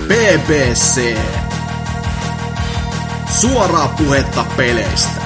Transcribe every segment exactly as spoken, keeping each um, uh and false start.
B B C. Suoraa puhetta peleistä.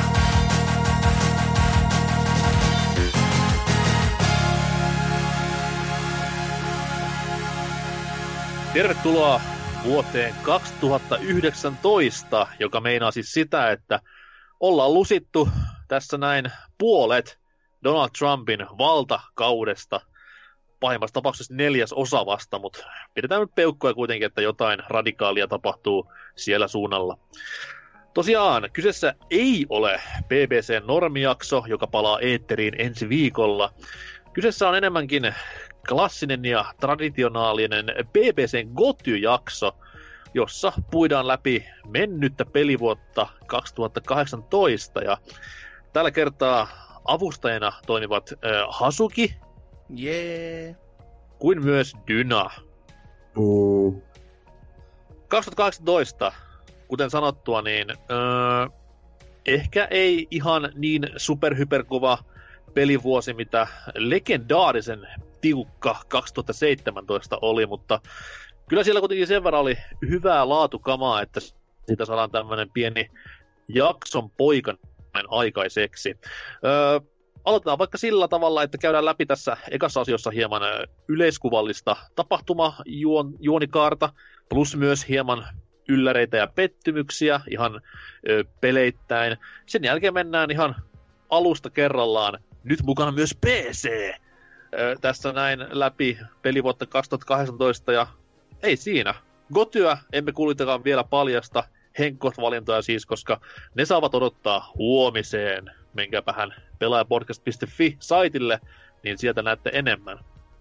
Tervetuloa vuoteen kaksituhattayhdeksäntoista, joka meinaa siis sitä, että ollaan lusittu tässä näin puolet Donald Trumpin valtakaudesta. Pahimmassa tapauksessa neljäs osa vasta, mutta pidetään nyt peukkoja kuitenkin, että jotain radikaalia tapahtuu siellä suunnalla. Tosiaan, kyseessä ei ole B B C-normijakso, joka palaa eetteriin ensi viikolla. Kyseessä on enemmänkin klassinen ja traditionaalinen B B C:n Goty-jakso, jossa puidaan läpi mennyttä pelivuotta kaksituhattakahdeksantoista. Ja tällä kertaa avustajina toimivat äh, Hasuki, yeah, kuin myös Dyna. Uh. kaksituhattakahdeksantoista, kuten sanottua, niin öö, ehkä ei ihan niin superhyperkuva pelivuosi, mitä legendaarisen tiukka kaksituhattaseitsemäntoista oli, mutta kyllä siellä kuitenkin sen verran oli hyvää laatukamaa, että siitä saadaan tämmöinen pieni jakson poikainen aikaiseksi. Öö, aloitetaan vaikka sillä tavalla, että käydään läpi tässä ekassa asiossa hieman yleiskuvallista tapahtumajuonikaarta, plus myös hieman ylläreitä ja pettymyksiä ihan ö, peleittäin. Sen jälkeen mennään ihan alusta kerrallaan, nyt mukana myös P C, ö, tässä näin läpi pelivuotta kaksituhattakahdeksantoista, ja ei siinä. Gotyä emme kuitenkaan vielä paljasta, henkot-valintoja siis, koska ne saavat odottaa huomiseen. Menkääpähän pelaajapodcast piste fi-saitille, niin sieltä näette enemmän.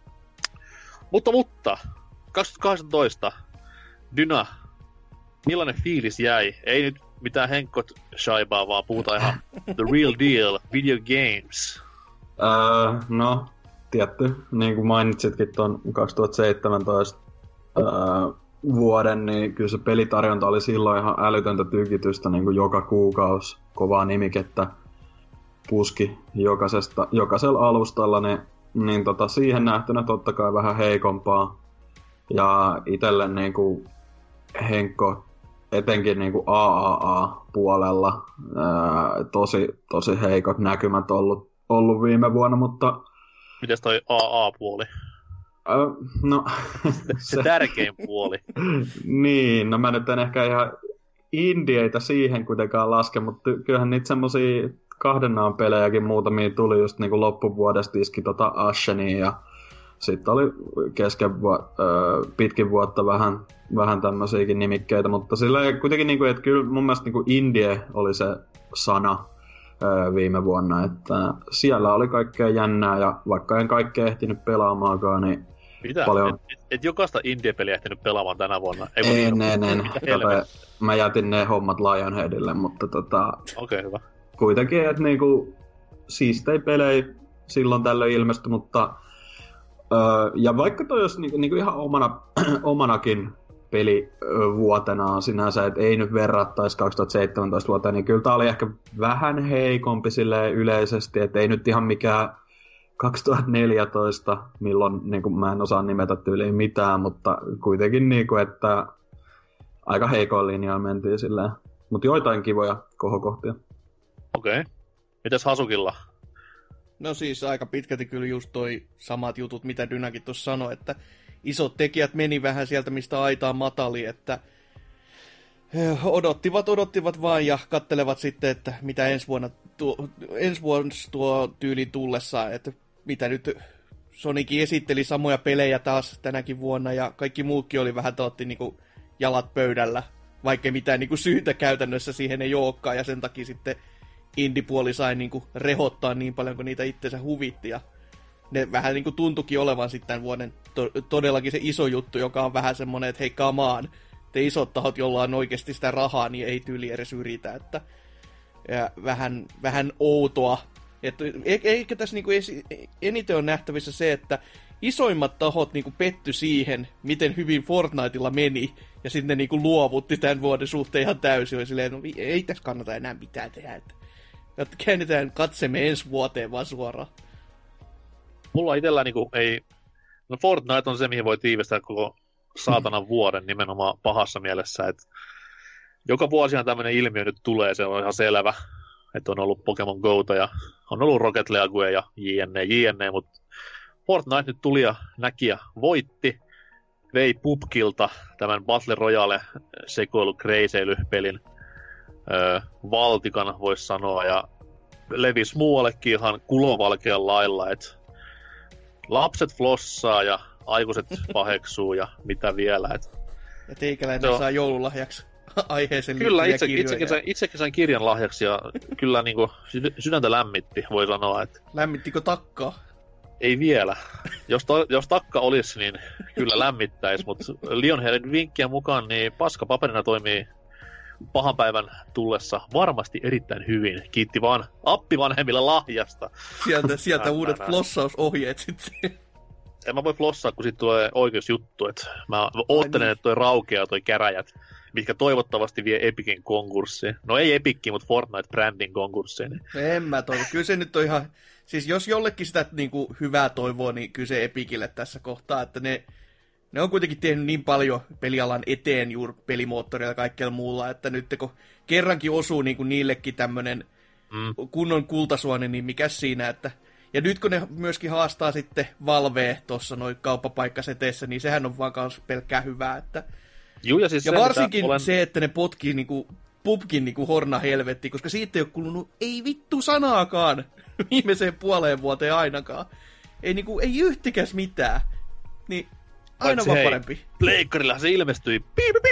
Mutta, mutta, kaksituhattakahdeksantoista, Dyna, millainen fiilis jäi? Ei nyt mitään henkot-shaibaa, vaan puhutaan ihan the real deal, video games. Öö, no, tietty, niin kuin mainitsitkin tuon kaksituhattaseitsemäntoista öö, vuoden, niin kyllä se pelitarjonta oli silloin ihan älytöntä tykitystä, niin kuin joka kuukausi kovaa nimikettä puski jokaisesta, jokaisella alustalla, niin, niin tota, siihen nähtynä totta kai vähän heikompaa. Ja itselle niin kuin Henkko, etenkin niin kuin A A A-puolella, ää, tosi, tosi heikot näkymät ollut, ollut viime vuonna, mutta... Mites toi A A-puoli? Ää, no... se, se tärkein puoli. Niin, no mä nyt en ehkä ihan indieitä siihen kuitenkaan laske, mutta kyllähän niitä semmosia kahden naan pelejäkin muutamia tuli just niinku loppuvuodesta, iski tota Ashenia ja sitten oli kesken vu- öö, pitkin vuotta vähän, vähän tämmöisiäkin nimikkeitä, mutta silleen kuitenkin niinku, että kyllä mun mielestä niinku indie oli se sana öö, viime vuonna, että siellä oli kaikkea jännää ja vaikka en kaikkea ehtinyt pelaamaankaan, niin mitä? paljon... Et, et, et jokaista indie-peliä ehtinyt pelaamaan tänä vuonna? Ei, en, en, en. Mä jätin ne hommat Lionheadille, mutta tota... Okei, okay, hyvä. Kuitenkin, että niinku siistei pelejä silloin tällöin ilmestyi, mutta öö, ja vaikka toi olisi niinku, niinku ihan omana, omanakin pelivuotenaan sinänsä, että ei nyt verrattaisi kaksituhattaseitsemäntoista vuoteen, niin kyllä tää oli ehkä vähän heikompi silleen yleisesti, että ei nyt ihan mikään kaksituhattaneljätoista, milloin niinku, mä en osaa nimetä tyyliin mitään, mutta kuitenkin niinku, että aika heikoin linjaan mentiin silleen, mutta joitain kivoja kohokohtia. Okei. Okay. Mitäs Hasukilla? No siis aika pitkälti kyllä just toi samat jutut, mitä Dynäkin tuossa sanoi, että isot tekijät meni vähän sieltä, mistä aitaan matali, että odottivat, odottivat vaan ja kattelevat sitten, että mitä ensi vuonna tuo, ensi vuonna tuo tyyli tullessaan, että mitä nyt Sonicin esitteli samoja pelejä taas tänäkin vuonna ja kaikki muutkin oli vähän tootti niinku jalat pöydällä, vaikka mitään niinku syytä käytännössä siihen ei olekaan ja sen takia sitten indie-puoli sai niinku rehottaa niin paljon, kun niitä itsensä huvitti. Ja ne vähän niinku tuntuikin olevan sitten tämän vuoden to- todellakin se iso juttu, joka on vähän semmoinen, että hei kamaan, te isot tahot, jolla on oikeasti sitä rahaa, niin ei tyyli edes yritä. Että, ja vähän, vähän outoa. Että, eikä tässä niinku esi- eniten on nähtävissä se, että isoimmat tahot niinku petty siihen, miten hyvin Fortniteilla meni, ja sitten ne niinku luovutti tämän vuoden suhteen ihan täysin. Ja silleen, no ei tässä kannata enää mitään tehdä. Että käännetään katsemme ensi vuoteen vaan suoraan. Mulla itsellä niinku ei... No Fortnite on se, mihin voi tiivistää koko saatanan vuoden nimenomaan pahassa mielessä, että joka vuosihan tämmöinen ilmiö nyt tulee, se on ihan selvä, että on ollut Pokemon Gota ja on ollut Rocket League ja jne, jne, mutta Fortnite nyt tuli ja näki ja voitti, vei P U B Gilta tämän Battle Royale sekoilu-kreiseilypelin öö, valtikan, voisi sanoa, ja levisi muuallekin ihan kulovalkean lailla, että lapset flossaa ja aikuiset paheksuu ja mitä vielä. Et... Ja teikäläinen on... saa joululahjaksi aiheeseen kyllä, liittyviä itse, kirjoja. Itsekin sain, itsekin sain kirjan lahjaksi ja kyllä niin kuin, sydäntä lämmitti, voi sanoa. Että... Lämmittikö takkaa? Ei vielä. Jos, to, jos takka olisi, niin kyllä lämmittäisi, mutta Lionheadin vinkkien mukaan niin paskapaperina toimii pahan päivän tullessa varmasti erittäin hyvin. Kiitti vaan appivanhemmille lahjasta. Sieltä, sieltä uudet flossausohjeet sitten. En mä voi flossaa, kun sit tulee oikeusjuttu. Et mä oottelen, niin. Että toi raukeaa toi käräjät, mitkä toivottavasti vie Epicin konkurssiin. No ei Epicin, mutta Fortnite-brändin konkurssiin. Niin. No en mä toivo. Kyllä se nyt on ihan... Siis jos jollekin sitä niin kuin hyvää toivoa, niin kyllä se Epicille tässä kohtaa, että ne... Ne on kuitenkin tehnyt niin paljon pelialan eteen juuri pelimoottorilla ja kaikkella muulla, että nyt kun kerrankin osuu niin kuin niillekin tämmöinen mm. kunnon kultasuoni, niin mikä siinä, että... Ja nyt kun ne myöskin haastaa sitten Valvea tuossa noin kauppapaikkaseteissä, niin sehän on vaan kans pelkkää hyvää, että... Juu, ja siis ja se, varsinkin olen... se, että ne potkii niinku P U B Gin niinku horna helvettiin, koska siitä ei ole kulunut ei vittu sanaakaan viimeiseen puoleen vuoteen ainakaan. Ei niinku, ei yhtikäs mitään. Niin... Aina vaan parempi. Pleikkarilla se ilmestyi.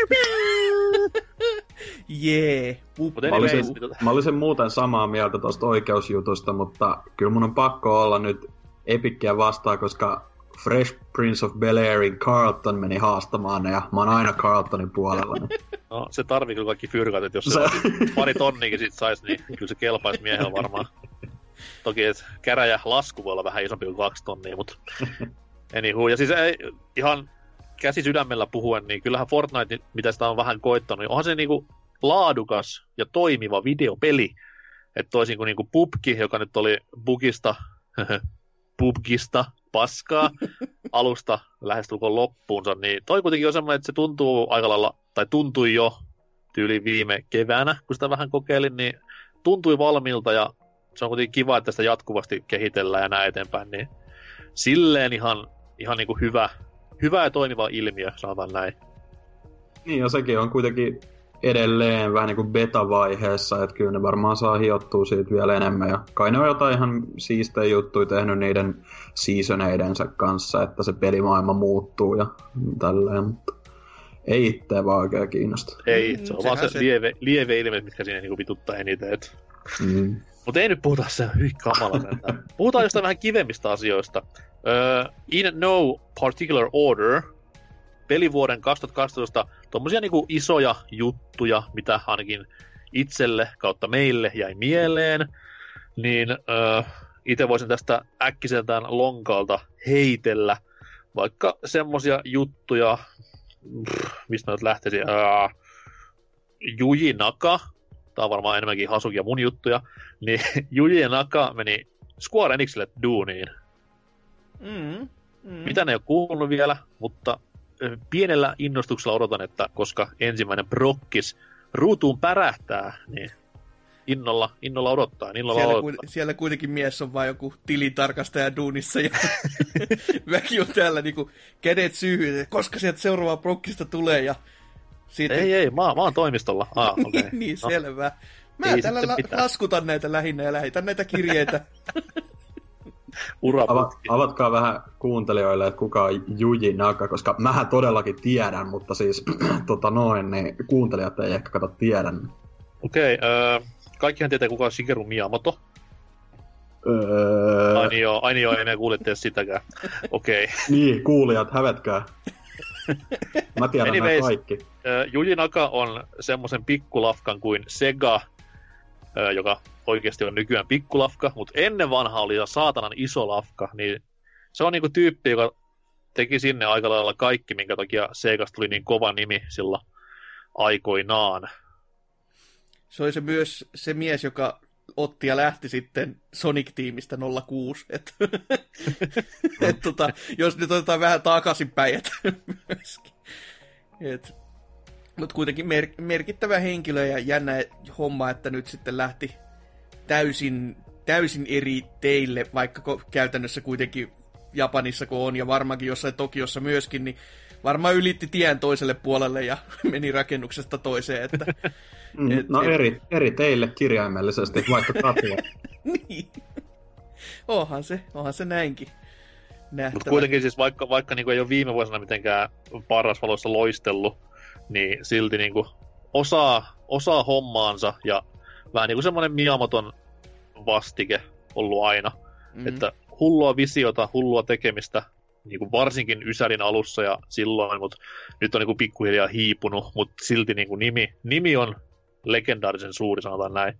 Jee. Mä olisin, mä olisin muuten samaa mieltä tuosta oikeusjutusta, mutta kyllä mun on pakko olla nyt Epickiä vastaan, koska Fresh Prince of Bel-Airin Carlton meni haastamaan ne, ja mä oon aina Carltonin puolella. Niin. No, se tarvii kyllä kaikki fyrkat, että jos se pari tonniakin sit sais, niin kyllä se kelpaisi miehellä varmaan. Toki, että käräjä lasku voi olla vähän isompi kuin kaksi tonnia, mutta... Anywho, ja siis ei, ihan käsi sydämellä puhuen, niin kyllähän Fortnite, mitä sitä on vähän koittanut, niin onhan se niinku laadukas ja toimiva videopeli. Että toisin kuin niinku P U B G, joka nyt oli bugista, P U B Gista paskaa alusta lähestulkoon loppuunsa, niin toi kuitenkin on semmoinen, että se tuntuu aika lailla, tai tuntui jo tyyli viime keväänä, kun sitä vähän kokeilin, niin tuntui valmiilta ja se on kuitenkin kiva, että sitä jatkuvasti kehitellään ja näin eteenpäin, niin silleen ihan, ihan niin kuin hyvä, hyvä ja toimiva ilmiö, sanotaan näin. Niin, ja sekin on kuitenkin edelleen vähän niin kuin beta-vaiheessa, että kyllä ne varmaan saa hiottua siitä vielä enemmän. Ja kai ne on jotain ihan siistejä juttuja tehnyt niiden seasoneidensa kanssa, että se pelimaailma muuttuu ja tälleen, mutta ei itseä vaan oikein kiinnosta. Ei, se on mm, vaan se, se... lieve, lieve ilme, mitkä siinä niin vituttaa eniten. Mm. Mutta ei nyt puhuta se hyi kamala. Puhutaan jostain vähän kivemmistä asioista. Uh, in no particular order, pelivuoden kaksituhattakaksitoista tommosia niinku isoja juttuja, mitä ainakin itselle kautta meille jäi mieleen, niin uh, itse voisin tästä äkkiseltään lonkalta heitellä vaikka semmosia juttuja, pff, mistä mä nyt lähtisin, uh, Yuji Naka, tää on varmaan enemmänkin Hasuki ja mun juttuja, niin Yuji Naka meni Square Enixille duuniin. Mm, mm. Mitä ne ei ole kuullut vielä, mutta pienellä innostuksella odotan, että koska ensimmäinen prokkis ruutuun pärähtää, niin innolla, innolla odottaa. Innolla siellä, odottaa. Ku, siellä kuitenkin mies on vain joku tilintarkastaja duunissa ja väki on täällä niinku kädet syyhyy, että koska sieltä seuraavaa prokkista tulee ja siitä... Ei, ei, mä, mä oon toimistolla. Ah, okay. Niin, no. selvä. Mä ei täällä la- laskutan näitä lähinnä ja lähetän näitä kirjeitä. Ava, avatkaa vähän kuuntelijoille, että kuka on Yuji Naka, koska mähän todellakin tiedän, mutta siis tota noin, niin kuuntelijat ei ehkä kato tiedä. Okei, okay, äh, kaikkihan tietää kuka on Shigeru Miyamoto. Öö... Ai niin joo, ai niin joo, ei me kuulitte sitäkään. Okei. Okay. Niin, kuulijat, hävetkää. Mä tiedän Anyways, nämä kaikki. Uh, Yuji Naka on semmoisen pikkulafkan kuin Sega, uh, joka oikeasti on nykyään pikkulafka, mutta ennen vanha oli jo saatanan iso lafka, niin se on niinku tyyppi, joka teki sinne aika lailla kaikki, minkä takia Segasta tuli niin kova nimi sillä aikoinaan. Se oli se myös se mies, joka otti ja lähti sitten Sonic-tiimistä nolla kuusi. Et, et, tota, jos nyt otetaan vähän takaisinpäin, että myöskin. Et, mutta kuitenkin mer- merkittävä henkilö ja jännä homma, että nyt sitten lähti täysin, täysin eri teille, vaikka ko- käytännössä kuitenkin Japanissa kun on ja varmaankin jossain Tokiossa myöskin, niin varmaan ylitti tien toiselle puolelle ja meni rakennuksesta toiseen. Että, mm, et, no et, eri, eri teille kirjaimellisesti, vaikka katua. niin. Onhan se, onhan se näinkin. Mutta kuitenkin siis vaikka, vaikka niinku ei ole viime vuosina mitenkään parasvaloissa loistellut, niin silti niinku osaa, osaa hommaansa ja vähän niinku semmoinen Miyamoton vastike ollut aina. Mm-hmm. Että hullua visiota, hullua tekemistä, niinku varsinkin Ysärin alussa ja silloin, mutta nyt on niinku pikkuhiljaa hiipunut, mutta silti niinku nimi, nimi on legendaarisen suuri, sanotaan näin.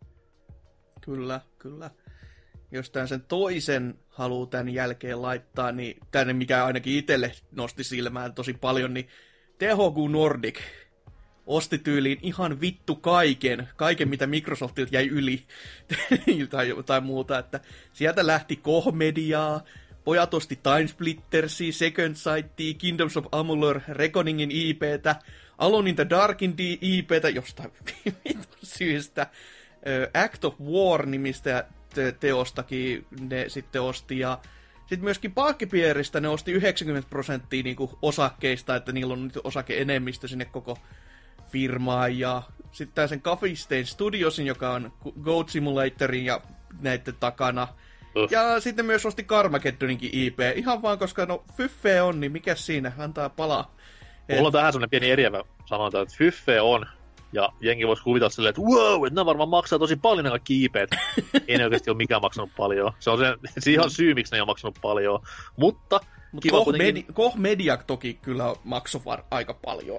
Kyllä, kyllä. Jos tämän sen toisen haluaa tämän jälkeen laittaa, niin tänne mikä ainakin itselle nosti silmään tosi paljon, niin T H Q Nordic osti tyyliin ihan vittu kaiken, kaiken mitä Microsoftilta jäi yli tai jotain muuta, että sieltä lähti Koch Mediaa, pojat osti Timesplittersia, Second Sightia, Kingdoms of Amalur, Reckoningin I P:tä, Alone in the Darkin I P:tä, jostain vitun syystä, Act of War-nimistä te- teostakin ne sitten osti, ja sitten myöskin Palkkipieristä ne osti yhdeksänkymmentä prosenttia niinku osakkeista, että niillä on nyt osake-enemmistö sinne koko firmaan, ja sitten sen Coffee Stain Studiosin, joka on Goat Simulatorin ja näiden takana, uh. ja sitten myös osti Carmageddoninkin I P, ihan vaan koska no Fyffe on, niin mikä siinä, antaa palaa. Mulla on tähän semmonen pieni eriävä sanonta, että Fyffe on, ja jengi voisi kuvitella silleen, että wow, että nämä varmaan maksaa tosi paljon nämä kaikki I P:t. Ei ne oikeasti ole mikään maksanut paljon. Se on se, siihen on syy, miksi ne ei ole maksanut paljon. Mutta Mut kiva Koch, kuitenkin... Medi- Koch Media toki kyllä maksoi var- aika paljon.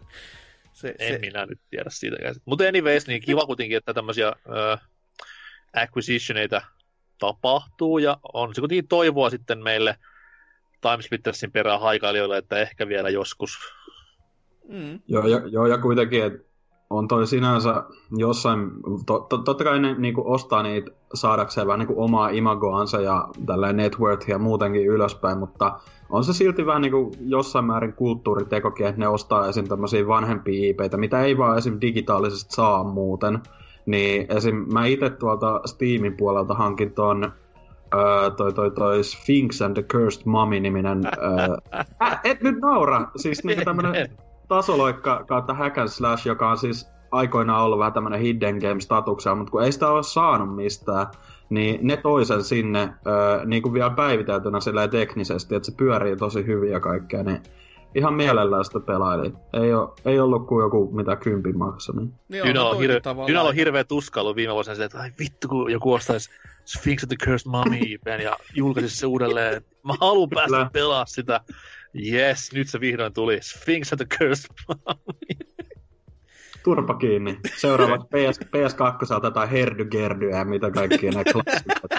se, en se... minä nyt tiedä siitäkään. Mutta anyways, niin kiva kuitenkin, että tämmöisiä äh, acquisitioneita tapahtuu. Ja on se kuitenkin toivoa sitten meille Timesplittersin perään haikailijoille, että ehkä vielä joskus. Mm. Joo, ja, joo, ja kuitenkin, että on toi sinänsä jossain, to, to, totta kai ne niinku ostaa niitä saadakseen vähän niinku omaa imagoansa ja tällainen net worth ja muutenkin ylöspäin, mutta on se silti vähän niinku jossain määrin kulttuuritekokin, että ne ostaa esim. Tämmöisiä vanhempia I P:itä, mitä ei vaan esim. Digitaalisesti saa muuten. Niin esim. Mä itse tuolta Steamin puolelta hankin ton Öö, toi, toi, toi Sphinx and the Cursed Mummy-niminen... Öö, äh, et nyt naura! Siis niinku tämmönen tasoloikka kautta hack and slash, joka on siis aikoinaan ollut vähän tämmönen hidden game-statuksella, mutta kun ei sitä ole saanut mistään, niin ne toisen sinne öö, niinku vielä päiviteltynä silleen teknisesti, että se pyörii tosi hyvin ja kaikkea, niin ihan mielellään sitä pelaili. Ei, oo, ei ollut kuin joku mitä kympin maksaa. Niin. Dynal on, hirve, Dynal on hirveä tuskailu viime vuosina silleen, että ai vittu kun joku ostaisi Sphinx and the Cursed Mummy I P:n ja julkaisisi se uudelleen. Mä haluan päästä Kyllä. pelaa sitä. Yes, nyt se vihdoin tuli. Sphinx and the Cursed Mummy. Turpa kiinni. Seuraavat P S, P S kaksi tai Herdygerdyä ja mitä kaikkia ne klassikot.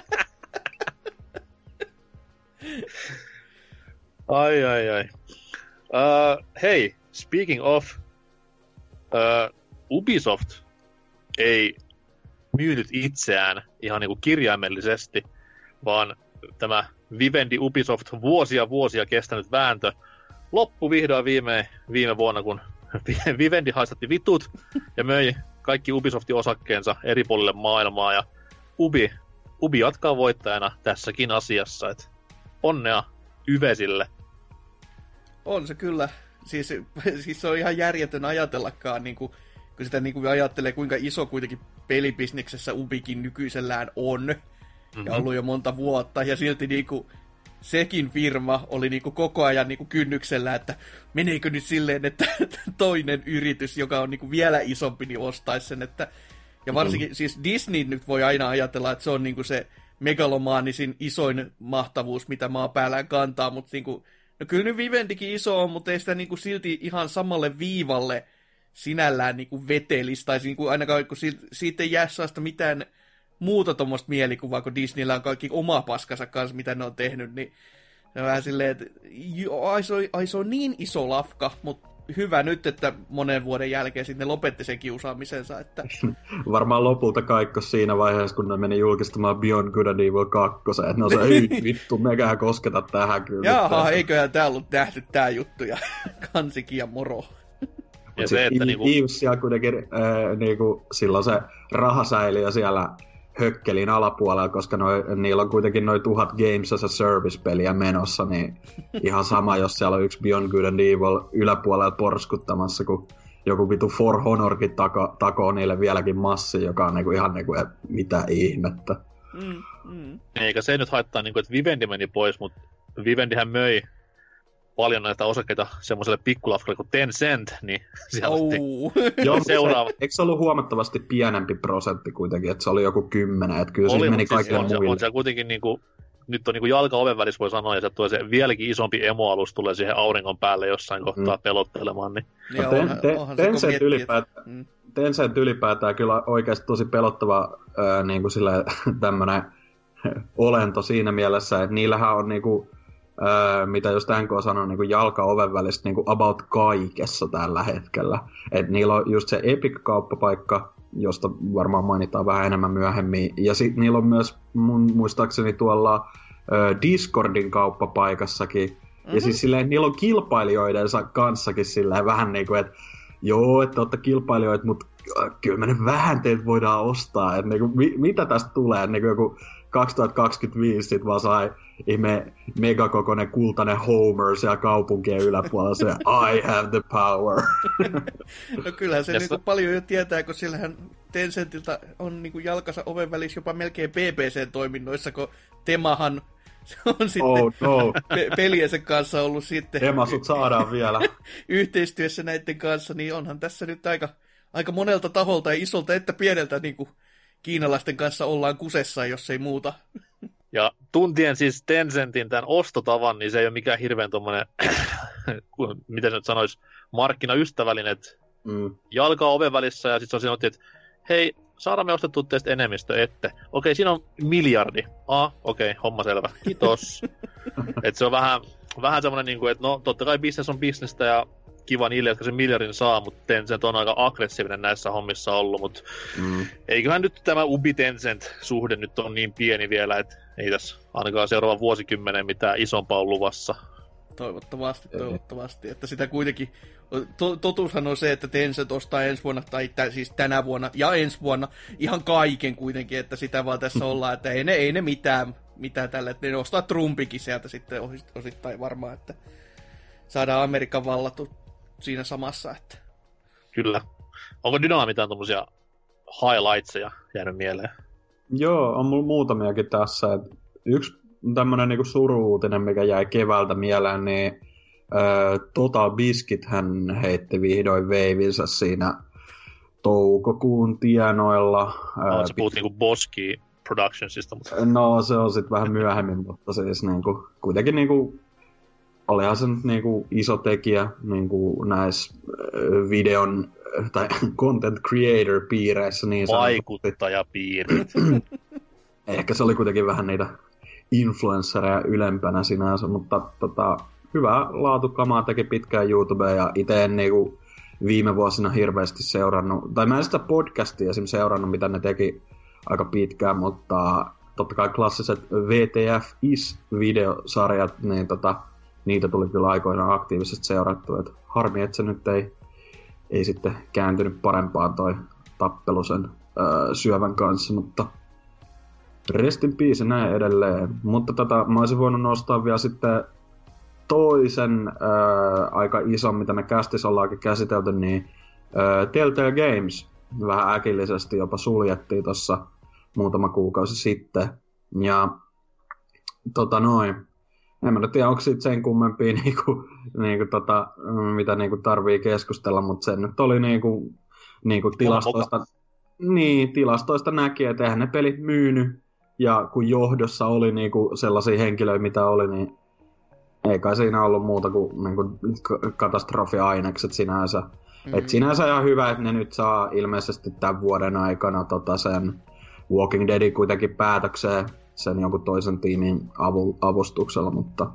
Ai ai ai. Uh, hei, speaking of, uh, Ubisoft ei myynyt itseään ihan niinku kirjaimellisesti, vaan tämä Vivendi Ubisoft vuosia vuosia kestänyt vääntö loppui vihdoin viime, viime vuonna, kun Vivendi haistatti vitut ja möi kaikki Ubisoftin osakkeensa eri puolille maailmaa, ja Ubi, Ubi jatkaa voittajana tässäkin asiassa, et onnea Yvesille. On se kyllä. Siis, siis se on ihan järjetön ajatellakaan, niin kuin, kun sitä niin kuin ajattelee, kuinka iso kuitenkin pelibisneksessä Ubikin nykyisellään on. Mm-hmm. Ja ollut jo monta vuotta. Ja silti niin kuin, sekin firma oli niin kuin, koko ajan niin kuin, kynnyksellä, että meneekö nyt silleen, että toinen yritys, joka on niin kuin, vielä isompi, niin ostaisi sen. Että, ja varsinkin mm-hmm. siis Disney nyt voi aina ajatella, että se on niin kuin, se megalomaanisin isoin mahtavuus, mitä maa päällään kantaa, mutta niin kuin, no kyllä nyt Vivendikin iso on, mutta ei sitä niinku silti ihan samalle viivalle sinällään niinku vetelisi, tai niinku ainakaan kun siitä, siitä ei jää sellaista mitään muuta tuommoista mielikuvaa, kun Disneyllä on kaikki oma paskansa kanssa, mitä ne on tehnyt, niin se on vähän silleen, että ai se, on, ai se on niin iso lafka, mutta hyvä nyt, että monen vuoden jälkeen sitten ne lopetti sen kiusaamisensa. Että... Varmaan lopulta kaikkos siinä vaiheessa, kun ne meni julkistamaan Beyond Good and Evil kaksi, että no se ei vittu, mekään kosketa tähän kyllä. Jaha, eiköhän tää ollut nähty tää juttu ja kansikin ja moro. Ja se, että niinku... Eves siellä kuitenkin, äh, niinku, silloin se rahasäiliö siellä hökkelin alapuolella, koska noi, niillä on kuitenkin noin tuhat Games as a Service-peliä menossa, niin ihan sama, jos siellä on yksi Beyond Good and Evil yläpuolella porskuttamassa, kun joku vitu For Honorkin tako, takoo niille vieläkin massi, joka on niinku ihan niinku, että mitä ihmettä. Mm, mm. Eikä se nyt haittaa, niinku, että Vivendi meni pois, mutta Vivendihän möi paljon näitä osakkeita semmoiselle pikkulafkalle kuin Tencent, niin siellä oh. Joo, seuraava. Eikö se ollut huomattavasti pienempi prosentti kuitenkin, että se oli joku kymmenen, että kyllä oli, se meni kaikille siis muille. On, on siellä kuitenkin niinku, nyt on niinku jalka oven välissä voi sanoa, ja se tulee se vieläkin isompi emoalus tulee siihen auringon päälle jossain kohtaa mm. pelottelemaan. Niin. Ja ten, onhan, ten, onhan Tencent, se, ylipäätään, mm. Tencent ylipäätään kyllä oikeasti tosi pelottava äh, niinku tämmönen olento siinä mielessä, että niillähän on niinku Öö, mitä just N K sanoi, niin kuin jalka oven välistä niin kuin about kaikessa tällä hetkellä. Et niillä on just se Epic-kauppapaikka, josta varmaan mainitaan vähän enemmän myöhemmin. Ja sitten niillä on myös mun muistaakseni tuolla ö, Discordin kauppapaikassakin. Mm-hmm. Ja siis silleen, niillä on kilpailijoidensa kanssakin silleen vähän niin kuin, että joo, että olette kilpailijoita, mutta kyllä me nyt vähän teitä voidaan ostaa. Et niin kuin, mi- mitä tästä tulee? Niin kuin joku kaksituhattakaksikymmentäviisi sit vaan sai ihme megakokoinen kultainen Homer siellä kaupunkien yläpuolella se I have the power. No kyllähän se yes. niinku paljon jo tietää, kun siellähän Tencentiltä on niinku jalkansa oven välissä jopa melkein B B C-toiminnoissa, kun Temahan on sitten oh, no. pe- peliensä kanssa ollut sitten Tema, sut saadaan vielä. yhteistyössä näiden kanssa, niin onhan tässä nyt aika, aika monelta taholta ja isolta että pieneltä niinku kiinalaisten kanssa ollaan kusessa, jos ei muuta. Ja tuntien siis Tencentin tämän ostotavan, niin se ei ole mikään hirveän tommonen, miten nyt sanois, markkinaystävällinen, että mm. jalka on oven välissä ja sitten on sanottu, että hei, saadaan me ostettua teistä enemmistö, ette. Okei, siinä on miljardi. Ah, okei, homma selvä. Kiitos. Että se on vähän, vähän semmoinen, niin kuin, että no totta kai business on bisnestä ja kiva niille, jotka sen miljardin saa, mutta Tencent on aika aggressiivinen näissä hommissa ollut, mutta mm. eiköhän nyt tämä Ubi-Tencent-suhde nyt on niin pieni vielä, että ei tässä ainakaan seuraavan vuosikymmenen mitään isompaa on luvassa. Toivottavasti, toivottavasti, että sitä kuitenkin, to, totuushan on se, että Tencent ostaa ensi vuonna, tai tä, siis tänä vuonna ja ensi vuonna ihan kaiken kuitenkin, että sitä vaan tässä ollaan, että ei ne, ei ne mitään, mitään tällä, että ne ostaa Trumpikin sieltä sitten osittain varmaan, että saadaan Amerikan vallattu siinä samassa, että... Kyllä. Onko Dynalla mitään tommosia highlightseja jäänyt mieleen? Joo, on mulla muutamiakin tässä. Et yksi tämmönen niinku suru-uutinen, mikä jäi keväältä mieleen, niin äh, Total Biscuit hän heitti vihdoin veivinsä siinä toukokuun tienoilla. No, se puhut niinku Boski Productionsista, mutta... No, se on sitten vähän myöhemmin, mutta siis niinku, kuitenkin niinku... Olihan se nyt niinku iso tekijä niinku näissä videon tai content creator-piireissä niin sanotusti. Vaikuttajapiirit. Ehkä se oli kuitenkin vähän niitä influenssereja ylempänä sinänsä, mutta tota, hyvää laatukamaa teki pitkään YouTubeen ja itse en niinku viime vuosina hirveästi seurannut, tai mä en sitä podcastia esimerkiksi seurannut, mitä ne teki aika pitkään, mutta totta kai klassiset V T F Is-videosarjat, niin tota, niitä tuli kyllä aikoinaan aktiivisesti seurattua. Et harmi, että se nyt ei, ei sitten kääntynyt parempaan toi tappelu sen öö, syövän kanssa, mutta rest in peace näin edelleen. Mutta tota, mä olisin voinut nostaa vielä sitten toisen öö, aika ison, mitä me kästissä ollaankin käsitelty, niin öö, Telltale Games vähän äkillisesti jopa suljettiin tuossa muutama kuukausi sitten. Ja tota noin. En mä nyt tiedä, onko siitä sen kummempia, niinku, niinku tota, mitä niinku tarvii keskustella, mutta se nyt oli niinku, niinku tilastoista, niin, tilastoista näki, että eihän ne pelit myynyt. Ja kun johdossa oli niinku sellaisia henkilöitä, mitä oli, niin ei kai siinä ollut muuta kuin niinku katastrofiainekset sinänsä. Mm-hmm. Et sinänsä ihan hyvä, että ne nyt saa ilmeisesti tämän vuoden aikana tota sen Walking Deadin kuitenkin päätökseen sen jonkun toisen tiimin avu, avustuksella, mutta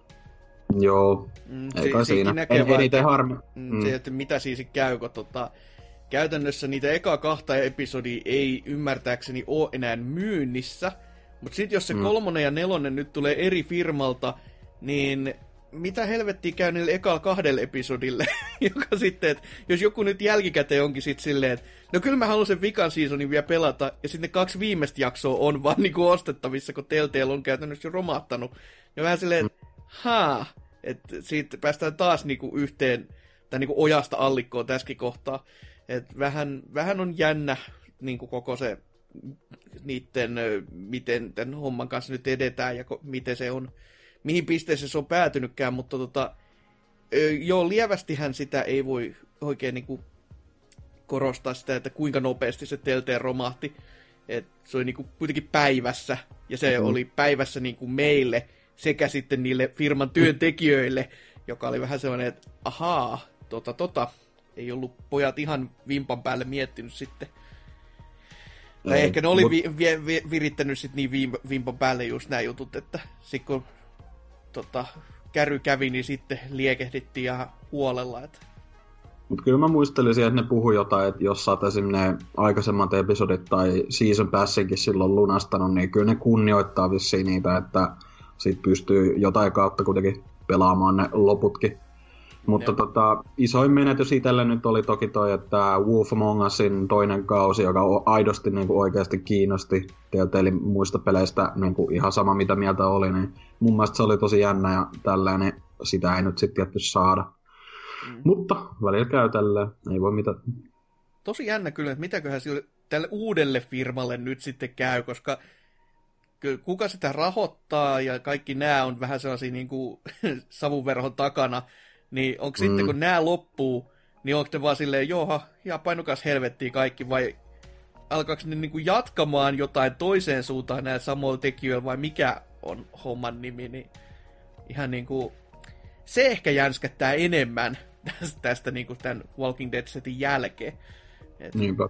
joo, mm, ei kai siinä. En, eniten harmi. Mm. Se, että mitä siis käy, kun tota, käytännössä niitä eka kahta episodia ei ymmärtääkseni ole enää myynnissä, mutta sitten jos se mm. kolmonen ja nelonen nyt tulee eri firmalta, niin mitä helvettiä käy niille ekalla kahdelle episodille, joka sitten, että jos joku nyt jälkikäteen onkin sitten silleen, että no kyllä mä haluan sen vikan seasonin vielä pelata, ja sitten ne kaksi viimeistä jaksoa on vaan niinku ostettavissa, kun Telltale on käytännössä jo romahtanut. Ja vähän silleen, että haa, että siitä päästään taas niinku yhteen, tai niinku ojasta allikkoon tässäkin kohtaa. Että vähän, vähän on jännä niinku koko se, niitten, miten tämän homman kanssa nyt edetään, ja miten se on, mihin pisteeseen se on päätynytkään, mutta tota, joo, lievästihän sitä ei voi oikein niinku korostaa sitä, että kuinka nopeasti se Telltale romahti. Et se oli niinku kuitenkin päivässä, ja se mm-hmm. oli päivässä niinku meille sekä sitten niille firman työntekijöille, joka oli vähän sellainen, että ahaa, tota tota, ei ollut pojat ihan vimpan päälle miettinyt sitten. Tai ei, ehkä ne oli mut... vi- vi- vi- virittänyt sit niin viim- vimpan päälle just nämä jutut, että sit kun tota, käry kävi, niin sitten liekehdittiin ihan huolella. Että... Mutta kyllä mä muistelisin, että ne puhui jotain, että jos sä oot esimerkiksi ne aikaisemmat episodit tai season passinkin silloin lunastanut, niin kyllä ne kunnioittaa vissiin niitä, että sit pystyy jotain kautta kuitenkin pelaamaan ne loputkin. Mutta tota, isoin menetys itselle nyt oli toki toi, että Wolf Among Usin toinen kausi, joka aidosti niinku oikeasti kiinnosti Telltalein muista peleistä niinku ihan sama mitä mieltä oli, niin mun mielestä se oli tosi jännä ja tällainen, sitä ei nyt sitten tietty saada. Mm. Mutta välillä käy tälleen, ei voi mitään. Tosi jännä kyllä, että mitäköhän sille, tälle uudelle firmalle nyt sitten käy, koska kuka sitä rahoittaa ja kaikki nämä on vähän sellaisia niin kuin savunverhon takana, niin onko mm. sitten kun nämä loppuu, niin onko ne vaan silleen, joha, ja painukas helvettiin kaikki, vai alkaako ne niin kuin jatkamaan jotain toiseen suuntaan näillä samoilla tekijöillä, vai mikä on homman nimi, niin ihan niin kuin, se ehkä jänskättää enemmän tästä, tästä niin kuin tämän Walking Dead-setin jälkeen. Et... Niinpä.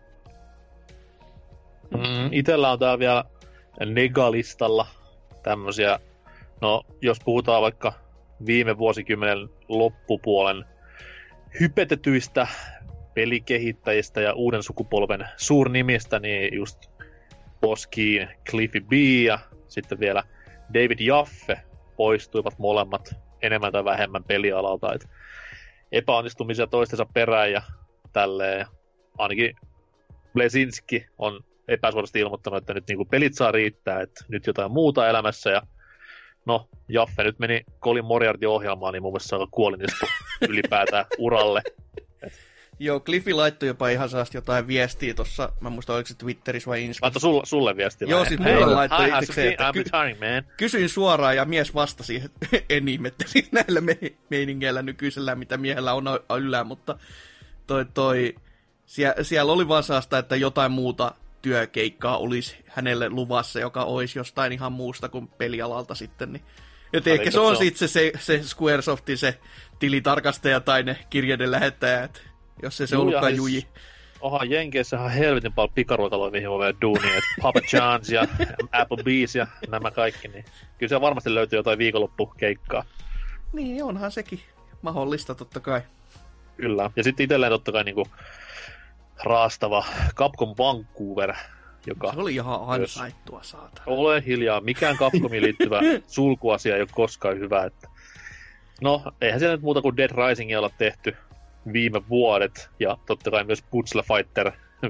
Mm, itellä on täällä vielä negalistalla tämmöisiä, no jos puhutaan vaikka viime vuosikymmenen loppupuolen hypetetyistä pelikehittäjistä ja uuden sukupolven suurnimistä, niin just Boss Keen, Cliffy B ja sitten vielä David Jaffe poistuivat molemmat enemmän tai vähemmän pelialalta. Et epäonnistumisia toistensa perään ja tälleen. Ja ainakin Blesinski on epäsuorasti ilmoittanut, että nyt niinku pelit saa riittää, että nyt jotain muuta elämässä. Ja no, Jaffe nyt meni Colin Moriartyn ohjelmaan, niin mun mielestä se kuolinistu ylipäätään uralle. Et... Joo, Cliffy laittoi jopa ihan saasti jotain viestiä tossa, mä muistan, oliko se Twitterissä vai Instassa. Laittoi sulle, sulle viestiä. Joo, siis mulle laittoi itsekseen, että I'm retiring, man. Kysyin suoraan ja mies vastasi, että en ihmetteli näillä me- meiningeillä nykyisellä, mitä miehellä on yllä, mutta toi, toi, sie- siellä oli vaan saasta, että jotain muuta työkeikkaa olisi hänelle luvassa, joka olisi jostain ihan muusta kuin pelialalta sitten, niin et ehkä se on sitten se, se Squaresoftin se tilitarkastaja tai ne kirjeiden lähettäjä, että jos ei se Juu, ollutkaan juji. Siis, oha, Jenkeissä on helvetin paljon pikaruokaloja, mihin voi vielä duunia, että Papa John's ja Applebee's ja nämä kaikki, niin kyllä se varmasti löytyy jotain viikonloppukeikkaa. Niin, onhan sekin mahdollista totta kai. Kyllä, ja sitten itselleen totta kai niinku raastava Capcom Vancouver, joka... Se oli ihan ansaittua, saatana. Ole hiljaa, mikään Capcomiin liittyvä sulkuasia ei ole koskaan hyvä, että... No, eihän siellä nyt muuta kuin Dead Risingia olla tehty viime vuodet, ja totta kai myös Puzzle Fighter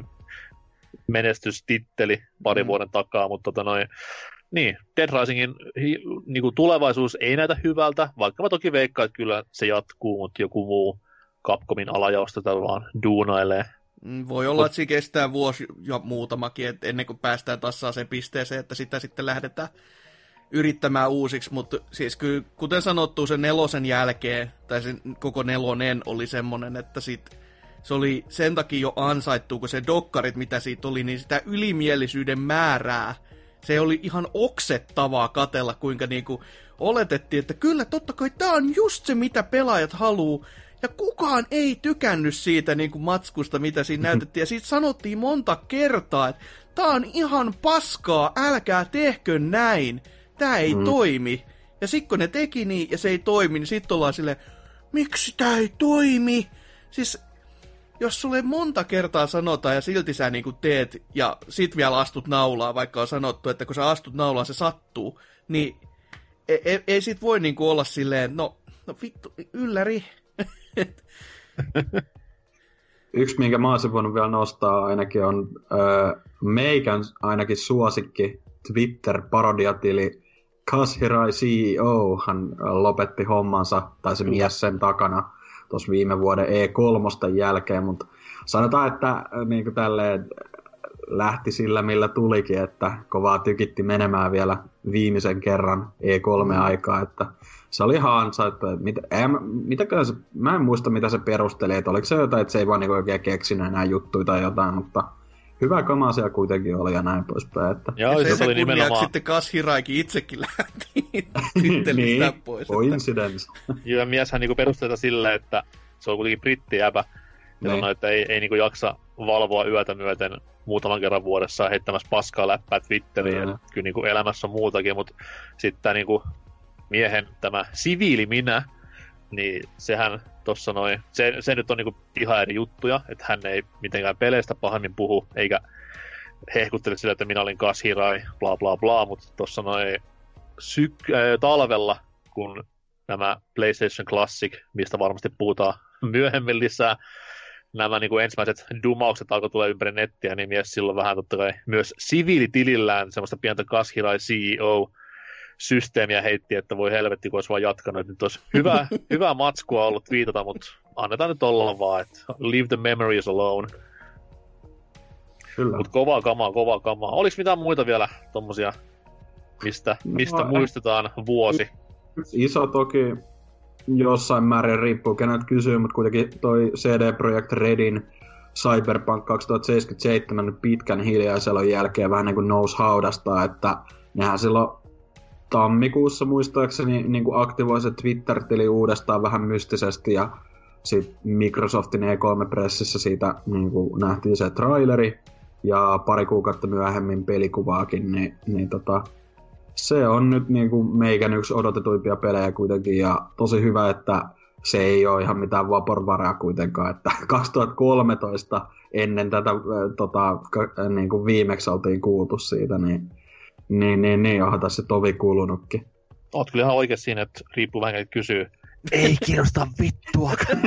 menestystitteli pari mm. vuoden takaa, mutta tota noin, niin, Dead Risingin hi, niinku tulevaisuus ei näytä hyvältä, vaikka mä toki veikkaan, että kyllä se jatkuu, mutta joku muu Capcomin alajaosta tällä vaan duunailee. Voi olla, että se kestää vuosi ja muutamakin, että ennen kuin päästään taas sen pisteeseen, että sitä sitten lähdetään yrittämään uusiksi, mutta siis kyllä, kuten sanottu, sen nelosen jälkeen, tai sen koko nelonen oli semmoinen, että sit, se oli sen takia jo ansaittu, kun se dokkarit, mitä siitä oli, niin sitä ylimielisyyden määrää, se oli ihan oksettavaa katella, kuinka niinku oletettiin, että kyllä totta kai tää on just se, mitä pelaajat haluu, ja kukaan ei tykännyt siitä niinku matskusta, mitä siinä näytettiin, ja siitä sanottiin monta kertaa, että tää on ihan paskaa, älkää tehkö näin. Tää ei mm. toimi. Ja sit kun ne teki niin, ja se ei toimi, niin sit ollaan silleen, miksi tää ei toimi? Siis, jos sulle monta kertaa sanotaan, ja silti sä niinku teet, ja sit vielä astut naulaan, vaikka on sanottu, että kun sä astut naulaan, se sattuu, niin ei, ei, ei sit voi niinku olla silleen, no, no vittu, ylläri. Yksi, minkä mä olisin voinut vielä nostaa ainakin on öö, meikän ainakin suosikki Twitter-parodiatili Kashirai C E O. Hän lopetti hommansa, tai se mies sen takana, tuossa viime vuoden E kolme jälkeen, mutta sanotaan, että niin kuin tälleen lähti sillä, millä tulikin, että kovaa tykitti menemään vielä viimeisen kerran E kolme aikaa, että se oli ihan ansaittu. Mit, mitäkään se, mä en muista, mitä se perusteli, että oliko se jotain, että se ei vaan niinku oikein keksinyt enää juttuja tai jotain, mutta hyvä kamaa siellä kuitenkin oli ja näin poispäin. Että... Joo, ja se, se oli nimenomaan... sitten Kashiraikin itsekin lähti tittelistä niin, pois. Coincidence. Joo, ja mieshän niinku perusteli sillä, että se on kuitenkin brittijäpä, ja sanoi, että ei, ei niinku jaksa valvoa yötä myöten muutaman kerran vuodessa heittämässä paskaa läppää Twitteriin. Mm. Kyllä niinku elämässä on muutakin, mutta sitten niinku miehen tämä siviili minä, niin sehän tossa noin, se, se nyt on niinku ihan eri juttuja, että hän ei mitenkään peleistä pahemmin puhu, eikä hehkuttele sillä, että minä olin Kashirai, bla bla bla, mutta tossa noin syk- äh, talvella, kun nämä PlayStation Classic, mistä varmasti puhutaan myöhemmin lisää, nämä niin kuin ensimmäiset dumaukset alkoi tulla ympäri nettiä, niin mies silloin vähän totta kai myös siviilitilillään semmoista pientä Kashirai C E O-systeemiä heitti, että voi helvetti, kun olisi vaan jatkanut. Että nyt olisi hyvä, hyvää matskua ollut viitata, mutta annetaan nyt olla vaan, että leave the memories alone. Kyllä. Mutta kovaa kamaa, kovaa kamaa. Oliko mitään muita vielä tommosia, mistä, mistä no, muistetaan vuosi? Iso toki jossain määrin riippuu kenet kysyy, mutta kuitenkin toi C D Projekt Redin Cyberpunk kaksituhattaseitsemänkymmentäseitsemän pitkän hiljaiselon jälkeen vähän niin kuin nousi haudasta, että nehän silloin tammikuussa muistaakseni niin kuin aktivoi se Twitter-tili uudestaan vähän mystisesti ja sitten Microsoftin E kolme-pressissä siitä niin kuin nähtiin se traileri ja pari kuukautta myöhemmin pelikuvaakin, niin, niin tota, se on nyt niinku meikän yksi odotetuimpia pelejä kuitenkin, ja tosi hyvä, että se ei ole ihan mitään vaporvaraa kuitenkaan, että kaksituhattakolmetoista ennen tätä tota, niinku viimeksi oltiin kuultu siitä, niin, niin, niin, niin onhan tässä tovi kuulunutkin. Oot kyllä ihan oikein siinä, että riippuu vähän, että kysyy. Ei kiinnosta vittua.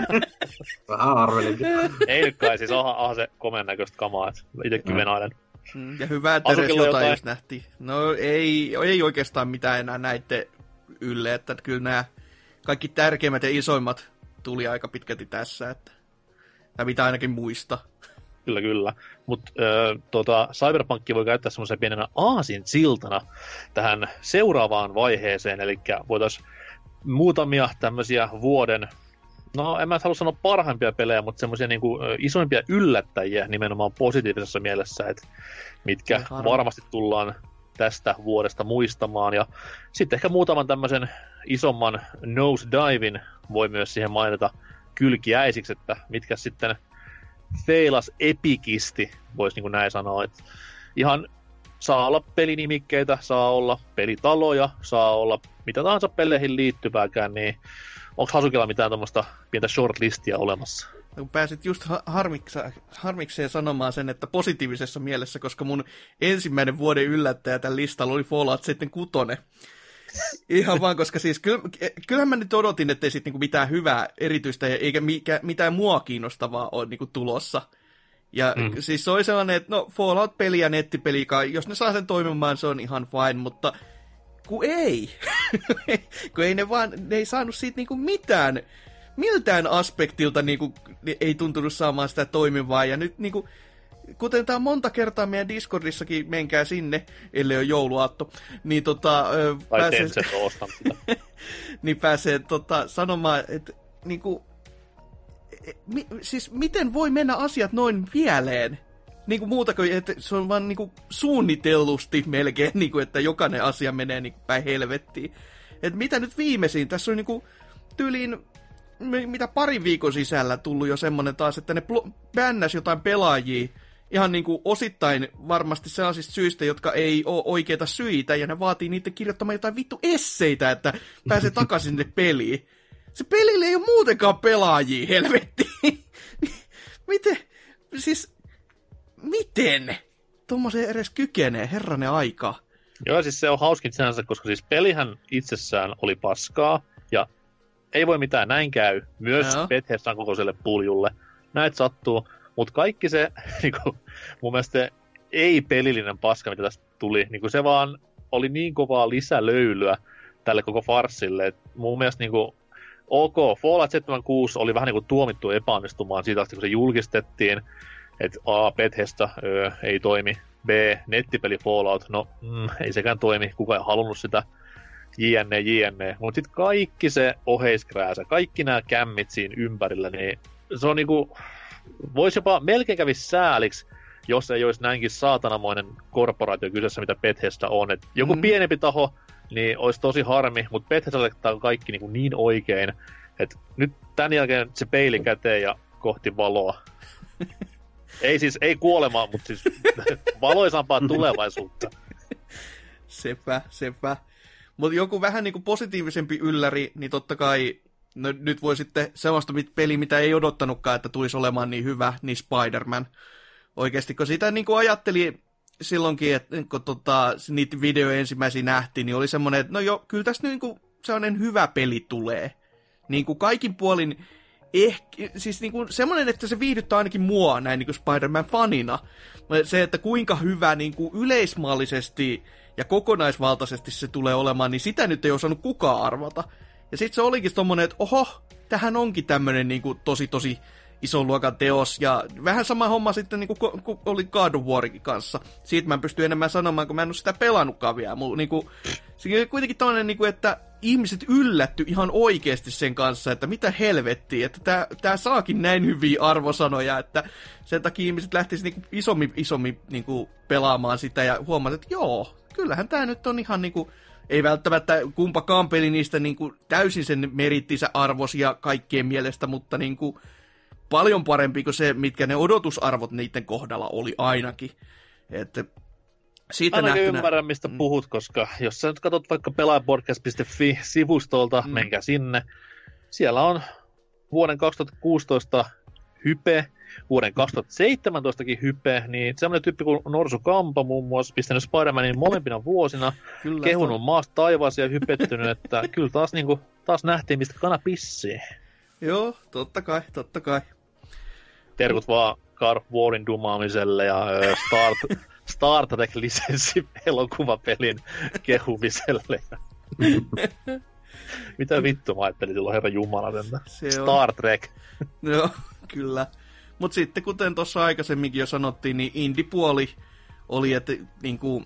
Vähän arvelinkin. Ei nyt kai, siis onhan, onhan se komeen näköistä kamaa, että itsekin venailen. Ja hyvä, että edes jotain, jotain just nähtiin. No ei, ei oikeastaan mitään enää näitte ylle, että kyllä nämä kaikki tärkeimmät ja isoimmat tuli aika pitkälti tässä, että ja mitä ainakin muista. Kyllä, kyllä. Mutta äh, tota, Cyberpunkki voi käyttää semmoisen pienenä aasinsiltana tähän seuraavaan vaiheeseen, eli voitaisiin muutamia tämmöisiä vuoden, no en mä halua sanoa parhaimpia pelejä, mutta semmoisia niinku isoimpia yllättäjiä nimenomaan positiivisessa mielessä, että mitkä varmasti tullaan tästä vuodesta muistamaan. Ja sitten ehkä muutaman tämmöisen isomman nosedivin voi myös siihen mainita kylkiäisiksi, että mitkä sitten feilas epikisti, voisi niinku näin sanoa. Että ihan saa olla pelinimikkeitä, saa olla pelitaloja, saa olla mitä tahansa peleihin liittyvääkään, niin onko Hasukilla mitään tuommoista pientä shortlistia olemassa? Kun pääsit just harmiksa, harmikseen sanomaan sen, että positiivisessa mielessä, koska mun ensimmäinen vuoden yllättäjä tämän listalla oli Fallout seitsemänkymmentäkuusi. Ihan vaan, koska siis kyllä, kyllähän mä nyt odotin, ettei sit niinku mitään hyvää erityistä eikä mitään mua kiinnostavaa ole niinku tulossa. Ja mm. siis se oli sellainen, että no Fallout-peli ja nettipeli, jos ne saa sen toimimaan, se on ihan fine, mutta kun ei. kun ei ne vaan, ne ei saanut siitä niinku mitään, miltään aspektilta niinku, ei tuntunut saamaan sitä toimivaa. Ja nyt niinku, kuten tää monta kertaa meidän Discordissakin, menkää sinne, ellei ole jouluaatto, niin tota... Tai pääsee, Tencent on ostanut sitä. niin pääsee tota, sanomaan, että niinku... Mi, siis miten voi mennä asiat noin pieleen? Niinku muuta kuin, että se on vaan niinku suunnitellusti melkein, niinku, että jokainen asia menee niinku päin helvettiin. Et mitä nyt viimeisin? Tässä on niinku tyyliin, mitä parin viikon sisällä tullut jo semmonen taas, että ne pl- bännäs jotain pelaajia ihan niinku osittain varmasti sellaisista syistä, jotka ei ole oikeita syitä, ja ne vaatii niiden kirjoittamaan jotain vittu esseitä, että pääsee takaisin sinne peliin. Se pelille ei ole muutenkaan pelaajia, helvettiin. Miten? Siis, miten? Tuommoiseen edes kykenee, herranen aika. Joo, siis se on hauskin sinänsä, koska siis pelihän itsessään oli paskaa, ja ei voi mitään, näin käy. Myös Bethesdan kokoiselle puljulle. Näitä sattuu. Mutta kaikki se, niinku, mun mielestä ei-pelillinen paska, mitä tästä tuli, niinku se vaan oli niin kovaa lisälöylyä tälle koko farssille. Et mun mielestä niinku, ok, Fallout seitsemänkymmentäkuusi oli vähän niinku tuomittu epäonnistumaan siitä asti, kun se julkistettiin. Että A, Bethesda ö, ei toimi, B, nettipeli Fallout, no mm, ei sekään toimi, kukaan ei halunnut sitä, jne, jne. Mutta sitten kaikki se oheiskrääsä, kaikki nämä kämmit siinä ympärillä, niin se on niinku, voisi jopa melkein kävis sääliksi, jos ei olisi näinkin saatanamoinen korporaatio kyseessä, mitä Bethesda on. Et joku mm. pienempi taho, niin olisi tosi harmi, mutta Bethesda on kaikki niin, niin oikein, että nyt tämän jälkeen se peili käteen ja kohti valoa. Ei siis, ei kuolemaa, mutta siis valoisampaa tulevaisuutta. Sepä, sepä. Mutta joku vähän niinku positiivisempi ylläri, niin totta kai, no nyt voi sitten sellaista peli, mitä ei odottanutkaan, että tulisi olemaan niin hyvä, niin Spider-Man. Oikeasti, kun sitä niinku ajatteli silloinkin, että kun tota, niitä videoja ensimmäisiä nähtiin, niin oli semmoinen, että no jo, kyllä tässä niinku sellainen hyvä peli tulee. Niinku kaikin puolin, ehkä, siis niinku semmoinen, että se viihdyttää ainakin mua näin niinku Spider-Man-fanina. Se, että kuinka hyvä niinku yleismaallisesti ja kokonaisvaltaisesti se tulee olemaan, niin sitä nyt ei osannut kukaan arvata. Ja sitten se olikin tommonen, että oho, tähän onkin tämmönen niinku tosi tosi ison luokan teos, ja vähän sama homma sitten niin kuin, kuin oli God of Warin kanssa. Siitä mä en pysty enemmän sanomaan, kun mä en ole sitä pelannutkaan vielä. Mul, niin kuin, se on kuitenkin tämmöinen, niin kuin, että ihmiset yllätty ihan oikeasti sen kanssa, että mitä helvettiä, että tää, tää saakin näin hyviä arvosanoja, että sen takia ihmiset lähtisivät niin kuin isommin, isommin niin kuin pelaamaan sitä, ja huomasivat, että joo, kyllähän tää nyt on ihan niin kuin, ei välttämättä kumpakaan peli niistä niin kuin täysin sen merittinsä arvosia kaikkien mielestä, mutta niin kuin paljon parempi kuin se, mitkä ne odotusarvot niiden kohdalla oli ainakin. Että siitä ainakin nähtynä ymmärrän, mistä puhut, koska jos sä nyt katsot vaikka pelaajapodcast piste fi-sivustolta, mm. menkää sinne. Siellä on vuoden kaksituhattakuusitoista hype, vuoden kaksituhattaseitsemäntoistakin hype, niin semmoinen tyyppi kuin Norsu Kampa muun muassa pistänyt Spider-Manin molempina vuosina, kyllä, kehunut maasta taivaaseen ja hypettynyt, että kyllä taas, niin kuin, taas nähtiin, mistä kana pissii. Joo, totta kai, totta kai. Terkut vaan God of Warin dumaamiselle ja ö, Star, Star Trek-lisenssi elokuvapelin kehumiselle. Mitä vittu mä ajattelin silloin, herra jumala, Star Trek. Joo, kyllä. Mut sitten kuten tuossa aikaisemminkin jo sanottiin, niin indie-puoli oli, että niinku,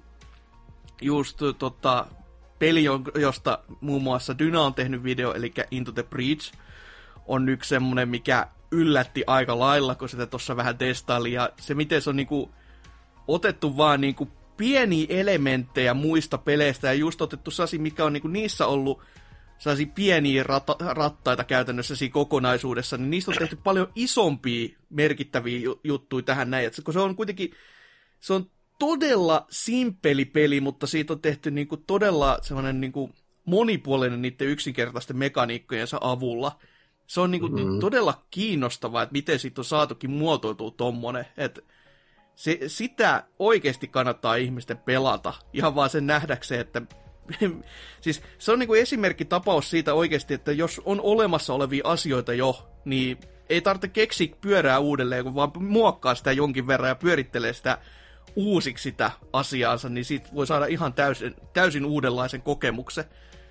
just tota, peli, josta muun muassa Dyna on tehnyt video, eli Into the Breach, on yksi semmonen, mikä yllätti aika lailla, kun sitä tuossa vähän testaili. Ja se, miten se on niinku otettu vaan niinku pieniä elementtejä muista peleistä, ja just otettu sasi, mikä on niinku niissä ollut sellaisia pieniä rat- rattaita käytännössä siinä kokonaisuudessa, niin niistä on tehty paljon isompia merkittäviä juttuja tähän näin. Et kun se on kuitenkin, se on todella simppeli peli, mutta siitä on tehty niinku todella sellainen niinku monipuolinen niiden yksinkertaisten mekaniikkojensa avulla. Se on niinku mm. todella kiinnostavaa, että miten siitä on saatukin muotoiltua tommonen. Että se, sitä oikeasti kannattaa ihmisten pelata, ihan vaan sen nähdäkseen, että siis se on niinku esimerkkitapaus siitä oikeasti, että jos on olemassa olevia asioita jo, niin ei tarvitse keksiä pyörää uudelleen, kun vaan muokkaa sitä jonkin verran ja pyörittelee sitä uusiksi sitä asiaansa, niin siitä voi saada ihan täysin, täysin uudenlaisen kokemuksen.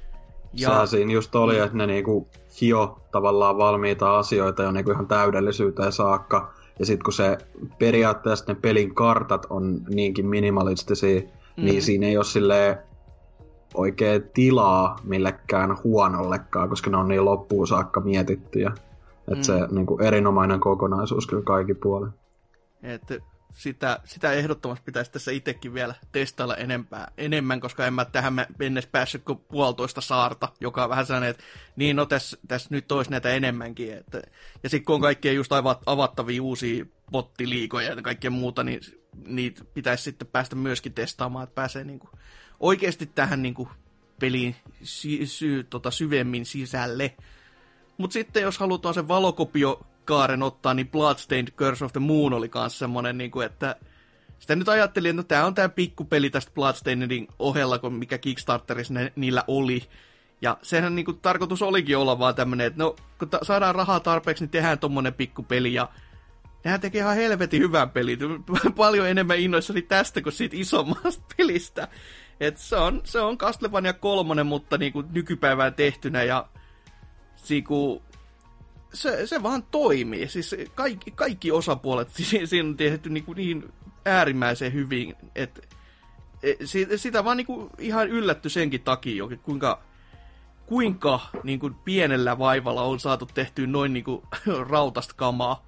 Ja sehän siinä just oli, että ne niinku hio tavallaan valmiita asioita jo niinku ihan täydellisyyteen saakka. Ja sitten kun se periaatteessa ne pelin kartat on niinkin minimalistisia, mm. niin siinä ei ole silleen oikein tilaa millekään huonollekaan, koska ne on niin loppuun saakka mietittyjä. Että mm. se niinku erinomainen kokonaisuus kyllä kaikin puolin. Että sitä, sitä ehdottomasti pitäisi tässä itsekin vielä testailla enempää, enemmän, koska en mä tähän mennessä päässyt kuin puolitoista saarta, joka on vähän sellainen, että niin no tässä täs nyt olisi näitä enemmänkin. Että, ja sitten kun on kaikkia just avat, avattavia uusia bottiliikoja ja kaikkea muuta, niin niitä pitäisi sitten päästä myöskin testaamaan, että pääsee niinku oikeasti tähän niinku peliin sy, sy, tota, syvemmin sisälle. Mutta sitten jos halutaan se valokopio kaaren ottaa, niin Bloodstained Curse of the Moon oli kans semmonen, niin kuin, että sitä nyt ajattelin, että no, tää on tää pikkupeli tästä Bloodstainedin ohella, mikä Kickstarterissa ne, niillä oli. Ja sehän niin kuin, tarkoitus olikin olla vaan tämmönen, että no, kun ta- saadaan rahaa tarpeeksi, niin tehdään tommonen pikkupeli, ja nehän tekee ihan helvetin hyvän pelin. Paljon enemmän innoissani tästä kuin siitä isommasta pelistä. Et se on, se on Castlevania kolmonen, mutta niin kuin nykypäivään tehtynä, ja siku, se, se vaan toimii. Siis kaikki, kaikki osapuolet siinä on tehty niin, kuin niin äärimmäisen hyvin, että sitä vaan niin kuin ihan yllätty senkin takia, kuinka, kuinka niin kuin pienellä vaivalla on saatu tehtyä noin niin kuin rautasta kamaa.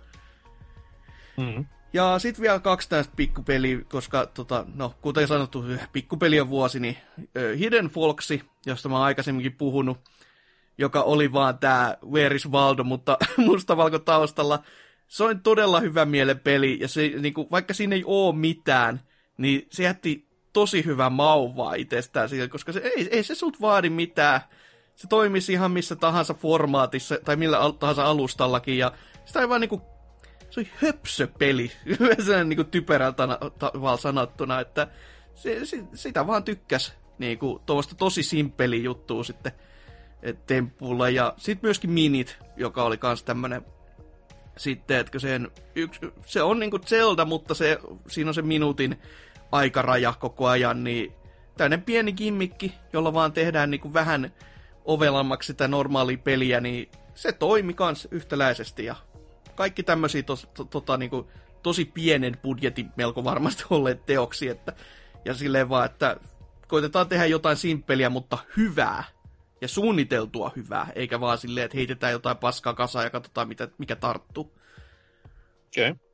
Mm. Ja sitten vielä kaksi tästä pikkupeliä, koska tota, no, kuten sanottu, pikkupeli on vuosi, niin Hidden Folksi, josta mä oon aikaisemminkin puhunut, joka oli vaan tää Where is Waldo, mutta mustavalko taustalla. Se on todella hyvä mielen peli, ja se, niin kuin, vaikka siinä ei oo mitään, niin se jätti tosi hyvä mauvaa itsestään siihen, koska se, ei, ei se sut vaadi mitään. Se toimisi ihan missä tahansa formaatissa, tai millä tahansa alustallakin, ja sitä ei vaan niinku, se oli höpsöpeli, sellainen niinku typerältä tavalla sanottuna, että se, se, sitä vaan tykkäs niinku tuosta tosi simppeli juttua sitten temppuulla, ja sitten myöskin Minit, joka oli kans tämmönen sitten, että sen yksi, se on niinku Zelda, mutta se, siinä on se minuutin aikaraja koko ajan, niin tämmöinen pieni gimmikki, jolla vaan tehdään niinku vähän ovelammaksi sitä normaalia peliä, niin se toimi kans yhtäläisesti, ja kaikki tämmöisiä tos, to, tota, niinku, tosi pienen budjetin melko varmasti olleet teoksi, että, ja silleen vaan, että koitetaan tehdä jotain simppeliä, mutta hyvää, ja suunniteltua hyvää, eikä vaan silleen, että heitetään jotain paskaa kasaan ja katsotaan, mitä, mikä tarttuu. Okei. Okay.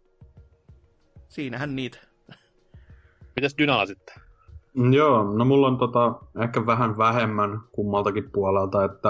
Siinähän niitä. Mitäs Dynalla sitten? Joo, no mulla on tota, ehkä vähän vähemmän kummaltakin puolelta, että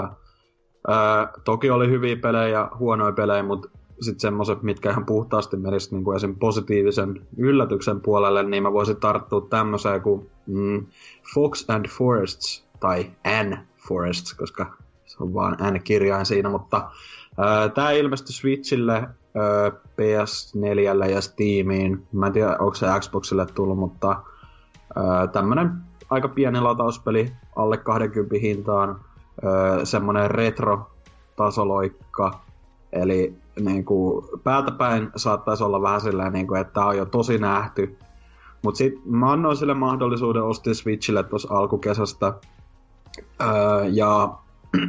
ää, toki oli hyviä pelejä ja huonoja pelejä, mutta sitten semmoiset, mitkä ihan puhtaasti menisivät niin kuin esim. Positiivisen yllätyksen puolelle, niin mä voisin tarttua tämmöiseen kuin mm, Fox and Forests, tai N Forests, koska se on vaan N-kirjain siinä, mutta ää, tää ilmestyi Switchille, ää, P S neljälle ja Steamiin. Mä en tiedä, onko se Xboxille tullut, mutta ää, tämmönen aika pieni latauspeli, alle kaksikymmentä hintaan, ää, semmonen retro-tasoloikka, eli niinku, päältä päin saattaisi olla vähän silleen, niinku, että tää on jo tosi nähty. Mut sit mä annoin sille mahdollisuuden ostaa Switchille tuossa alkukesästä. Öö, ja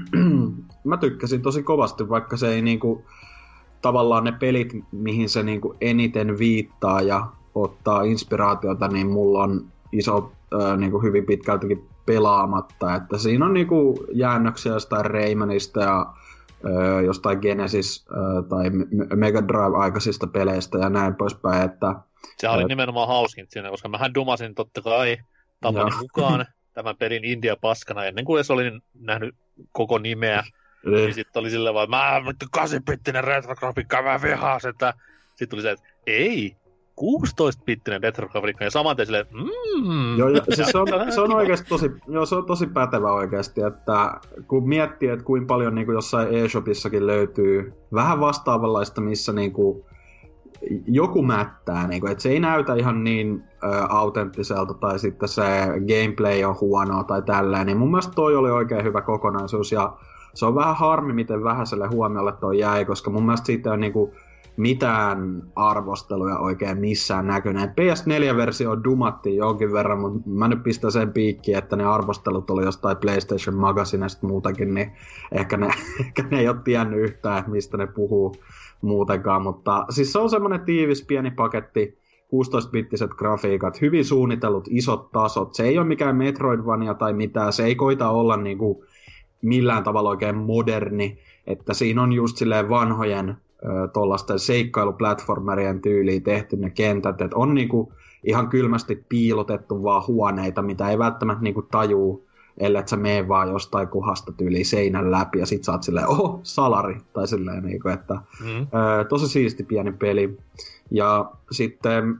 mä tykkäsin tosi kovasti, vaikka se ei niinku, tavallaan ne pelit, mihin se niinku eniten viittaa ja ottaa inspiraatiota, niin mulla on iso öö, niinku hyvin pitkältäkin pelaamatta. Että siinä on niinku jäännöksiä jostain Raymanista ja öö, jostain Genesis öö, tai Mega Drive-aikaisista peleistä ja näin poispäin. Että, se oli öö, nimenomaan hauskin siinä, koska mähän dumasin totta kai tapani mukaan tämän pelin India paskana ennen kuin edes olin nähnyt koko nimeä. Niin sitten oli silleen vaan, mä kahdeksan-bittinen retrografiikka, mä vihaan sitä. Sitten tuli se, että ei, kuusitoista-bittinen retrografiikka, ja saman tein silleen, mmm. Joo, siis se on, se on oikeasti tosi, joo, se on tosi pätevä oikeasti, että kun miettii, että kuinka paljon niin kuin jossain eShopissakin löytyy vähän vastaavanlaista, missä niin kuin joku mättää, niin kuin, että se ei näytä ihan niin ö, autenttiselta, tai sitten se gameplay on huonoa tai tälleen, niin mun mielestä toi oli oikein hyvä kokonaisuus, ja se on vähän harmi, miten vähäiselle huomiolle toi jäi, koska mun mielestä siitä on niinku mitään arvosteluja oikein missään näkynyt. P S neljä-versio dumattiin jonkin verran, mutta mä nyt pistän sen piikkiin, että ne arvostelut oli jostain PlayStation Magazinesta muutakin, niin ehkä ne, ehkä ne ei ole tiennyt yhtään, mistä ne puhuu muutenkaan. Mutta siis se on semmoinen tiivis pieni paketti, kuusitoista-bittiset grafiikat, hyvin suunnitellut isot tasot. Se ei ole mikään Metroidvania tai mitään, se ei koita olla niinku millään tavalla oikein moderni, että siinä on just silleen vanhojen tuollaisten seikkailuplatformerien tyyliin tehty ne kentät, että on niinku ihan kylmästi piilotettu vaan huoneita, mitä ei välttämättä niinku tajuu, ellei sä mene vaan jostain kohdasta tyyliin seinän läpi ja sit sä oot silleen, oho, salari, tai silleen niinku, että mm. ö, tosi siisti pieni peli. Ja sitten,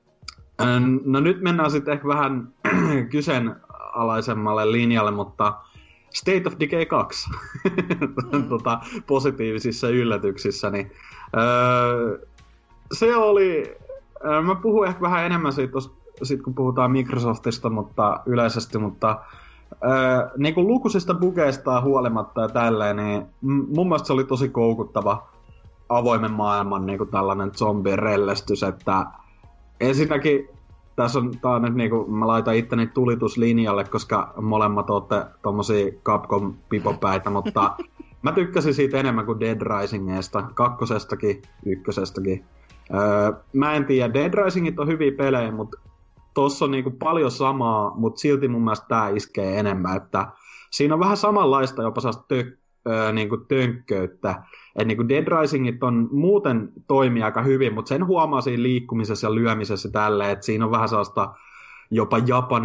no nyt mennään sitten ehkä vähän kyseenalaisemmalle linjalle, mutta State of Decay kaksi tota, positiivisissa yllätyksissä, niin öö, se oli, öö, mä puhun ehkä vähän enemmän siitä, sit kun puhutaan Microsoftista, mutta yleisesti, mutta Öö, niin kuin lukuisista bugeista huolimatta ja tälleen, niin mun mielestä se oli tosi koukuttava avoimen maailman niin kuin tällainen zombirellestys, että ensinnäkin tässä on, tää on nyt niinku, mä laitan itteni tulituslinjalle, koska molemmat ootte tommosia Capcom pipopäitä, mutta mä tykkäsin siitä enemmän kuin Dead Risingista, kakkosestakin, ykkösestakin. Öö, mä en tiedä, Dead Risingit on hyviä pelejä, mutta tossa on niinku paljon samaa, mutta silti mun mielestä tää iskee enemmän, että siinä on vähän samanlaista jopa sellaista tö- öö, niinku tönkköyttä. Et niinku Dead Risingit on muuten toimii aika hyvin, mutta sen huomaa siinä liikkumisessa ja lyömisessä tälleen, että siinä on vähän sellaista jopa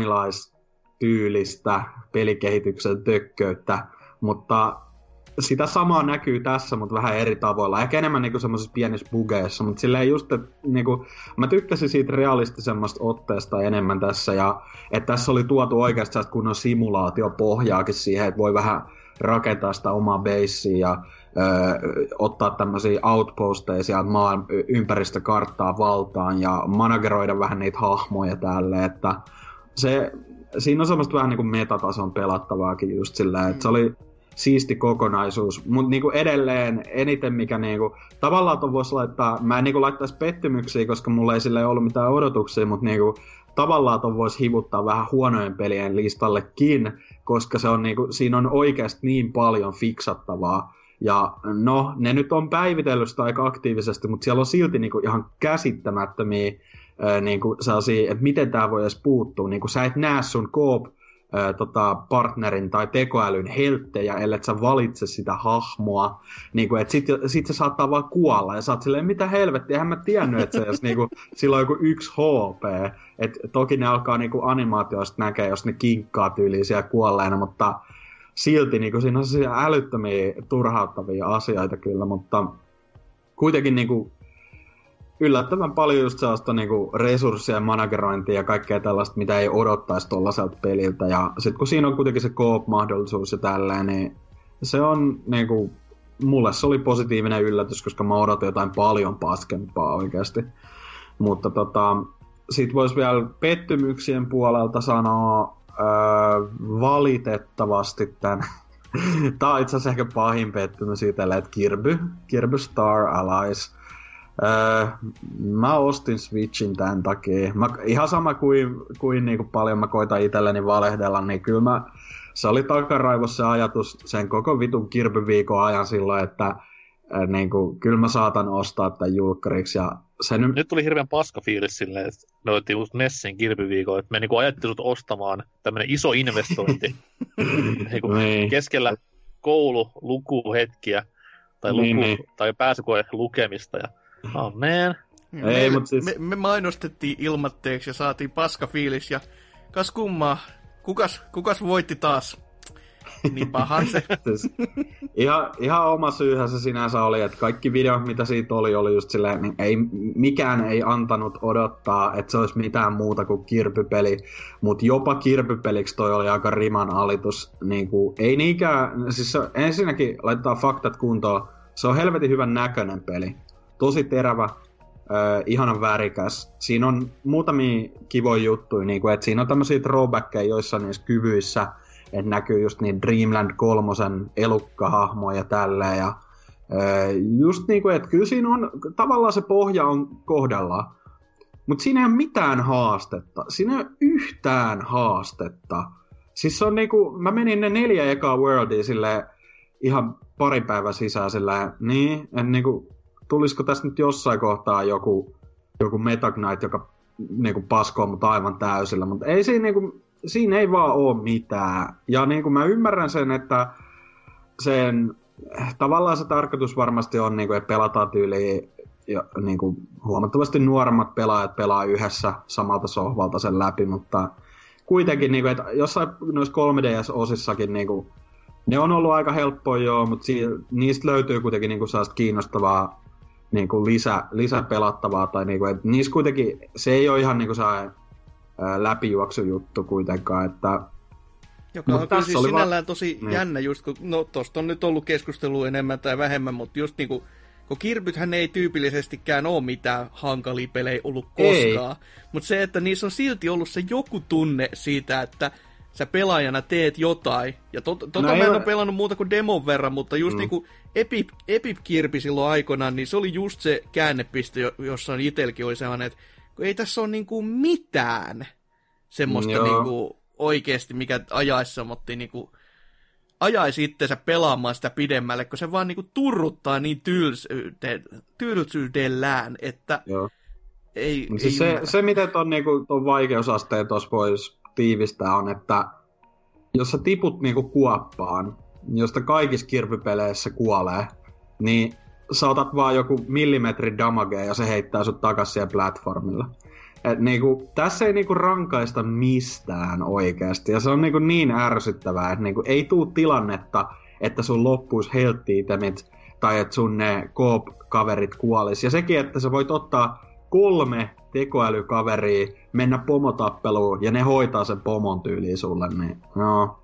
japanilaistyylistä pelikehityksen tökköyttä, mutta sitä samaa näkyy tässä, mutta vähän eri tavoilla. Ehkä enemmän niinku semmoisissa pienissä bugeissa, mutta silleen just, että niinku, mä tykkäsin siitä realistisemmasta otteesta enemmän tässä, ja että tässä oli tuotu oikeasti sellaista kunnon simulaatiopohjaakin siihen, että voi vähän rakentaa sitä omaa basea ja Öö, ottaa tämmöisiä outposteja sieltä maan ympäristökarttaa valtaan ja manageroida vähän niitä hahmoja tälle, että se, siinä on semmoista vähän niinku metatason pelattavaakin just sillä, että se oli siisti kokonaisuus, mutta niinku edelleen eniten mikä niinku, tavallaan ton vois laittaa, mä en niinku laittaisi pettymyksiä, koska mulla ei sille ollut mitään odotuksia, mutta niinku tavallaan ton vois hivuttaa vähän huonojen pelien listallekin, koska se on niinku, siinä on oikeasti niin paljon fiksattavaa. Ja no, ne nyt on päivitellyt sitä aika aktiivisesti, mutta siellä on silti niinku ihan käsittämättömiä ää, niinku sellaisia, että miten tää voi edes puuttua. Niinku sä et näe sun Coop ää, tota, partnerin tai tekoälyn helttejä, ellei sä valitse sitä hahmoa. Niinku, et sit, sit se saattaa vaan kuolla ja sä oot silleen, mitä helvettiä, eihän mä tiennyt, että se jos niinku, sillä on joku yksi H P. Et toki ne alkaa niinku animaatioista näkee, jos ne kinkkaa tyyliin siellä kuolleena, mutta silti niin siinä on sellaisia älyttömiä, turhauttavia asioita kyllä, mutta kuitenkin niin kuin, yllättävän paljon just sellaista niin kuin, resursseja, managerointia ja kaikkea tällaista, mitä ei odottaisi tuollaiselta peliltä. Ja sitten kun siinä on kuitenkin se co-op-mahdollisuus ja tälleen, niin se on niin kuin, mulle se oli positiivinen yllätys, koska mä odotin jotain paljon paskempaa oikeasti. Mutta tota, sit vois vielä pettymyksien puolelta sanoa, Öö, valitettavasti tän. Tää on itse asiassa ehkä pahin pettymys itselle, että Kirby, Kirby Star Allies. Öö, mä ostin Switchin tän takia. Mä, ihan sama kuin, kuin niinku paljon mä koitan itselleni valehdella, niin kyllä mä, se oli takaraivossa se ajatus sen koko vitun Kirby-viikon ajan silloin, että äh, niinku, kyllä mä saatan ostaa tän julkkariksi. Ja sen... Nyt tuli hirveän paska fiilis silleen, että me otettiin just Nessin Kirby-viikolla, että me niinku ajettiin sut ostamaan tämmönen iso investointi niinku niin. Keskellä koululukuhetkiä tai, luku, niin, niin. tai pääsykoe lukemista ja oh man. Ei, me, siis... me, me mainostettiin ilmatteeksi ja saatiin paska fiilis ja kas kummaa, kukas, kukas voitti taas? Niin pahan se. Siis, ihan, ihan oma syyhän se sinänsä oli, että kaikki videot, mitä siitä oli, oli just silleen, niin ei, mikään ei antanut odottaa, että se olisi mitään muuta kuin Kirby-peli. Mutta jopa Kirby-peliksi toi oli aika riman alitus. Niin kuin, ei niinkään, siis se, ensinnäkin laitetaan faktat kuntoon. Se on helvetin hyvän näköinen peli. Tosi terävä, äh, ihanan värikäs. Siinä on muutamia kivoja juttuja, niin kuin, että siinä on tämmöisiä throwbackkejä joissain niissä kyvyissä. Että näkyy just niin Dreamland kolmosen elukkahahmoja ja tälleen. Ja, ää, just niinku, että kyllä siinä on, tavallaan se pohja on kohdallaan. Mutta siinä ei ole mitään haastetta. Siinä ei ole yhtään haastetta. Siis se on niinku, mä menin ne neljä ekaa worldia silleen ihan pari päivän sisään silleen, niin, että niinku, tulisiko tässä nyt jossain kohtaa joku, joku Meta Knight, joka niinku paskoo mut aivan täysillä. Mutta ei siinä niinku... Siinä ei vaan oo mitään. Ja niin kuin mä ymmärrän sen, että sen tavallaan se tarkoitus varmasti on, niin kuin, että pelataan tyyliin ja, niin kuin, huomattavasti nuoremmat pelaajat pelaa yhdessä samalta sohvalta sen läpi, mutta kuitenkin, niin kuin, että jossain noissa kolme D S-osissakin niin kuin, ne on ollut aika helppoja joo, mutta si- niistä löytyy kuitenkin niin kuin, sellaista kiinnostavaa niin kuin lisä, lisäpelattavaa. Tai, niin kuin, että niissä kuitenkin se ei ole ihan niin kuin sellainen läpijuoksujuttu kuitenkaan, että... Joka on kyllä siis sinällään va- tosi niin. jännä just, kun no tosta on nyt ollut keskustelua enemmän tai vähemmän, mutta just niinku, kun Kirbythän ei tyypillisestikään ole mitään hankalia pelejä ollut koskaan, mutta se, että niissä on silti ollut se joku tunne siitä, että sä pelaajana teet jotain. Ja tot, tota no mä en ei... ole pelannut muuta kuin demon verran, mutta just mm. niinku Epic, Epic Kirby silloin aikoinaan, niin se oli just se käännepiste, jossa itselläkin oli sellainen, että ei tässä ole niinku mitään semmoista Joo. niinku oikeasti, mikä ajaisi semmoittiin niinku ajaisi itseensä pelaamaan sitä pidemmälle, kun se vaan niinku turruttaa niin tylsyyden, tylsyydellään, että Joo. ei, ei siis se, se, miten ton, niinku, ton vaikeusasteen tuossa voisi tiivistää, on, että jos sä tiput niinku kuoppaan, josta kaikissa kirpypeleissä kuolee, niin sä otat vaan joku millimetri damagea ja se heittää sut takas siihen platformilla. Et niinku, tässä ei niinku rankaista mistään oikeasti, ja se on niinku niin ärsyttävää, että niinku ei tuu tilannetta, että sun loppuisi health itemit, tai että sun ne coop-kaverit kuolis. Ja sekin, että sä voit ottaa kolme tekoälykaveria, mennä pomotappeluun, ja ne hoitaa sen pomon tyyliin sulle, niin joo.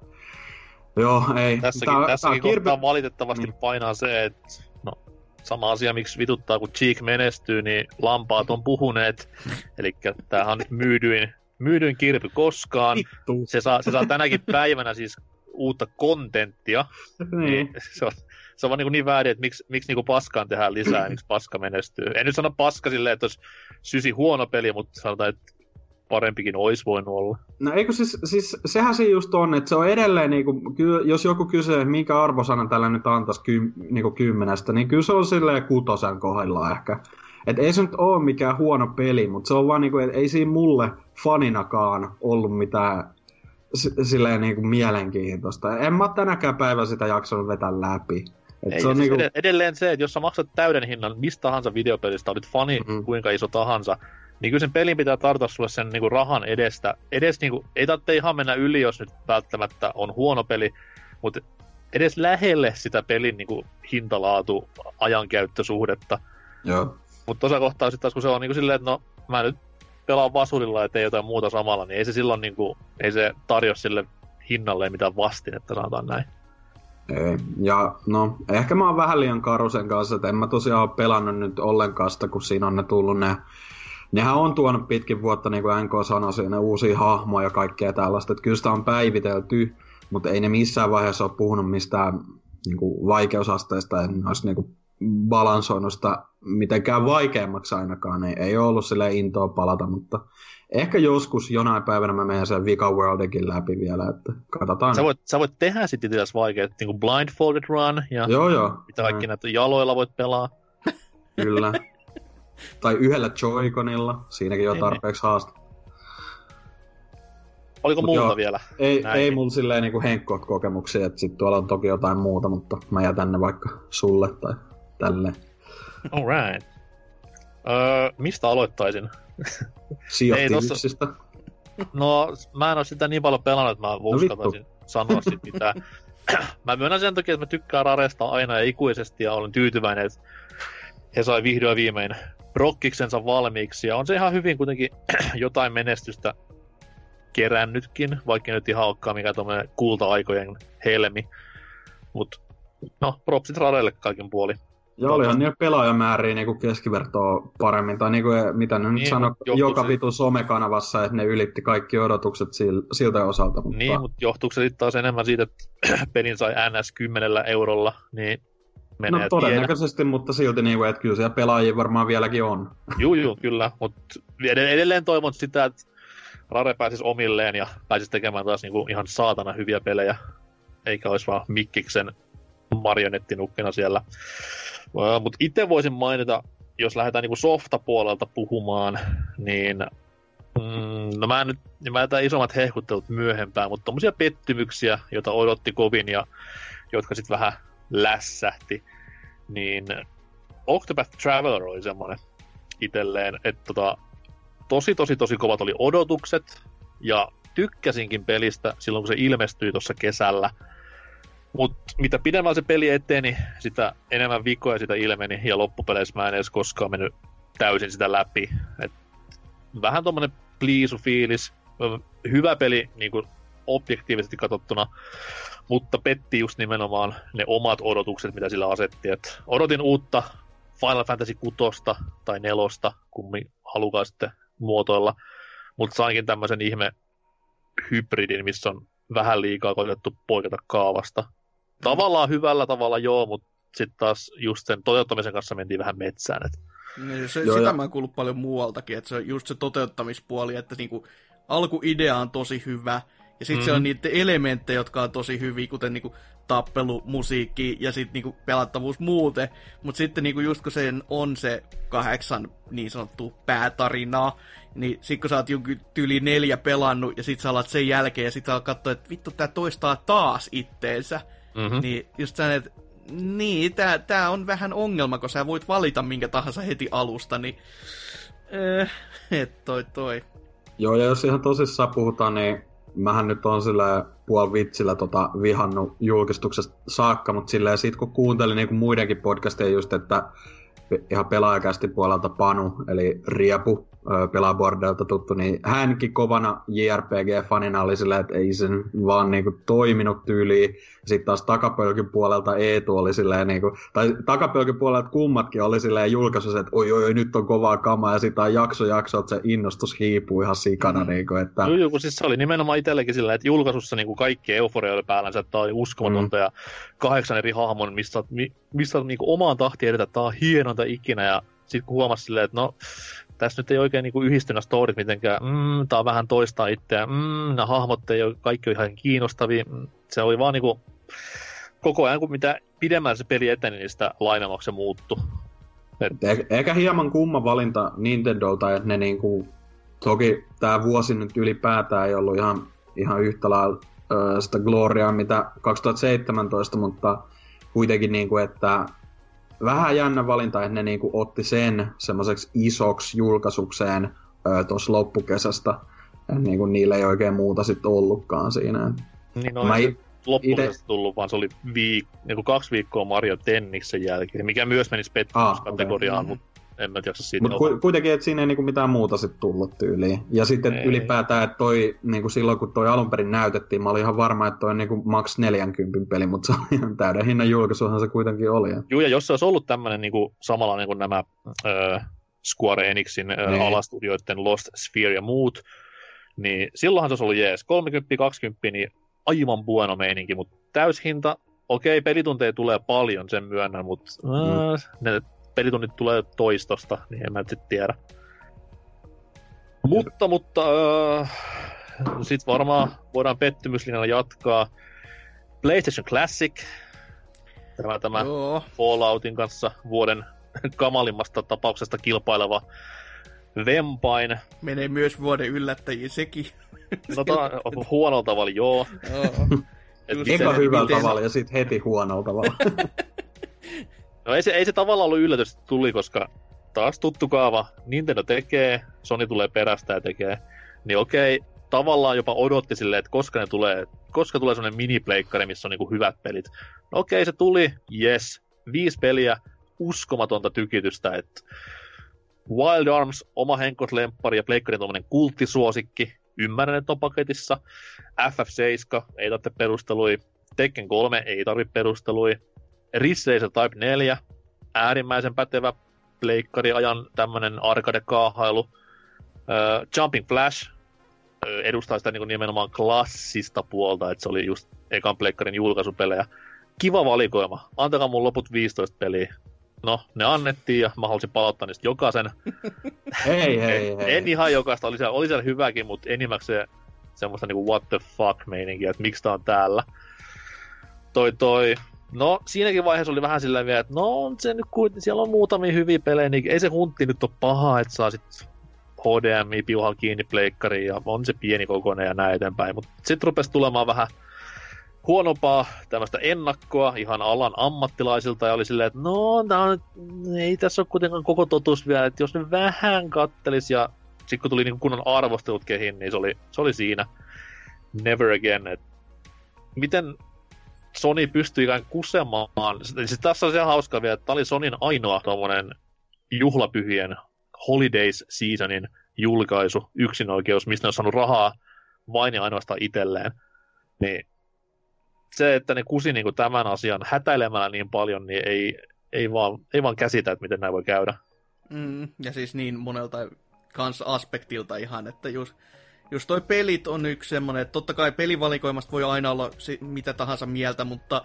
Joo, ei. Tässäkin, tää, tässäkin tää kohtaa kirpe... valitettavasti mm. painaa se, että no, sama asia, miksi vituttaa, kun Cheek menestyy, niin lampaat on puhuneet. Eli tämähän on nyt myydyin, myydyin kirpy koskaan. Se saa, se saa tänäkin päivänä siis uutta kontenttia. niin. Se on, se on vaan niin, niin väärin, että miksi, miksi niin paskaan tehdään lisää ja miksi paska menestyy. En nyt sano paska silleen, että olisi sysi huono peli, mutta sanotaan, että parempikin olisi voinut olla. No eikö siis, siis sehän se just on, että se on edelleen, niinku, jos joku kysyy, minkä arvosanan tällä nyt antaisi ky, niinku kymmenestä, niin kyllä se on silleen kutosen kohdalla ehkä. Et ei se nyt ole mikään huono peli, mutta se on vaan niinku, et ei siinä mulle faninakaan ollut mitään silleen niinku mielenkiintoista. En mä tänäkään päivänä sitä jaksanut vetää läpi. Et ei, se on siis niinku... edelleen se, että jos sä maksat täyden hinnan mistä tahansa videopelistä, olit fani mm-hmm. kuinka iso tahansa, niin kyllä sen pelin pitää tarjota sulle sen niinku rahan edestä. Edes niinku, ei tarvitse ihan mennä yli, jos nyt välttämättä on huono peli, mutta edes lähelle sitä pelin niinku hintalaatu ajankäyttösuhdetta. Joo. Mutta tuossa kohtaa sitten taas, kun se on niinku silleen, että no mä nyt pelaan vasurilla ja teen jotain muuta samalla, niin ei se silloin niinku, ei se tarjoa sille hinnalle mitään vastinetta, sanotaan näin. Ei. Ja no, ehkä mä oon vähän liian karu sen kanssa, että en mä tosiaan ole pelannut nyt ollenkaan sitä, kun siinä on ne tullut ne... Nehän on tuonut pitkin vuotta, niin kuin N K sanoi, ne uusia hahmoja ja kaikkea tällaista, että kyllä sitä on päivitelty, mutta ei ne missään vaiheessa ole puhunut mistään niin kuin vaikeusasteesta, että ne olisi niin kuin balansoinut sitä mitenkään vaikeammaksi ainakaan, ei, ei ole ollut silleen intoa palata, mutta ehkä joskus jonain päivänä mä menen sen Vika Worldikin läpi vielä, että katsotaan. Sä voit, sä voit tehdä sitten itse vaikeat, niin kuin blindfolded run ja joo, joo. mitä kaikki näitä jaloilla voit pelaa. Kyllä. Tai yhdellä Joy-Conilla, siinäkin on tarpeeksi haaste. Oliko Mut muuta joo, vielä? Ei, ei mulla silleen niinku henkkoat kokemuksia, että sit tuolla on toki jotain muuta, mutta mä jätän ne vaikka sulle tai tälleen. Alright. Öö, mistä aloittaisin? Sea of Thievesistä. No, mä en oo sitä niin paljon pelannut, että mä uskaltaisin no sanoa sit mitään. Mä myönnän sen takia, että mä tykkään Raresta aina ja ikuisesti ja olen tyytyväinen, että he sai vihdoin viimein prokkiksensa valmiiksi. Ja on se ihan hyvin kuitenkin jotain menestystä kerännytkin, vaikka nyt ihan olekaan mikä tommonen kulta-aikojen helmi. Mut no, propsit Rarelle kaiken puoli. Ja olihan niillä pelaajamääriä niinku keskivertoa paremmin, tai niinku, mitä ne niin, nyt sanoi joka vitu somekanavassa, että ne ylitti kaikki odotukset siltä osalta. Mutta... Niin, mutta johtuuko se sitten taas enemmän siitä, että pelin sai N S kymmenellä eurolla, niin menee no todennäköisesti, tiedä. Mutta silti niinku, että kyllä siellä pelaajia varmaan vieläkin on. Juu, juu, kyllä, mutta edelleen toivon sitä, että Rare pääsisi omilleen ja pääsisi tekemään taas niinku ihan saatana hyviä pelejä, eikä olisi vaan Mikkiksen marionettinukkina siellä. Uh, mutta itse voisin mainita, jos lähdetään niinku softapuolelta puhumaan, niin mm, no mä en nyt, mä jätän isommat hehkuttelut myöhempään, mutta tommosia pettymyksiä, joita odotti kovin ja jotka sitten vähän lässähti, niin Octopath Traveler oli semmonen itelleen, että tota, tosi tosi tosi kovat oli odotukset ja tykkäsinkin pelistä silloin kun se ilmestyi tuossa kesällä. Mutta mitä pidemmällä se peli eteni, sitä enemmän vikoja sitä ilmeni, ja loppupeleissä mä en edes koskaan mennyt täysin sitä läpi. Et vähän tommonen pliisu-fiilis, hyvä peli niin kuin objektiivisesti katsottuna, mutta petti just nimenomaan ne omat odotukset, mitä sillä asetti. Et odotin uutta Final Fantasy kuusi tai nelosta, kummin halukaa sitten muotoilla, mutta sainkin tämmöisen ihme hybridin, missä on vähän liikaa koitettu poiketa kaavasta. Tavallaan hyvällä tavalla joo, mutta sitten taas just sen toteuttamisen kanssa mentiin vähän metsään. Et. Se, joo, sitä ja... mä oon kuullut paljon muualtakin, että se on just se toteuttamispuoli, että niinku alkuidea on tosi hyvä, ja sitten mm-hmm. se on niitä elementtejä, jotka on tosi hyviä, kuten niinku tappelu, musiikki ja sitten niinku pelattavuus muuten, mutta sitten niinku just kun se on se kahdeksan niin sanottu päätarinaa, niin sit kun sä oot jonkun tyyli neljä pelannut, ja sit sä alat sen jälkeen, ja sit sä alat katsoa, että vittu tää toistaa taas itteensä, mm-hmm. niin just sä että niin, tää, tää on vähän ongelma, kun sä voit valita minkä tahansa heti alusta, niin äh, et toi toi. Joo, ja jos ihan tosissaan puhutaan, niin mähän nyt on silleen puol vitsillä tota vihannut julkistuksesta saakka, mutta silleen sit kun kuuntelin niin kuin muidenkin podcasteja just, että ihan pelaajakästi puolelta Panu, eli Riepu, pelaabordelta tuttu, niin hänkin kovana J R P G-fanina oli silleen, että ei sen vaan niinku toiminut tyyliin. Sitten taas Takapölkin puolelta Eetu oli silleen, niinku, tai Takapölkin puolelta kummatkin oli silleen julkaisussa, että oi, oi, oi, nyt on kovaa kamaa, ja sitten jakso jakso, että se innostus hiipuu ihan sikana. Mm. Niinku, että... Joo, joo, kun siis se oli nimenomaan itsellekin silleen, että julkaisussa niinku kaikki euforia oli päällänsä, että tämä oli uskomatonta, mm. ja kahdeksan eri hahmon, mistä, mistä niinku omaan tahtiin edetä, että tämä on hienonta ikinä, ja sitten kun huomasi silleen, että no, tässä nyt ei oikein niinku yhdistynä storit mitenkään, mm, tää on vähän toistaa itseään, mm, nämä hahmot ei ole, kaikki on ihan kiinnostavia, se oli vaan niinku, koko ajan kun mitä pidemmällä se peli eteni, niin sitä lainamaksi se muuttui. Et... Eikä hieman kumma valinta Nintendolta, että ne niinku, toki tää vuosi nyt ylipäätään ei ollut ihan, ihan yhtä lailla ö, sitä gloriaa mitä kaksituhattaseitsemäntoista, mutta kuitenkin niinku, että vähän jännä valinta, että ne niinku otti sen semmoiseksi isoksi julkaisukseen tuossa loppukesästä. Niinku niillä ei oikein muuta sit ollutkaan siinä. Niin on i- loppukesästä ite... tullut, vaan se oli viik- niinku kaksi viikkoa Mario Tenniksen jälkeen, mikä myös menisi pettymyskategoriaan, ah, okay. mutta en mä jaksa siitä. Mutta ku- kuitenkin, että siinä ei niinku mitään muuta sit tullut tyyliin. Ja sitten ei. Ylipäätään, että toi, niinku silloin kun toi alun perin näytettiin, mä olin ihan varma, että toi on niinku max neljäkymmentä peli, mutta se on ihan täyden hinnan julkaisuhan se kuitenkin oli. Joo, ja jos se olisi ollut tämmönen niinku samanlainen kuin nämä äh, Square Enixin äh, alastudioiden Lost Sphere ja muut, niin silloinhan se olisi ollut jees. kolmekymmentä kaksikymmentä, niin aivan bueno meininki, mutta täyshinta, okei, pelitunteja tulee paljon, sen myönnän, mutta äh, mm. ne pelitunnit tulee toistosta, niin en mä nyt tiedä. Mutta, mutta äh, sit varmaan voidaan pettymyslinjalla jatkaa. PlayStation Classic, tämä, tämä Falloutin kanssa vuoden kamalimmasta tapauksesta kilpaileva vempain. Menee myös vuoden yllättäjiin sekin. No ta, huonolla tavalla, joo. Eka hyvällä tavalla ja sitten heti huonolla tavalla. No ei se, ei se tavallaan ollut yllätys, että tuli, koska taas tuttu kaava, Nintendo tekee, Sony tulee perästä ja tekee, niin okei, tavallaan jopa odotti silleen, että koska ne tulee, koska tulee sellainen minipleikkari, missä on niinku hyvät pelit. No okei, se tuli, yes, viisi peliä, uskomatonta tykitystä, että Wild Arms, oma henkoslemppari ja pleikkarin tommonen kulttisuosikki, ymmärrän, että on paketissa, F F seitsemän, ei tarvitse perustelui, Tekken kolme, ei tarvitse perustelui, Ridge Racer Type neljä, äärimmäisen pätevä pleikkariajan tämmönen arcade-kaahailu. Uh, Jumping Flash uh, edustaa sitä niin nimenomaan klassista puolta, että se oli just ekan pleikkarin julkaisupelejä. Kiva valikoima. Antakaa mun loput viisitoista peliä. No, ne annettiin ja mä halusin palauttaa niistä jokaisen. Hei, hei, en, hei. en ihan jokaista, oli siellä, oli siellä hyväkin, mutta enimmäkseen semmoista niinku what the fuck meininkiä, että miksi tää on täällä. Toi toi. No, siinäkin vaiheessa oli vähän silleen vielä, että no on se nyt kuitenkin, siellä on muutamia hyviä pelejä, niin ei se huntti nyt ole paha, että saa sit H D M I-piuhalla kiinni pleikkariin ja on se pieni kokoinen ja näin eteenpäin. Mutta sitten rupesi tulemaan vähän huonompaa tämmöistä ennakkoa ihan alan ammattilaisilta ja oli silleen, että no, on, ei tässä ole kuitenkaan koko totuus vielä, että jos ne vähän kattelis ja sitten kun tuli niin kunnon arvostelut kehiin, niin se oli, se oli siinä. Never again. Et miten Sony pystyi ikään kusemaan. Siis tässä on se hauska vielä, että tämä oli Sonyn ainoa tommonen juhlapyhien Holidays Seasonin julkaisu, yksinoikeus, mistä ne on saanut rahaa vain ja ainoastaan itselleen. Niin se, että ne kusi niinku tämän asian hätäilemällä niin paljon, niin ei, ei, vaan, ei vaan käsitä, että miten näin voi käydä. Mm, ja siis niin monelta kans aspektilta ihan, että just just toi pelit on yksi semmonen, että totta kai pelivalikoimasta voi aina olla si- mitä tahansa mieltä, mutta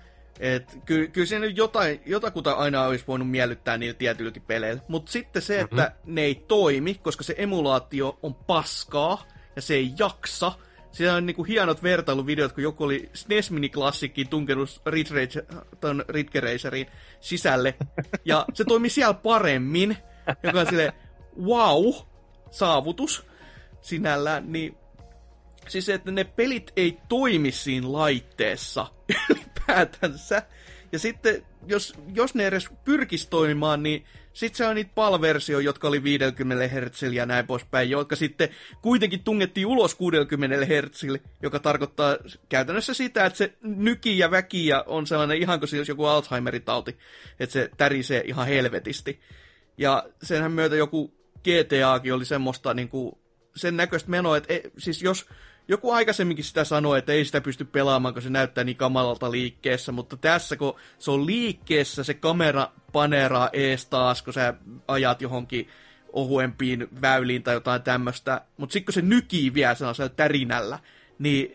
et, ky- kyllä siinä nyt jotain, jotakuta aina olisi voinut miellyttää niillä tietyilläkin peleillä. Mutta sitten se, että mm-hmm. ne ei toimi, koska se emulaatio on paskaa ja se ei jaksa. Siellä on niinku hienot vertailuvideot, kun joku oli S N E S Mini-klassikkiin tunkenut Ridge Racer, Ridge Racerin sisälle, ja se toimi siellä paremmin, joka on silleen, wow, saavutus sinällään, niin siis että ne pelit ei toimi siinä laitteessa ylipäätänsä, ja sitten jos, jos ne edes pyrkis toimimaan, niin sitten se on niitä P A L-versioita, jotka oli viisikymmentä hertsiä ja näin poispäin, jotka sitten kuitenkin tungettiin ulos kuusikymmentä hertsiä, joka tarkoittaa käytännössä sitä, että se nyki ja väki ja on sellainen ihan kuin se olisi joku Alzheimerin tauti, että se tärisee ihan helvetisti. Ja senhän myötä joku G T Akin oli semmoista niin kuin sen näköistä menoa, että ei, siis jos joku aikaisemminkin sitä sanoi, että ei sitä pysty pelaamaan, kun se näyttää niin kamalalta liikkeessä, mutta tässä, kun se on liikkeessä, se kamera paneeraa ees taas, kun sä ajat johonkin ohuempiin väyliin tai jotain tämmöistä, mutta sitten kun se nykii vielä sellaisella tärinällä, niin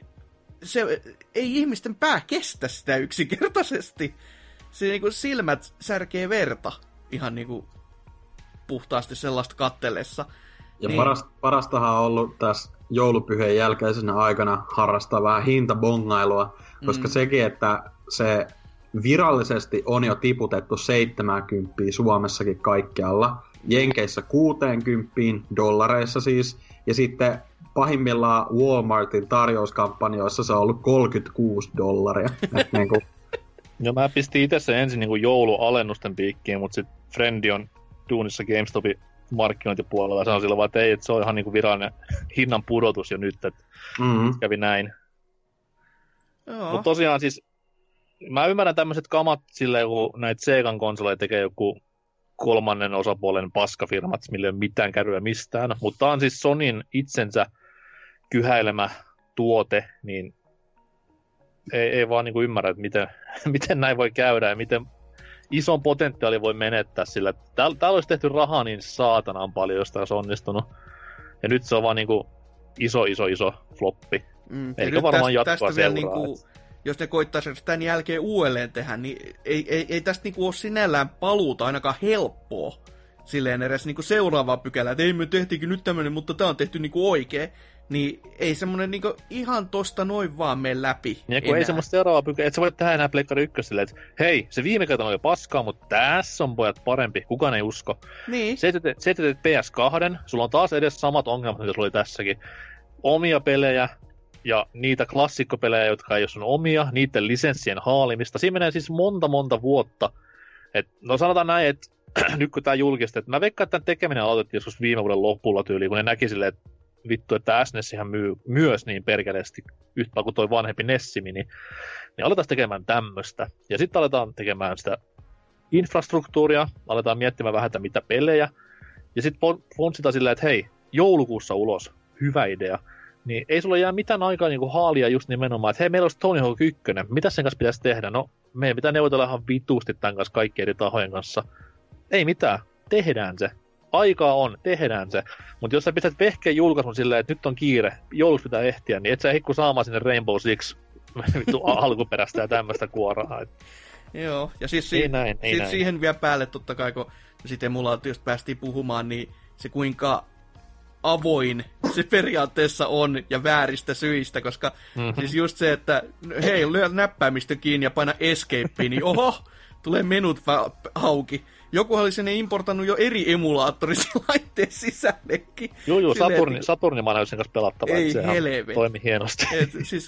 se ei ihmisten pää kestä sitä yksinkertaisesti. Se niin kuin silmät särkee verta ihan niin kuin puhtaasti sellaista kattellessa. Ja niin. parast, parastahan on ollut tässä joulupyhien jälkeisenä aikana harrastaa vähän hintabongailua, koska mm. sekin, että se virallisesti on jo tiputettu seitsemänkymmentä Suomessakin kaikkialla, Jenkeissä kuusikymmentä dollareissa siis, ja sitten pahimmillaan Walmartin tarjouskampanjoissa se on ollut kolmekymmentäkuusi dollaria. niin kuin... No mä pistin itse sen ensin niin kuin joulualennusten piikkiin, mutta sitten Frendi on duunissa GameStopin markkinointipuolella ja sanoi sillä vaan, että ei, että se on ihan niin kuin virallinen hinnan pudotus jo nyt, että mm-hmm. kävi näin. Mutta tosiaan siis, mä ymmärrän tämmöiset kamat silleen, kun näitä Segan konsoleja tekee joku kolmannen osapuolen paskafirmat, millä ei ole mitään käryä mistään, mutta tää on siis Sonyn itsensä kyhäilemä tuote, niin ei, ei vaan niin kuin ymmärrä, että miten, miten näin voi käydä ja miten ison potentiaali voi menettää sillä. Täällä, täällä olisi tehty rahaa niin saatanaan paljon, jos tämä olisi onnistunut. Ja nyt se on vaan niinku iso, iso, iso floppi. Mm, eikä varmaan jatkoa tästä seuraa. Niinku, jos ne koittaisivat tämän jälkeen uudelleen tehdä, niin ei, ei, ei tästä niinku ole sinällään paluuta ainakaan helppoa. Silleen edes niinku seuraavaa pykälää, että ei me tehtiinkin nyt tämmöinen, mutta tämä on tehty niinku oikein. Niin ei semmonen niinku ihan tosta noin vaan mene läpi. Ja kun enää. Ei semmoista seuraavaa pykälää, että sä voit tehdä enää Pleikkari ykkös silleen, että hei, se viime kerta oli paskaa, mutta tässä on pojat parempi, kukaan ei usko. Niin. Se, että se, että P S kaksi, sulla on taas edes samat ongelmat, mitä sulla oli tässäkin. Omia pelejä ja niitä klassikkopelejä, jotka ei ole sun omia, niiden lisenssien haalimista. Siinä menee siis monta monta vuotta. Et, no sanotaan näin, että nyt kun tää julkistettiin, että mä veikkaan, että tämän tekeminen aloitettiin joskus viime vuoden lopulla tyyliin, kun ne näki silleen, että vittu, että S N E S myy myös niin perkeleesti yhtä kuin toi vanhempi Nessimi, niin, niin aletaan tekemään tämmöstä. Ja sitten aletaan tekemään sitä infrastruktuuria, aletaan miettimään vähän, että mitä pelejä, ja sitten ponssitaan silleen, että hei, joulukuussa ulos, hyvä idea, niin ei sulla jää mitään aikaa niinku haalia just nimenomaan, että hei, meillä olisi Tony Hawk yksi, mitä sen kanssa pitäisi tehdä? No, meidän pitää neuvotella ihan vituusti tämän kanssa kaikkien eri tahojen kanssa. Ei mitään, tehdään se. Aikaa on, tehdään se. Mutta jos sä pistät vehkeen julkaisun silleen, että nyt on kiire, jouluksi pitää ehtiä, niin et sä ehku saamaan sinne Rainbow Six vittu alkuperäistä ja tämmöistä kuoraa. Joo, ja siis si- näin, si- näin. siihen vielä päälle totta kai, kun sitten emulaatiosta päästiin puhumaan, niin se kuinka avoin se periaatteessa on ja vääristä syistä, koska mm-hmm. siis just se, että hei, lyö näppäimistö kiinni ja paina escapeen, niin oho, tulee menut va- hauki. Joku oli sinne importannut jo eri emulaattori sen laitteen sisällekin. Joo, joo, Silleen, Saturni, Saturni mä näin sen kanssa pelattavaa, että se toimi hienosti. Et, siis,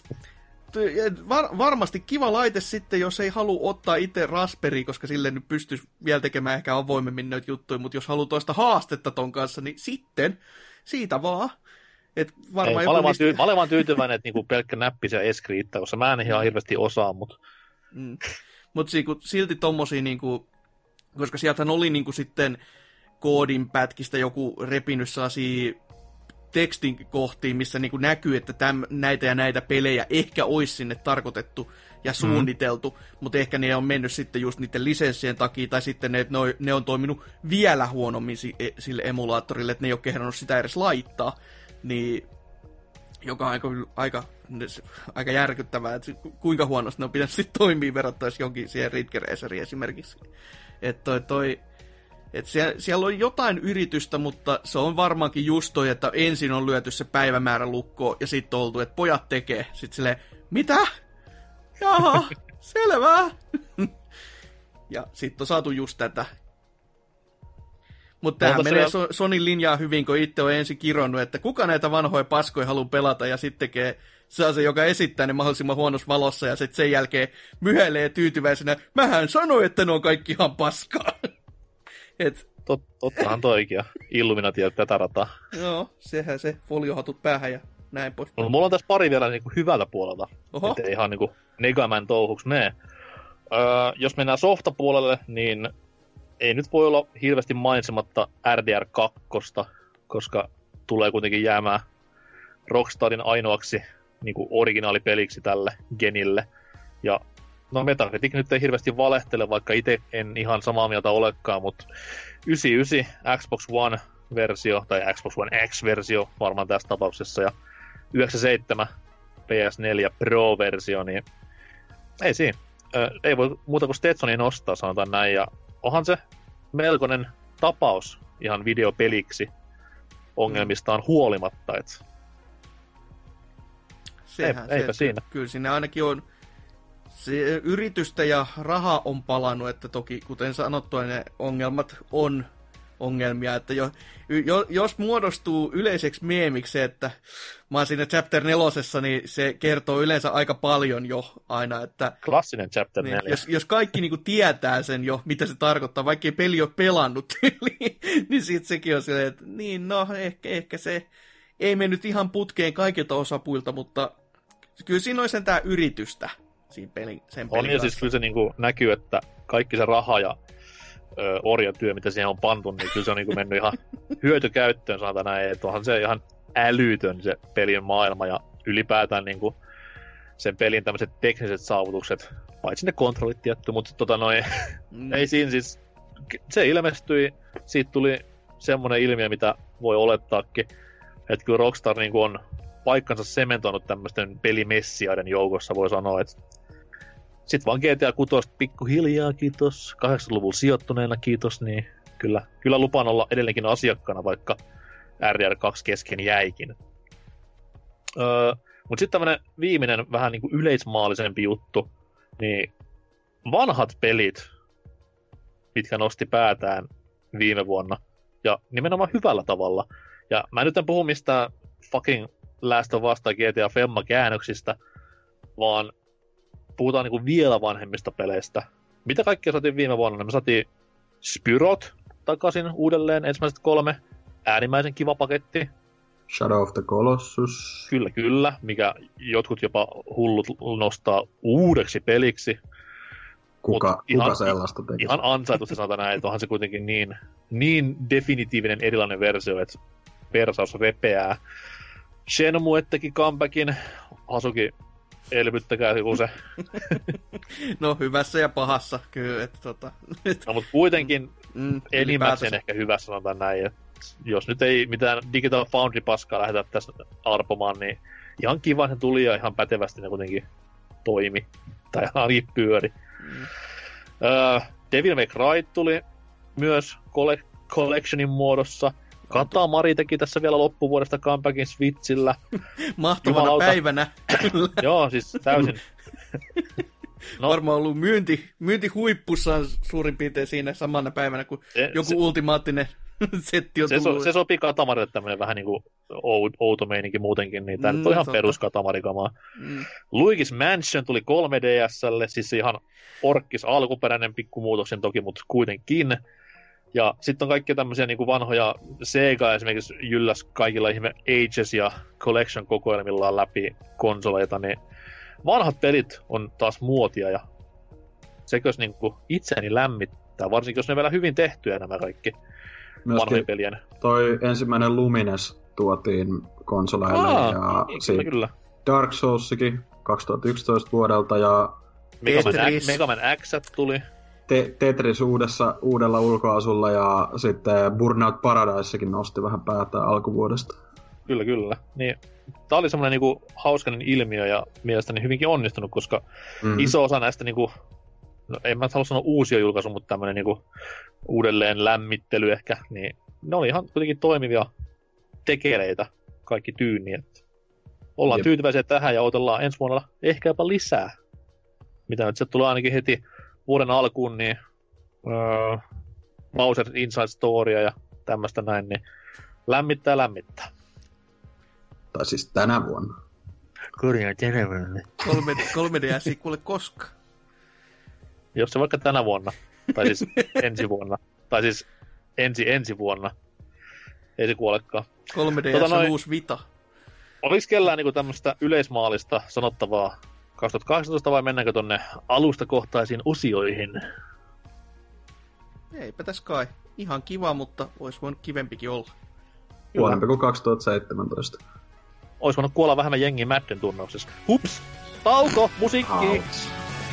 t- var, varmasti kiva laite sitten, jos ei halua ottaa itse Raspberry, koska sille nyt pystyisi vielä tekemään ehkä avoimemmin noita juttuja, mutta jos haluaa toista haastetta ton kanssa, niin sitten siitä vaan. Et varmaan ei, mä, olen niistä... tyy- mä olen vaan tyytyväinen, että niinku pelkkä näppis ja esk riittää, koska mä en ihan hirveästi osaa, mutta... Mm. Mutta silti tommosia niinku... Koska sieltähän oli niinku sitten koodin pätkistä joku repinyt sellaisia tekstin kohtiin, missä niinku näkyy, että täm, näitä ja näitä pelejä ehkä olisi sinne tarkoitettu ja suunniteltu, mm. mutta ehkä ne on mennyt sitten just niiden lisenssien takia, tai sitten ne, ne, on, ne on toiminut vielä huonommin sille emulaattorille, että ne ei ole kehdannut sitä edes laittaa. Niin joka on aika, aika, aika järkyttävää, että kuinka huonosti ne on pitänyt sitten toimia verrattaisi jonkin siihen Ridge Raceriin esimerkiksi. Että toi, toi, et siellä, siellä on jotain yritystä, mutta se on varmaankin just toi, että ensin on lyöty se päivämäärä lukkoon ja sitten oltu, että pojat tekee. Sitten silleen, mitä? Jaha, selvä. Ja sitten on saatu just tätä. Mutta tämähän menee so- Sonin linjaa hyvin, kun itse on ensin kironnut, että kuka näitä vanhoja paskoja haluaa pelata, ja sitten tekee saa se, joka esittää ne mahdollisimman huonossa valossa, ja sitten sen jälkeen myhäilee tyytyväisenä, mähän sanoin, että ne on kaikki ihan paskaa. Et... Tot, tottahan toikin, Illuminati ja tätä rataa. Joo, sehän se foliohatut päähän ja näin pois. No, mulla on tässä pari vielä niin kuin hyvältä puolelta, Oho. ettei ihan niin kuin Negaman touhuksi mene. Öö, jos mennään softapuolelle, niin ei nyt voi olla hirveästi mainitsematta R D R kaksi, koska tulee kuitenkin jäämään Rockstarin ainoaksi niin kuin originaalipeliksi tälle genille. Ja no Metacritic nyt ei hirveästi valehtele, vaikka itse en ihan samaa mieltä olekaan, mutta yhdeksänkymmentäyhdeksän Xbox One-versio, tai Xbox One X-versio varmaan tässä tapauksessa, ja yhdeksänkymmentäseitsemän P S neljä Pro-versio, niin ei siinä. Ö, ei voi muuta kuin Stetsonia nostaa, sanotaan näin, ja onhan se melkoinen tapaus ihan videopeliksi ongelmistaan huolimatta, et Sehän, Ei, eipä se, siinä. Kyllä siinä ainakin on se yritystä ja raha on palannut, että toki kuten sanottua ne ongelmat on ongelmia, että jo, jo, jos muodostuu yleiseksi meemiksi, että mä oon siinä chapter nelosessa, niin se kertoo yleensä aika paljon jo aina, että klassinen chapter niin, neljä. Jos, jos kaikki niin kuin tietää sen jo, mitä se tarkoittaa, vaikka ei peli ole pelannut, niin sitten sekin on silleen, että niin no, ehkä, ehkä se ei mennyt ihan putkeen kaikilta osapuilta, mutta kyllä siinä on sentään yritystä siinä pelin, sen pelin on, ja siis kyllä se niin kuin näkyy, että kaikki se raha ja ö, orjatyö, mitä siihen on pantu, niin kyllä se on niin kuin mennyt ihan hyötykäyttöön, sanotaan näin, että onhan se ihan älytön se pelin maailma, ja ylipäätään niin kuin sen pelin tämmöiset tekniset saavutukset, paitsi ne kontrollit tietty, mutta tota noin, mm. ei siinä siis, se ilmestyi, siitä tuli semmoinen ilmiö, mitä voi olettaakin, että kyllä Rockstar niin kuin on paikkansa sementoinut tämmöisten pelimessiaiden joukossa, voi sanoa, että sit vaan G T A kuusi pikkuhiljaa, kiitos, kahdeksankymmentäluvulla sijoittuneena, kiitos, niin kyllä, kyllä lupaan olla edelleenkin asiakkaana, vaikka R D R kaksi kesken jäikin. Öö, mutta sitten tämmönen viimeinen vähän niin kuin yleismaallisempi juttu, niin vanhat pelit, mitkä nosti päätään viime vuonna, ja nimenomaan hyvällä tavalla. Ja mä nyt en puhu mistään fucking Last of Us tai G T A Femma-käännöksistä, vaan puhutaan niinku vielä vanhemmista peleistä. Mitä kaikkea saatiin viime vuonna? Me saatiin Spyrot takaisin uudelleen, ensimmäiset kolme. Äärimmäisen kiva paketti. Shadow of the Colossus. Kyllä, kyllä. Mikä jotkut jopa hullut nostaa uudeksi peliksi. Kuka, kuka ihan, sellaista tekisi? Ihan ansaitusti sanotaan näin, että onhan se kuitenkin niin, niin definitiivinen erilainen versio, että persaus repeää. Shenmue teki comebackin. Hasuki, elvyttäkää kun se. No hyvässä ja pahassa, kyllä. Että, tota, no mutta kuitenkin mm, enimmäkseen ehkä hyvässä sanotaan näin. Että jos nyt ei mitään Digital Foundry-paskaa lähdetä tässä arpomaan, niin ihan kiva se tuli ja ihan pätevästi ne kuitenkin toimi. Tai ainakin pyöri. Mm. Uh, Devil May Cry tuli myös colle- collectionin muodossa. Katamari teki tässä vielä loppuvuodesta comebackin Switchillä. Mahtavana Jumalauta. päivänä. Joo, siis täysin. No. Varmaan ollut myynti, myynti huippussaan suurin piirtein siinä samana päivänä, kun se, joku se, ultimaattinen setti on se tullut. So, se sopii Katamarille tämmöinen vähän niin kuin outo meininki muutenkin, niin tämä mm, on ihan perus Katamarikamaa. Mm. Luigi's Mansion tuli kolme D S:lle, siis ihan orkkis alkuperäinen pikkumuutoksen toki, mutta kuitenkin. Ja sitten on kaikkia tämmöisiä niinku vanhoja Sega esimerkiksi jylläs kaikilla ihme Ages ja Collection kokoelmillaan läpi konsoleita, niin vanhat pelit on taas muotia ja sekös niinku itseäni lämmittää, varsinkin jos ne vielä hyvin tehtyjä nämä kaikki vanhojen pelien. Toi ensimmäinen Lumines tuotiin konsoleille Aa, ja niin, siitä kyllä, kyllä. Dark Soulsikin kaksituhattayksitoista vuodelta ja Mega Man X tuli. Te- Tetris uudessa, uudella ulkoasulla ja sitten Burnout Paradisekin nosti vähän päätään alkuvuodesta. Kyllä, kyllä. Niin, tää oli semmoinen niinku hauskainen ilmiö ja mielestäni hyvinkin onnistunut, koska mm. iso osa näistä niinku, no en mä halua sanoa uusia julkaisu, mutta tämmönen niinku uudelleen lämmittely ehkä, niin ne oli ihan kuitenkin toimivia tekeleitä kaikki tyyni, että ollaan Jep. tyytyväisiä tähän ja odotellaan ensi vuonna ehkä jopa lisää. Mitä nyt se tulee ainakin heti vuoden alkuun, niin öö, Bowser Inside Storya ja tämmöistä näin, niin lämmittää lämmittää. Tai siis tänä vuonna. Korjaa tänä vuonna. kolme D S ei kuule koskaan. Jos se vaikka tänä vuonna, tai siis ensi vuonna, tai siis ensi ensi vuonna, ei se kuolekaan. kolme D S tota on uusi Vita. Olis kellään niinku tämmöstä yleismaalista sanottavaa kaksituhattakahdeksantoista vai mennäänkö tonne alustakohtaisiin osioihin? Eipä tässä kai. Ihan kiva, mutta ois voinut kivempikin olla. Huonompi kuin kaksituhattaseitsemäntoista. Ois voinut kuolla vähemmän jengi Madden tunnauksessa. Hups! Tauko! Musiikki! Ouch.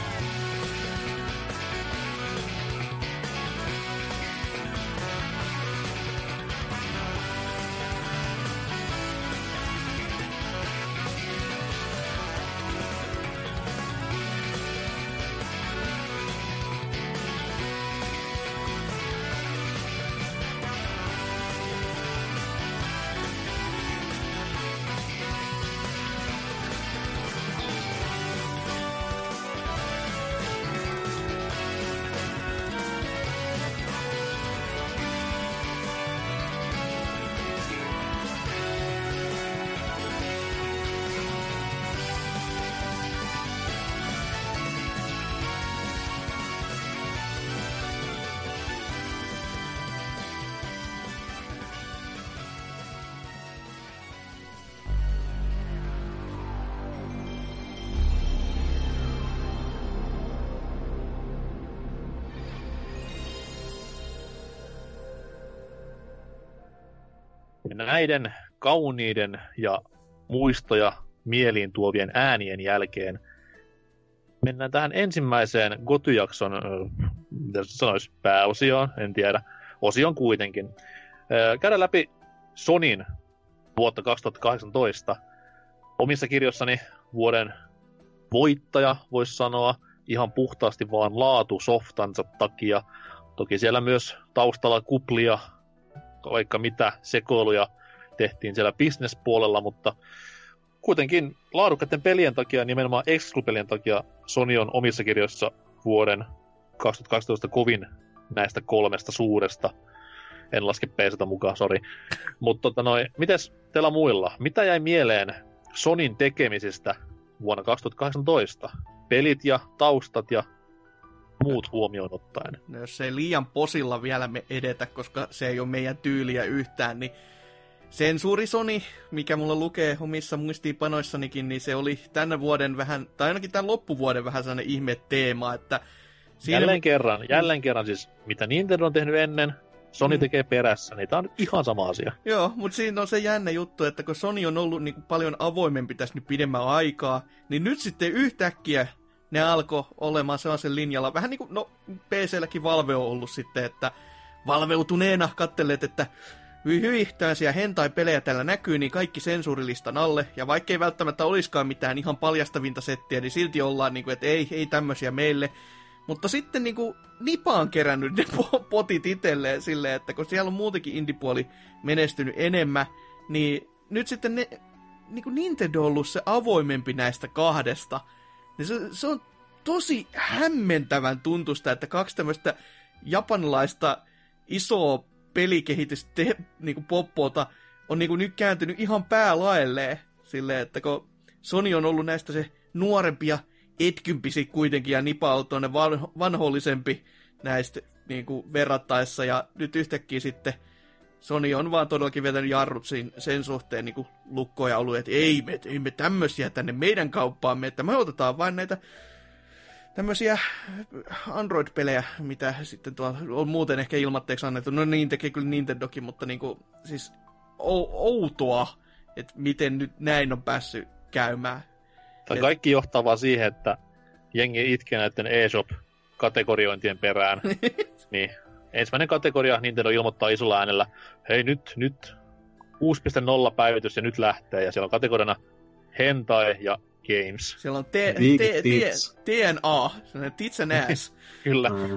Näiden kauniiden ja muistoja mieliin tuovien äänien jälkeen mennään tähän ensimmäiseen Goty-jakson, mitä se sanoisi, pääosioon, en tiedä, osion kuitenkin. Käydään läpi Sonyn vuotta kaksituhattakahdeksantoista. Omissa kirjoissani vuoden voittaja, voisi sanoa, ihan puhtaasti vaan laatu softansa takia. Toki siellä myös taustalla kuplia, vaikka mitä sekoiluja tehtiin siellä business-puolella, mutta kuitenkin laadukkaiden pelien takia, nimenomaan exclu-pelien takia, Sony on omissa kirjoissa vuoden kaksituhattakaksitoista kovin näistä kolmesta suuresta. En laske P C:tä mukaan, sori. Mutta tota noin, mites teillä muilla? Mitä jäi mieleen Sonyn tekemisistä vuonna kaksituhattakahdeksantoista? Pelit ja taustat ja muut huomioon ottaen. No jos ei liian posilla vielä me edetä, koska se ei ole meidän tyyliä yhtään, niin sensuuri Sony, mikä mulla lukee omissa muistiinpanoissanikin, niin se oli tänä vuoden vähän, tai ainakin tämän loppuvuoden vähän sellainen ihme teema, että siinä... Jälleen kerran, jälleen kerran siis, mitä Nintendo on tehnyt ennen, Sony mm. tekee perässä, niin tää on ihan sama asia. Joo, mutta siinä on se jännä juttu, että kun Sony on ollut niin kuin paljon avoimempi tässä nyt pidemmän aikaa, niin nyt sitten yhtäkkiä ne alkoi olemaan sellaisen linjalla, vähän niin kuin, no P C:lläkin Valve on ollut sitten, että valveutuneena katselleet, että hyi hyi, tällaisia hentai-pelejä täällä näkyy, niin kaikki sensuurilistan alle, ja vaikkei välttämättä olisikaan mitään ihan paljastavinta settiä, niin silti ollaan niin kuin, että ei, ei tämmöisiä meille. Mutta sitten niin kuin Nipa on kerännyt ne potit itselleen silleen, että kun siellä on muutenkin indie-puoli menestynyt enemmän, niin nyt sitten ne, niin kuin Nintendo on ollut se avoimempi näistä kahdesta. Niin se, se on tosi hämmentävän tuntusta, että kaksi tämmöistä japanilaista isoa pelikehitystä niin kuin poppota on niin kuin nyt kääntynyt ihan päälaelleen silleen, että kun Sony on ollut näistä se nuorempi ja etkymppisi kuitenkin ja Nipa on tuonne vanhollisempi näistä niin kuin verrattaessa ja nyt yhtäkkiä sitten Sony on vaan todellakin vetänyt jarrut sen suhteen niin kuin lukkoja ollut, että ei me, ei me tämmöisiä tänne meidän kauppaamme, että me otetaan vain näitä tämmöisiä Android-pelejä, mitä sitten tuolla on muuten ehkä ilmatteeksi annettu. No niin tekee kyllä Nintendokin, mutta niinku, siis outoa, että miten nyt näin on päässyt käymään. Tämä kaikki johtaa vaan siihen, että jengi itkee näiden eShop-kategoriointien perään. Niin ensimmäinen kategoria Nintendo ilmoittaa isolla äänellä, hei nyt, nyt kuusi piste nolla päivitys ja nyt lähtee, ja siellä on kategoriana hentai ja games. Siellä on T- Big T- tits. T- T N A, sellainen tits and ass. Kyllä. Mm.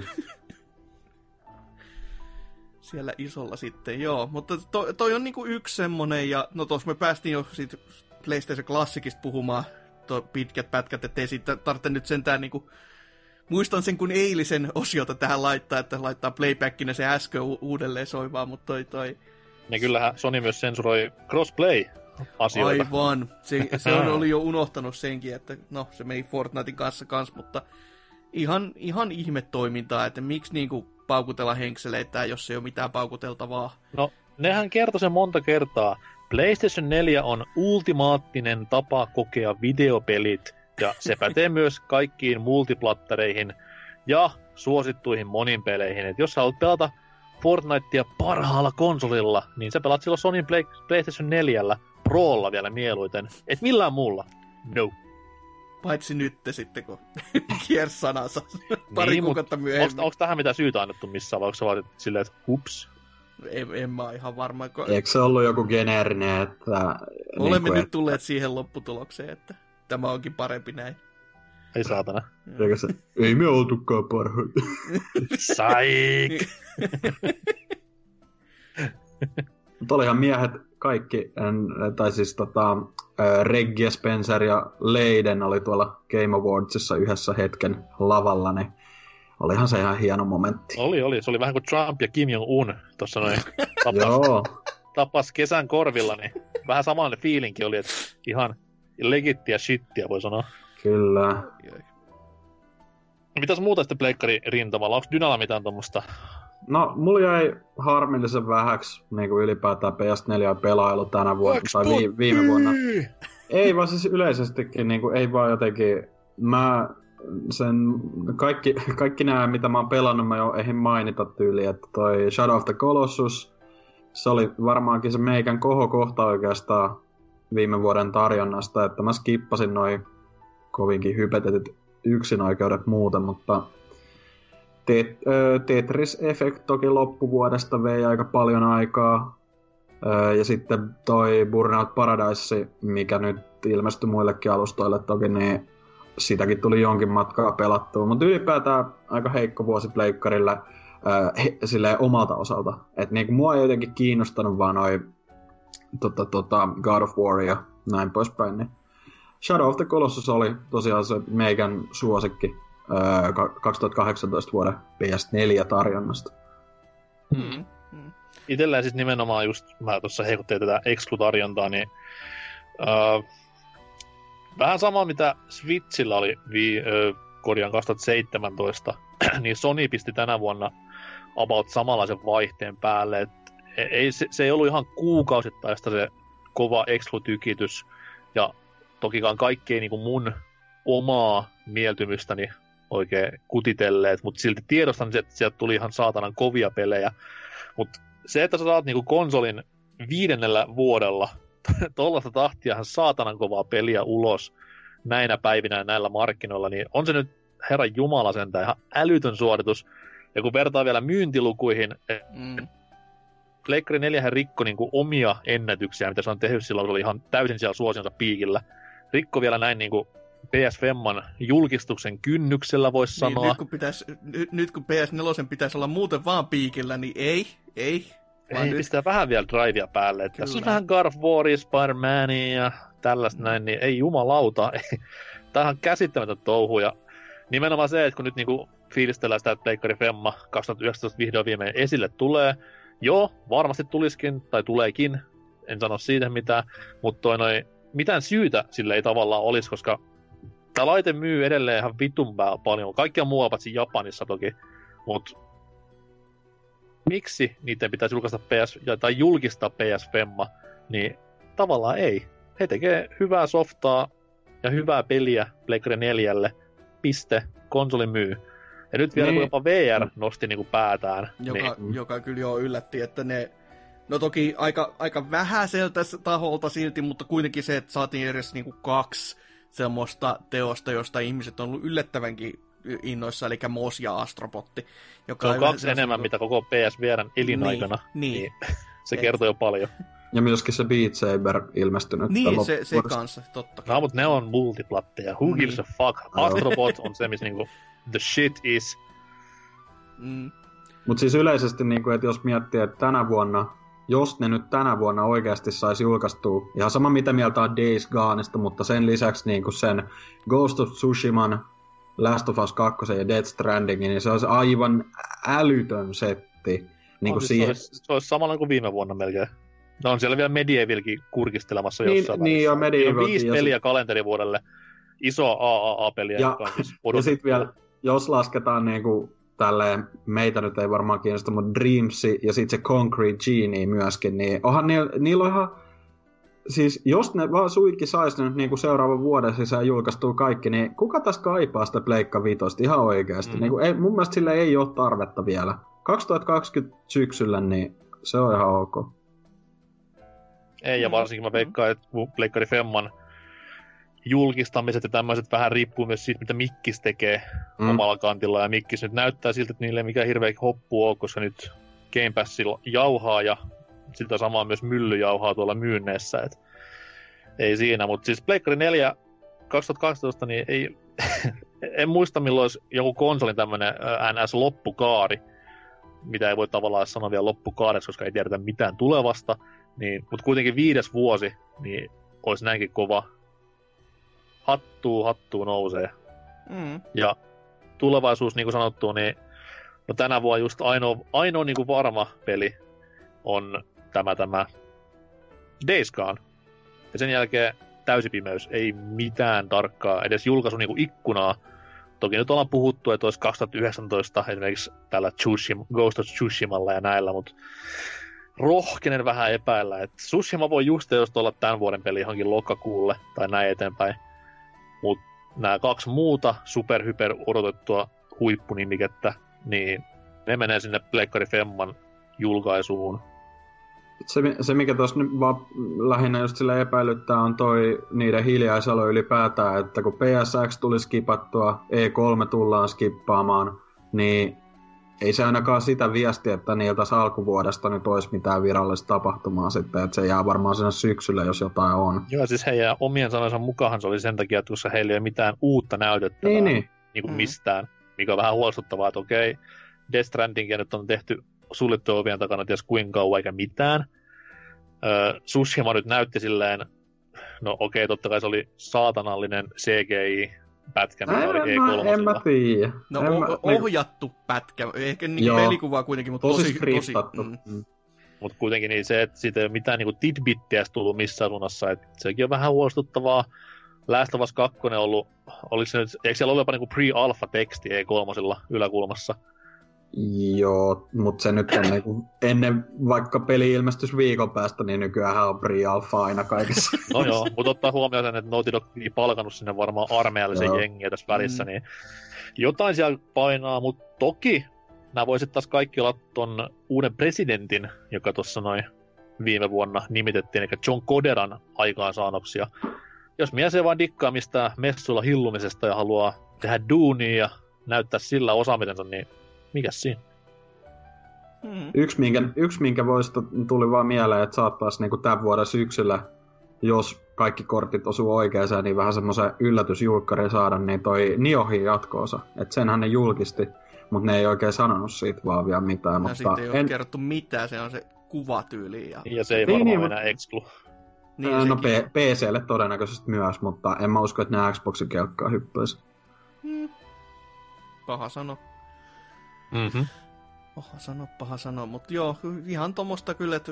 Siellä isolla sitten, joo. Mutta to, toi on niinku yksi semmonen, ja no tossa me päästiin jo siitä PlayStation Classicista puhumaan to, pitkät pätkät, ettei siitä tarvitse nyt sentään niinku... Muistan sen, kun eilisen osiota tähän laittaa, että laittaa playbackina se äsken u- uudelleen soivaa, mutta toi toi... Ja kyllähän Sony myös sensuroi crossplay-asioita. Aivan. Se, se on, oli jo unohtanut senkin, että no, se meni Fortnitein kanssa kans, mutta ihan, ihan ihme toimintaa, että miksi niinku paukutella henkseleitä, jos ei ole mitään paukuteltavaa. No, nehän kertoi sen monta kertaa. PlayStation neljä on ultimaattinen tapa kokea videopelit, ja se pätee myös kaikkiin multiplattereihin ja suosittuihin monin peleihin. Et jos sä haluat pelata Fortnitea parhaalla konsolilla, niin sä pelaat silloin Sonyn Play- PlayStation neljällä Prolla vielä mieluiten. Et millään muulla. No. Paitsi nyt sitten, kun kiersi sanansa pari niin, kuukautta myöhemmin. Onko, onko tähän mitään syytä annettu missään, vai onko sä vaan silleen, että hups? En, en mä ihan varma. Kun... Eikö se ollut joku geneerinen, että... Olemme niin nyt et... tulleet siihen lopputulokseen, että tämä onkin parempi näin. Ei saatana. Eikä se, ei me oltukaan parhaita. Saik! Mutta olihan miehet kaikki, en, tai siis tota, Reggie Spencer ja Leiden oli tuolla Game Awardsissa yhdessä hetken lavalla, niin olihan se ihan hieno momentti. Oli, oli. Se oli vähän kuin Trump ja Kim Jong-un tuossa noin tapas, Joo. tapas kesän korvilla, niin vähän samanlainen fiilinki oli, että ihan legittiä shittiä voi sanoa. Kyllä. Mitäs muuta sitten pleikkari rintamalla? Onko Dynalla mitään tuommoista? No, mulla jäi harmillisen vähäksi niin kuin ylipäätään P S neljä pelailu tänä vuonna, tai vi- viime vuonna. Ei vaan siis yleisestikin, niin kuin, ei vaan jotenkin, mä sen, kaikki, kaikki nämä, mitä mä oon pelannut, mä jo eihin mainita tyyliin, että toi Shadow of the Colossus, se oli varmaankin se meikän kohokohta oikeastaan viime vuoden tarjonnasta, että mä skippasin noi kovinkin hypetetyt yksinoikeudet muuten, mutta Tet- Tetris Effect toki loppuvuodesta vei aika paljon aikaa. Ja sitten toi Burnout Paradise, mikä nyt ilmestyi muillekin alustoille toki, niin sitäkin tuli jonkin matkaa pelattua. Mutta ylipäätään aika heikko vuosi pleikkarille äh, silleen omalta osalta. Että niinku mua ei jotenkin kiinnostanut vaan noi tota, tota, God of War ja näin poispäin. Niin Shadow of the Colossus oli tosiaan se meikän suosikki äh, kaksituhattakahdeksantoista vuoden P S neljä tarjonnasta. Hmm. Hmm. Itselleen siis nimenomaan just, mä tuossa heikuttelin tätä Exclu-tarjontaa, niin uh, vähän sama mitä Switchillä oli vi, uh, korjaan kaksituhattaseitsemäntoista, niin Sony pisti tänä vuonna about samanlaisen vaihteen päälle, että ei, se, se ei ollut ihan kuukausittaista se kova Exclu-tykitys, ja tokikaan kaikki ei niinku mun omaa mieltymystäni oikein kutitelleet, mutta silti tiedostan, että sieltä tuli ihan saatanan kovia pelejä, mutta se, että sä saat niinku konsolin viidennellä vuodella tollaista tahtiahan saatanan kovaa peliä ulos näinä päivinä ja näillä markkinoilla, niin on se nyt herran jumala sentään ihan älytön suoritus. Ja kun vertaa vielä myyntilukuihin, mm. Pleikkari neljä rikkoi niinku omia ennätyksiä, mitä se on tehnyt silloin, se oli ihan täysin siellä suosionsa piikillä. Rikko vielä näin niinku P S Femman julkistuksen kynnyksellä, voisi niin, sanoa. Nyt kun, pitäis, nyt, nyt kun P S neljä pitäisi olla muuten vaan piikillä, niin ei, ei. Ei, nyt pistää vähän vielä drivea päälle. Että tässä on vähän God of Waria, Spider-Mania ja tällaista näin, niin ei jumalauta. Tämä on ihan käsittämätön touhu. Ja nimenomaan se, että kun nyt niinku fiilistellään sitä, että Pleikkari Femma kaksituhattayhdeksäntoista vihdoin viimein esille tulee. Joo, varmasti tuliskin, tai tuleekin. En sano siitä mitään. Mutta toi noi, mitään syytä sille ei tavallaan olisi, koska tämä laite myy edelleen ihan vitun paljon. Kaikkia muualla paitsi Japanissa toki. Mutta miksi niiden pitäisi julkaista P S, tai julkistaa P S Femma, niin tavallaan ei. He tekee hyvää softaa ja hyvää peliä Pleikkari neljälle, piste, konsoli myy. Ja nyt vielä niin. Kun jopa V R nosti niinku päätään. Joka, niin. joka kyllä jo yllätti, että ne, no toki aika, aika vähäiseltä taholta silti, mutta kuitenkin se, että saatiin edes niinku kaksi semmoista teosta, josta ihmiset on ollut yllättävänkin innoissa, eli Moss ja Astrobotti. Joka se on kaksi enemmän, se... mitä koko P S V R:n elinaikana. Niin, niin. niin. Se kertoo jo paljon. Ja myöskin se Beat Saber ilmestynyt. Niin, se, se kanssa, totta kai. No, mutta ne on multiplatteja. Who niin. gives a fuck? Astrobot on se, missä niinku the shit is. Mm. Mutta siis yleisesti, niinku, että jos miettii, että tänä vuonna, jos ne nyt tänä vuonna oikeasti saisi julkaistua, ihan sama mitä mieltä on Days Goneista, mutta sen lisäksi niinku sen Ghost of Tsushiman, Last of Us kaksi ja Death Strandingin, niin se olisi aivan älytön setti. Niin no, siis siihen... se, olisi, se olisi samalla kuin viime vuonna melkein. No on siellä vielä Medievilkin kurkistelemassa niin, jossain niin, välissä. Niin, Medieval. On viisi peliä sit... kalenterivuodelle. Iso A A A-peliä. Ja, siis ja sitten vielä, jos lasketaan niinku tälleen, meitä nyt ei varmaan kiinnosta, mutta Dreamsi ja sitten se Concrete Genie myöskin, niin onhan niillä, niillä on ihan... Siis jos ne vaan suikki sais nyt niinku seuraavan vuoden sisään julkaistuu kaikki, niin kuka tässä kaipaa sitä Pleikka Vitosta ihan oikeasti? Mm. Niinku, ei, mun mielestä sille ei ole tarvetta vielä. kaksituhattakaksikymmentä syksyllä, niin se on ihan ok. Ei, ja varsinkin mä veikkaan, että Pleikkari Femman julkistamiset ja tämmöiset vähän riippuu myös siitä, mitä Mikkis tekee mm. omalla kantilla. Ja Mikkis nyt näyttää siltä, että niille ei mikään hirveä hoppu ole, koska nyt Game Passilla jauhaa ja sitä samaa myös mylly jauhaa tuolla myynneessä. Et ei siinä, mutta siis Pleikkari neljä kaksituhattakaksitoista, niin ei... en muista milloin olisi joku konsolin tämmönen N S-loppukaari, mitä ei voi tavallaan sanoa vielä loppukaareksi, koska ei tiedetä mitään tulevasta. Niin, mutta kuitenkin viides vuosi, niin olisi näinkin kova. Hattuu, hattuu nousee. Mm. Ja tulevaisuus, niin kuin sanottu, niin no tänä vuonna just ainoa, ainoa niin kuin varma peli on tämä, tämä Days Gone. Ja sen jälkeen täysipimeys, ei mitään tarkkaa, edes julkaisu niin kuin ikkunaa. Toki nyt ollaan puhuttu, että olisi kaksituhattayhdeksäntoista esimerkiksi tällä Tsushima, Ghost of Tsushimalla ja näillä, mutta rohkenen vähän epäillä, että Tsushima voi just just olla tämän vuoden peli johonkin lokakuulle tai näin eteenpäin. Mutta nämä kaksi muuta superhyper odotettua huippunimikettä, niin ne menee sinne Pleikkari Femman julkaisuun. Se, se mikä tuossa nyt vaan lähinnä just sille epäilyttää, on toi niiden hiljaisalo ylipäätään, että kun P S X tuli skipattua, E kolme tullaan skippaamaan, niin ei se ainakaan sitä viestiä, että niiltä alkuvuodesta nyt olisi mitään virallista tapahtumaa sitten, että se jää varmaan sinne syksyllä, jos jotain on. Joo, siis heidän omien sanojensa mukaan se oli sen takia, että koska heillä ei ole mitään uutta näytettävää niin, niin. Niin kuin mm. mistään, mikä on vähän huolestuttavaa, että okei, Death Strandingia nyt on tehty suljettujen ovien takana ties kuinka kauan eikä mitään. Öö, Tsushima nyt näytti silleen, no okei, totta kai se oli saatanallinen C G I-pätkä, mikä en, oli E mä, kolme. en mä tiedä. No en o- mä, ohjattu pätkä, ehkä niin pelikuvaa kuitenkin, mutta tosi tosi... skriptattu. tosi mm. Mutta kuitenkin niin se, että siitä ei ole mitään niinku tidbittiä tullut missään suunnassa, että sekin on vähän huolestuttavaa. Last of Us kaksi on ollut, oliko se nyt, eikö siellä ollut jopa niinku pre-alpha-teksti E kolme yläkulmassa? Joo, mutta se nyt on niinku, ennen vaikka peli ilmestyisi viikon päästä, niin nykyään on pre-alpha aina kaikessa. No joo, mutta ottaa huomioon sen, että Naughty Dog ei palkannut sinne varmaan armeijallisen jengiä tässä välissä, Mm. niin jotain siellä painaa, mutta toki nämä voisit taas kaikki olla ton uuden presidentin, joka tuossa noin viime vuonna nimitettiin, eli John Coderan aikaansaannoksia. Jos mies ei vaan dikkaa mistään messuilla hillumisesta ja haluaa tehdä duunia ja näyttää sillä osaamisensa, niin mikäs siinä? Mm. Yksi, minkä, yksi, minkä voisi, tuli vaan mieleen, että saattaisi niinku tämän vuoden syksyllä, jos kaikki kortit osuu oikeeseen, niin vähän semmoisen yllätysjulkkari saada, niin toi Niohin jatko-osa. Että senhän ne julkisti, mutta ne ei oikein sanonut siitä vaan vielä mitään. Ja mutta sitten ei ole en... kerrottu mitään, se on se kuvatyyli. Ja, Ja se ei Niin, varmaan niin, niin, enää exclu. niin, no sekin. P- PClle todennäköisesti myös, mutta en mä usko, että ne Xboxin kelkkaa hyppäisi. Mm. Paha sano. Mm-hmm. Paha sano, paha sano, mutta joo, ihan tommoista kyllä, että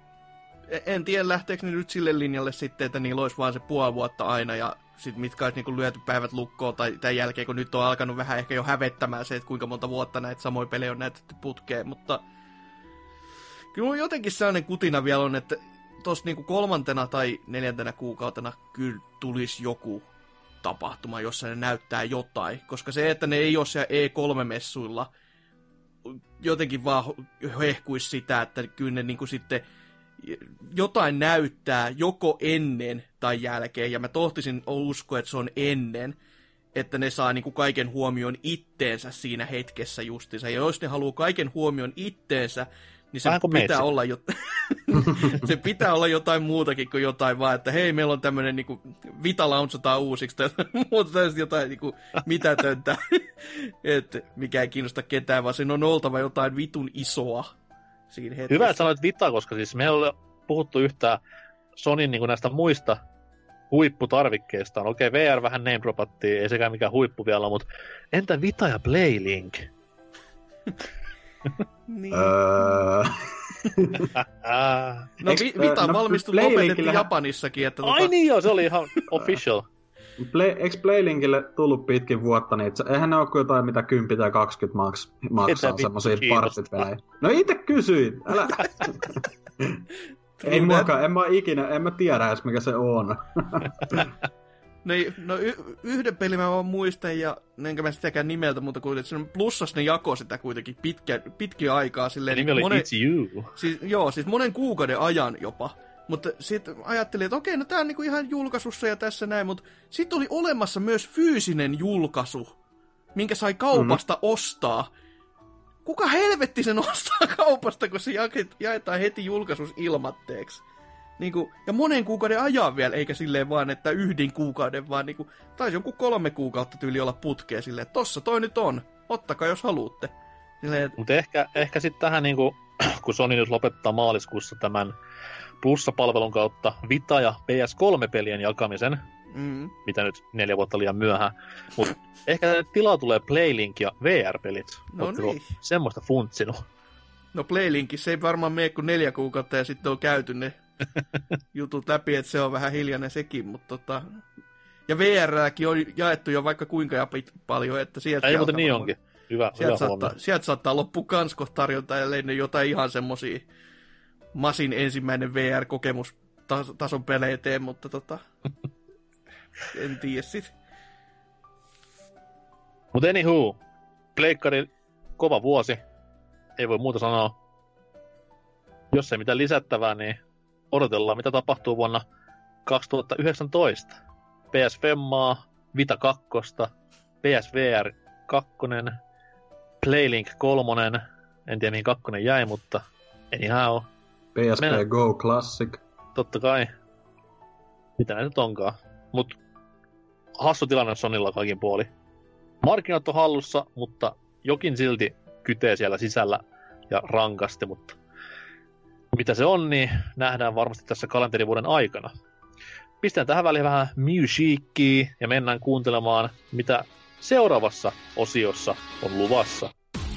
en tiedä lähteekö ne nyt sille linjalle sitten, että niillä olisi vaan se puoli vuotta aina ja sitten mitkä olisi niinku lyöty päivät lukkoon tai tämän jälkeen, kun nyt on alkanut vähän ehkä jo hävettämään se, että kuinka monta vuotta näitä samoja pelejä on näytetty putkeen, mutta kyllä mun jotenkin sellainen kutina vielä on, että tuossa niinku kolmantena tai neljäntenä kuukautena kyllä tulisi joku tapahtuma, jossa ne näyttää jotain, koska se, että ne ei ole siellä E kolme-messuilla, jotenkin vaan hehkuisi sitä, että kyllä ne niinku sitten jotain näyttää joko ennen tai jälkeen, ja mä tohtisin uskoa, että se on ennen, että ne saa niinku kaiken huomion itteensä siinä hetkessä justiinsa, ja jos ne haluaa kaiken huomion itteensä, niin se pitää, olla jot... se pitää olla jotain muutakin kuin jotain vaan, että hei, meillä on tämmöinen niinku, Vita launchataan uusiksi, tai muuta tämmöistä jotain niinku, mitätöntä, että mikä ei kiinnosta ketään, vaan sen on oltava jotain vitun isoa siinä hetkessä. Hyvä, että sanoit Vita, koska siis me ei ole puhuttu yhtään Sonyn niin näistä muista huipputarvikkeistaan. Okei, V R vähän name dropattiin, ei sekään mikään huippu vielä, mutta entä Vita ja PlayLink? niin. Öö... no vi- Vita no, valmistui, lopetettiin Japanissakin. Että Ai tota... niin joo, se oli ihan official. Play, eikö PlayLinkille tullut pitkin vuotta, niin se, eihän ne ole kuin jotain mitä kymmenen tai kaksikymmentä maks, maksaa semmosia parttipelejä. No itse kysyin, älä... Ei muakaan, en mä ikinä, en mä tiedä edes mikä se on. no, no y- yhden pelin mä vaan muistan, ja enkä mä sitäkään nimeltä, mutta kuitenkin plussas ne jakoi sitä kuitenkin pitkä, pitkiä aikaa. Silleen, nimi oli monen, It's You. Siis, joo, siis monen kuukauden ajan jopa. Mutta sitten ajattelin, että okei, no tää on niinku ihan julkaisussa ja tässä näin, mutta sitten oli olemassa myös fyysinen julkaisu, minkä sai kaupasta mm-hmm. ostaa. Kuka helvetti sen ostaa kaupasta, kun se jaetaan heti julkaisussa ilmatteeksi? Niinku, ja monen kuukauden ajan vielä, eikä silleen vaan, että yhden kuukauden, vaan niinku, taisi jonkun kolme kuukautta tyyli olla putkea silleen, että tossa toi nyt on, ottakaa jos haluatte. Silleen, mutta ehkä, ehkä sitten tähän, niinku, kun Sony nyt lopettaa maaliskuussa tämän plussapalvelun kautta Vita- ja P S kolme -pelien jakamisen, mm. mitä nyt neljä vuotta liian myöhään, mutta ehkä tilaa tulee PlayLink ja V R-pelit. No Ootko niin. semmoista funtsinut? No PlayLinkissä ei varmaan mene kuin neljä kuukautta ja sitten on käyty ne jutut läpi, että se on vähän hiljainen sekin, mutta tota... Ja V R:ääkin on jaettu jo vaikka kuinka ja paljon, että sieltä... Ei muuten niin onkin. Hyvä, sieltä hyvä saattaa, sieltä saattaa loppua kans tarjontaa ja lenne jotain ihan semmosia Masin ensimmäinen V R-kokemus tason pelejä teen, mutta tota... en tiedä sit. Mut anywho, Pleikkari kova vuosi. Ei voi muuta sanoa. Jos ei mitään lisättävää, niin odotellaan, mitä tapahtuu vuonna kaksituhattayhdeksäntoista. P S Femmaa, Vita kaksi, P S V R kaksi, PlayLink kolme, en tiedä mihin kakkonen jäi, mutta anyhow. P S P Mennä. Go Classic. Totta kai. Mitä näitä nyt onkaan. Mut hassu tilanne Sonylla kaikin puoli. Markkinat on hallussa, mutta jokin silti kytee siellä sisällä ja rankasti, mutta mitä se on, niin nähdään varmasti tässä kalenterivuoden aikana. Pistän tähän väliin vähän musiikkia ja mennään kuuntelemaan, mitä seuraavassa osiossa on luvassa.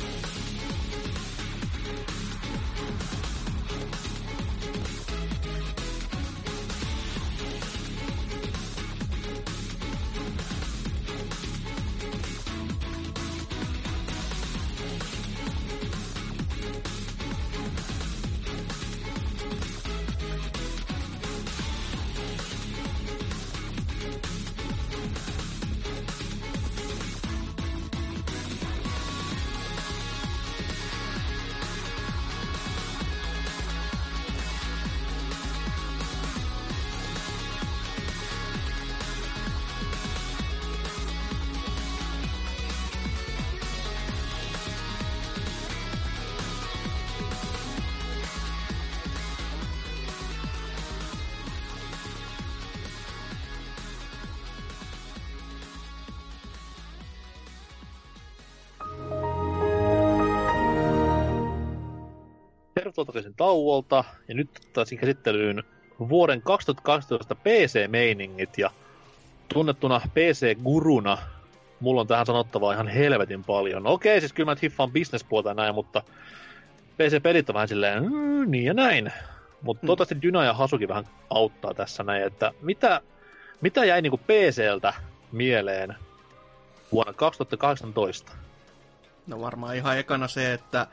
Takaisin tauolta, ja nyt ottaisin käsittelyyn vuoden kaksituhattakaksitoista P C-meiningit, ja tunnettuna P C-guruna mulla on tähän sanottavaa ihan helvetin paljon. Okei, siis kyllä mä hiffaan business-puolta ja näin, mutta P C-pelit on vähän silleen, mm, niin ja näin. Mutta mm. toivottavasti Dyna ja Hasuki vähän auttaa tässä näin, että mitä, mitä jäi niinku P C:ltä mieleen vuonna kaksituhattakahdeksantoista? No varmaan ihan ekana se, että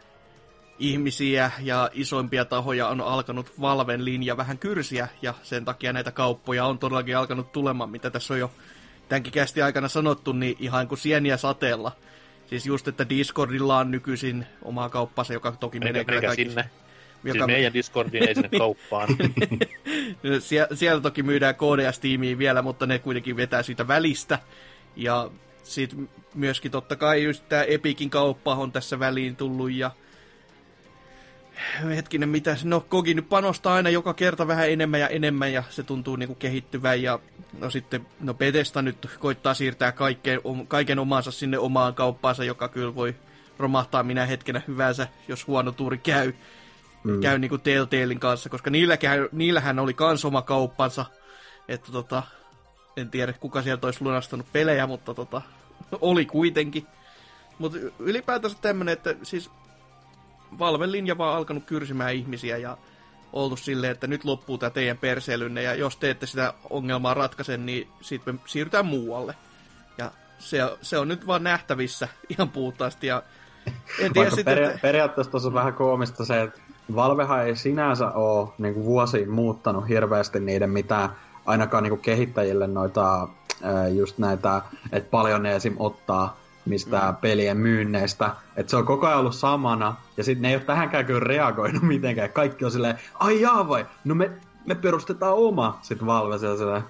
ihmisiä ja isoimpia tahoja on alkanut Valven linja vähän kyrsiä, ja sen takia näitä kauppoja on todellakin alkanut tulemaan, mitä tässä on jo tämänkin kästi aikana sanottu, niin ihan kuin sieniä sateella. Siis just, että Discordilla on nykyisin omaa kauppansa, joka toki menee kyllä kaikki... sinne? Joka... Siis meidän Discordiin ei sinne kauppaan. Sie- siellä toki myydään K D S-tiimiä vielä, mutta ne kuitenkin vetää siitä välistä. Ja sitten myöskin totta kai just tämä Epicin kauppa on tässä väliin tullut, ja hetkinen, mitä, no Kogi nyt panostaa aina joka kerta vähän enemmän ja enemmän, ja se tuntuu niinku kehittyvän, ja no sitten, no Bethesda nyt koittaa siirtää kaikkeen, kaiken omansa sinne omaan kauppaansa, joka kyllä voi romahtaa minä hetkenä hyvänsä, jos huono tuuri käy, mm. käy niinku Telltalein kanssa, koska niillähän, niillähän oli kans oma kauppansa, että tota, en tiedä kuka sieltä olisi lunastanut pelejä, mutta tota, oli kuitenkin. Mutta ylipäätänsä tämmönen, että siis Valven linja vaan alkanut kyrsimään ihmisiä ja oltu silleen, että nyt loppuu tää teidän perseilynne ja jos te ette sitä ongelmaa ratkaise, niin siitä me siirrytään muualle. Ja se, se on nyt vaan nähtävissä ihan puhtaasti ja en tiedä sitten... Peria- että... Periaatteessa tuossa on vähän koomista se, että Valvehan ei sinänsä ole niin kuin vuosiin muuttanut hirveästi niiden mitään, ainakaan niin kuin kehittäjille noita just näitä, että paljon ne esim. Ottaa mistä mm. pelien myynneistä. Että se on koko ajan ollut samana, ja sitten ne ei ole tähänkään kyllä reagoinut mitenkään. Kaikki on silleen, ai jaa vai, no me, me perustetaan oma. Sitten Valve siellä silleen,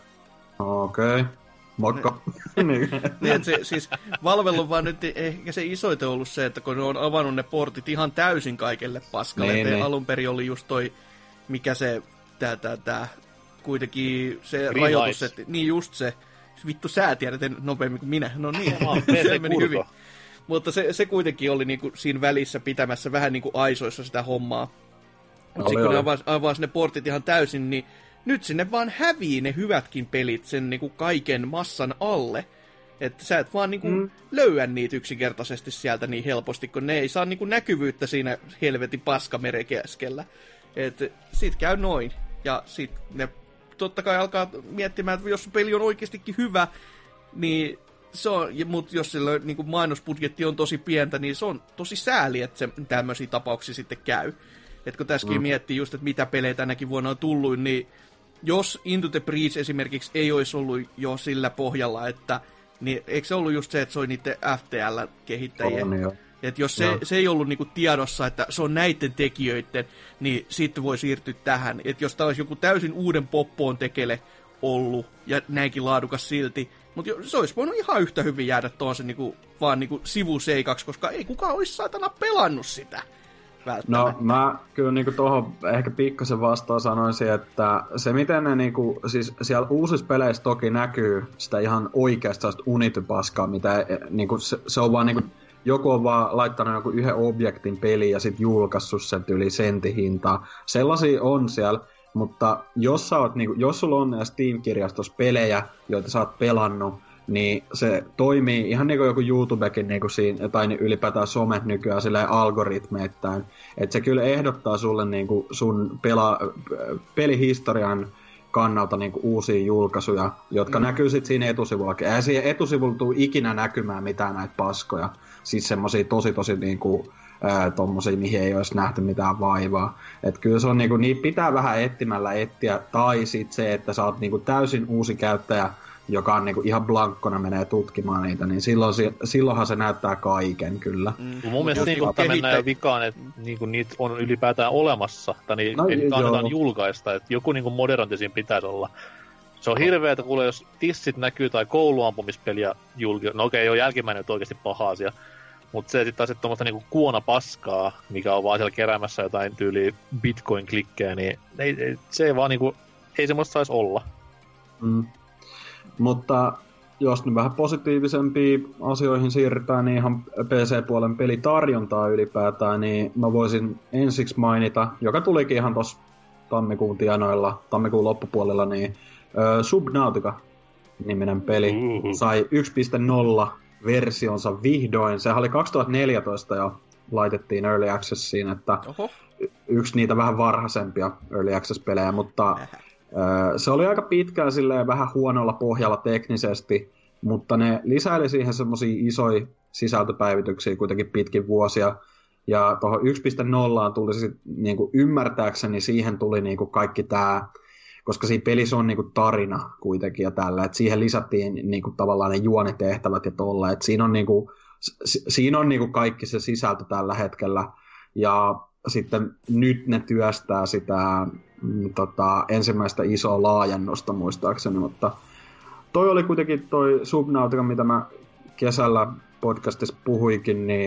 okei, okay. Mokko. niin, niin se, siis Valvella on vaan nyt ehkä se isoite ollut se, että kun ne on avannut ne portit ihan täysin kaikelle paskalle. Niin, niin. Alun perin oli just toi, mikä se, tää, tää, tää, kuitenkin se Green rajoitus, että, niin just se, vittu sä tiedät nopeammin kuin minä, no niin, se meni hyvin. Mutta se, se kuitenkin oli niinku siinä välissä pitämässä vähän niinku aisoissa sitä hommaa. Mutta sitten kun ne avasi, avasi ne portit ihan täysin, niin nyt sinne vaan hävii ne hyvätkin pelit sen niinku kaiken massan alle. Että sä et vaan niinku mm. löyä niitä yksinkertaisesti sieltä niin helposti, kun ne ei saa niinku näkyvyyttä siinä helvetin paskamerekeskellä. Että sit käy noin. Ja sit ne totta kai alkaa miettimään, että jos peli on oikeastikin hyvä, niin se on, mutta jos sillä niin mainosbudjetti on tosi pientä, niin se on tosi sääli, että se tämmöisiä tapauksia sitten käy. Että kun tässäkin mm. miettii just, että mitä pelejä tänäkin vuonna on tullut, niin jos Into the Breach esimerkiksi ei olisi ollut jo sillä pohjalla, että niin eikö se ollut just se, että se oli niiden F T L-kehittäjien? Että jos se, se ei ollut niinku tiedossa, että se on näiden tekijöiden, niin sitten voi siirtyä tähän. Että jos tämä olisi joku täysin uuden poppoon tekele ollut, ja näinkin laadukas silti, mutta se olisi voinut ihan yhtä hyvin jäädä tuossa niinku, vaan niinku sivuseikaksi, koska ei kukaan olisi saatana pelannut sitä. No mä kyllä niinku tuohon ehkä pikkasen vastaan sanoisin, että se miten ne niinku, siis siellä uusissa peleissä toki näkyy sitä ihan oikeasta Unity-paskaa, mitä niinku, se, se on vaan niinku, joku on vaan laittanut joku yhden objektin peliin ja sitten julkaissut sen yli sentin hintaa. Sellaisia on siellä, mutta jos, sä oot, niinku, jos sulla on Steam-kirjastossa pelejä, joita sä oot pelannut, niin se toimii ihan niin kuin joku YouTubekin niin siinä, tai niin ylipäätään somet nykyään silleen algoritmeittäin. Että se kyllä ehdottaa sulle niin kuin sun pela, pelihistorian kannalta niin kuin uusia julkaisuja, jotka mm. näkyy sitten siinä etusivullakin. Eihän siihen etusivulla tule ikinä näkymään mitään näitä paskoja. Siis semmosia tosi tosi niinku, ää, tommosia, mihin ei olisi nähty mitään vaivaa. Et kyllä se on niinku, niitä pitää vähän etsimällä etsiä, tai sit se, että sä oot niinku täysin uusi käyttäjä, joka on niinku ihan blankkona menee tutkimaan niitä, niin silloin, silloinhan se näyttää kaiken kyllä. Mm. Mun mielestä niinku, kehittä... mennään jo vikaan, että niinku, niitä on ylipäätään olemassa, tai niin, no, ei niitä annetaan julkaista, että joku niinku moderointi siinä pitäisi olla. Se on hirveetä, kuule, jos tissit näkyy tai kouluampumispeliä julki... No okei, okay, joo, jälkimmäinen on oikeasti paha asia. Mutta se sitten taas tuommoista niinku kuonapaskaa, mikä on vaan siellä keräämässä jotain tyyliä bitcoin-klikkejä, niin ei, ei, se ei vaan niinku... Ei semmoista saisi olla. Mm. Mutta jos nyt vähän positiivisempiin asioihin siirrytään, niin ihan P C-puolen pelitarjontaa ylipäätään, niin mä voisin ensiksi mainita, joka tulikin ihan tuossa tammikuun tienoilla, tammikuun loppupuolella, niin äh, Subnautica-niminen peli mm-hmm. sai yksi piste nolla versionsa vihdoin. Sehän oli kaksituhattaneljätoista jo laitettiin Early Accessiin, että Oho. yksi niitä vähän varhaisempia Early Access-pelejä, mutta äh, se oli aika pitkään silleen vähän huonolla pohjalla teknisesti, mutta ne lisäili siihen semmosia isoja sisältöpäivityksiä kuitenkin pitkin vuosia. Ja tuohon yksi piste nolla tuli sitten niinku ymmärtääkseni, siihen tuli niinku kaikki tää, koska siinä pelissä on niinku tarina kuitenkin ja tällä, että siihen lisättiin niinku tavallaan ne juonitehtävät ja tolle, että siinä on niinku, siinä on niinku kaikki se sisältö tällä hetkellä. Ja sitten nyt ne työstää sitä mm, tota, ensimmäistä isoa laajennusta muistaakseni, mutta toi oli kuitenkin toi Subnautica, mitä mä kesällä podcastissa puhuikin, niin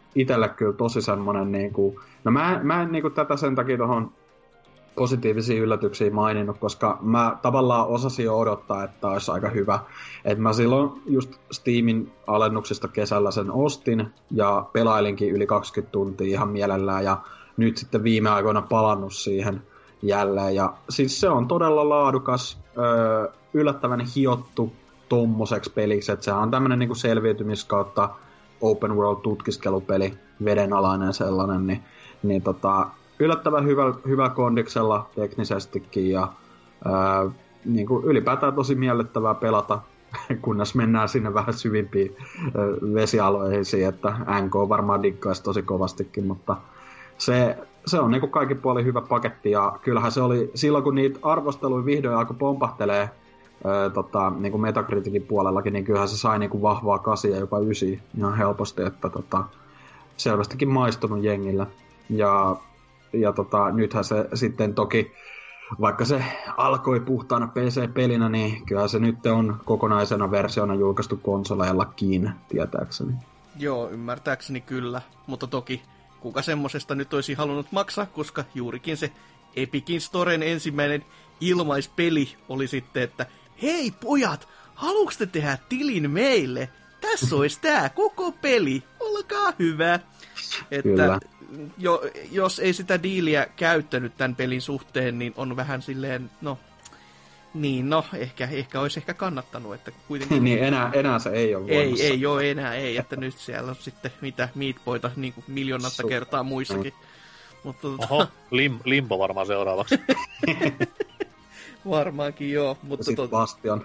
itselle kyllä tosi semmonen niinku... No mä, mä en niinku tätä sen takia tohon positiivisia yllätyksiä maininnut, koska mä tavallaan osasin jo odottaa, että olisi aika hyvä. Et mä silloin just Steamin alennuksista kesällä sen ostin ja pelailinkin yli kaksikymmentä tuntia ihan mielellään ja nyt sitten viime aikoina palannut siihen jälleen. Ja siis se on todella laadukas, öö, yllättävän hiottu tommoseksi peliksi, että sehän on tämmönen niinku selviytymis kautta open world tutkiskelupeli, vedenalainen sellainen, niin, niin tota, yllättävän hyvä, hyvä kondiksella teknisestikin ja ää, niinku ylipäätään tosi miellyttävää pelata, kunnes mennään sinne vähän syvimpiin ää, vesialueisiin, että N K varmaan diggaisi tosi kovastikin, mutta se, se on niinku kaikin puolin hyvä paketti ja kyllähän se oli silloin, kun niitä arvosteluja vihdoin alkoi pompahtelee Öö, tota, niinku Metacriticin puolellakin, niin kyllähän se sai niinku vahvaa kasia ja jopa ysi ihan helposti, että tota, selvästikin maistunut jengillä. Ja, ja tota, nythän se sitten toki, vaikka se alkoi puhtaana P C-pelinä, niin kyllähän se nyt on kokonaisena versiona julkaistu konsoleillakin, tietääkseni. Joo, ymmärtääkseni kyllä, mutta toki kuka semmosesta nyt olisi halunnut maksaa, koska juurikin se Epicin Storen ensimmäinen ilmaispeli oli sitten, että hei pojat, haluuks te tehdä tilin meille? Tässä olisi tää koko peli, olkaa hyvä. Että jo, jos ei sitä diiliä käyttänyt tämän pelin suhteen, niin on vähän silleen, no, niin no, ehkä, ehkä olisi ehkä kannattanut, että kuitenkin... niin enää, enää se ei ole voimassa. Ei, ei ole enää, ei, että nyt siellä on sitten mitä Meatboyta niin kuin miljoonatta Su- kertaa muissakin. Mutta, Oho, lim, Limbo varmaan seuraavaksi. Varmaankin joo, mutta... Ja sit tot... Bastion.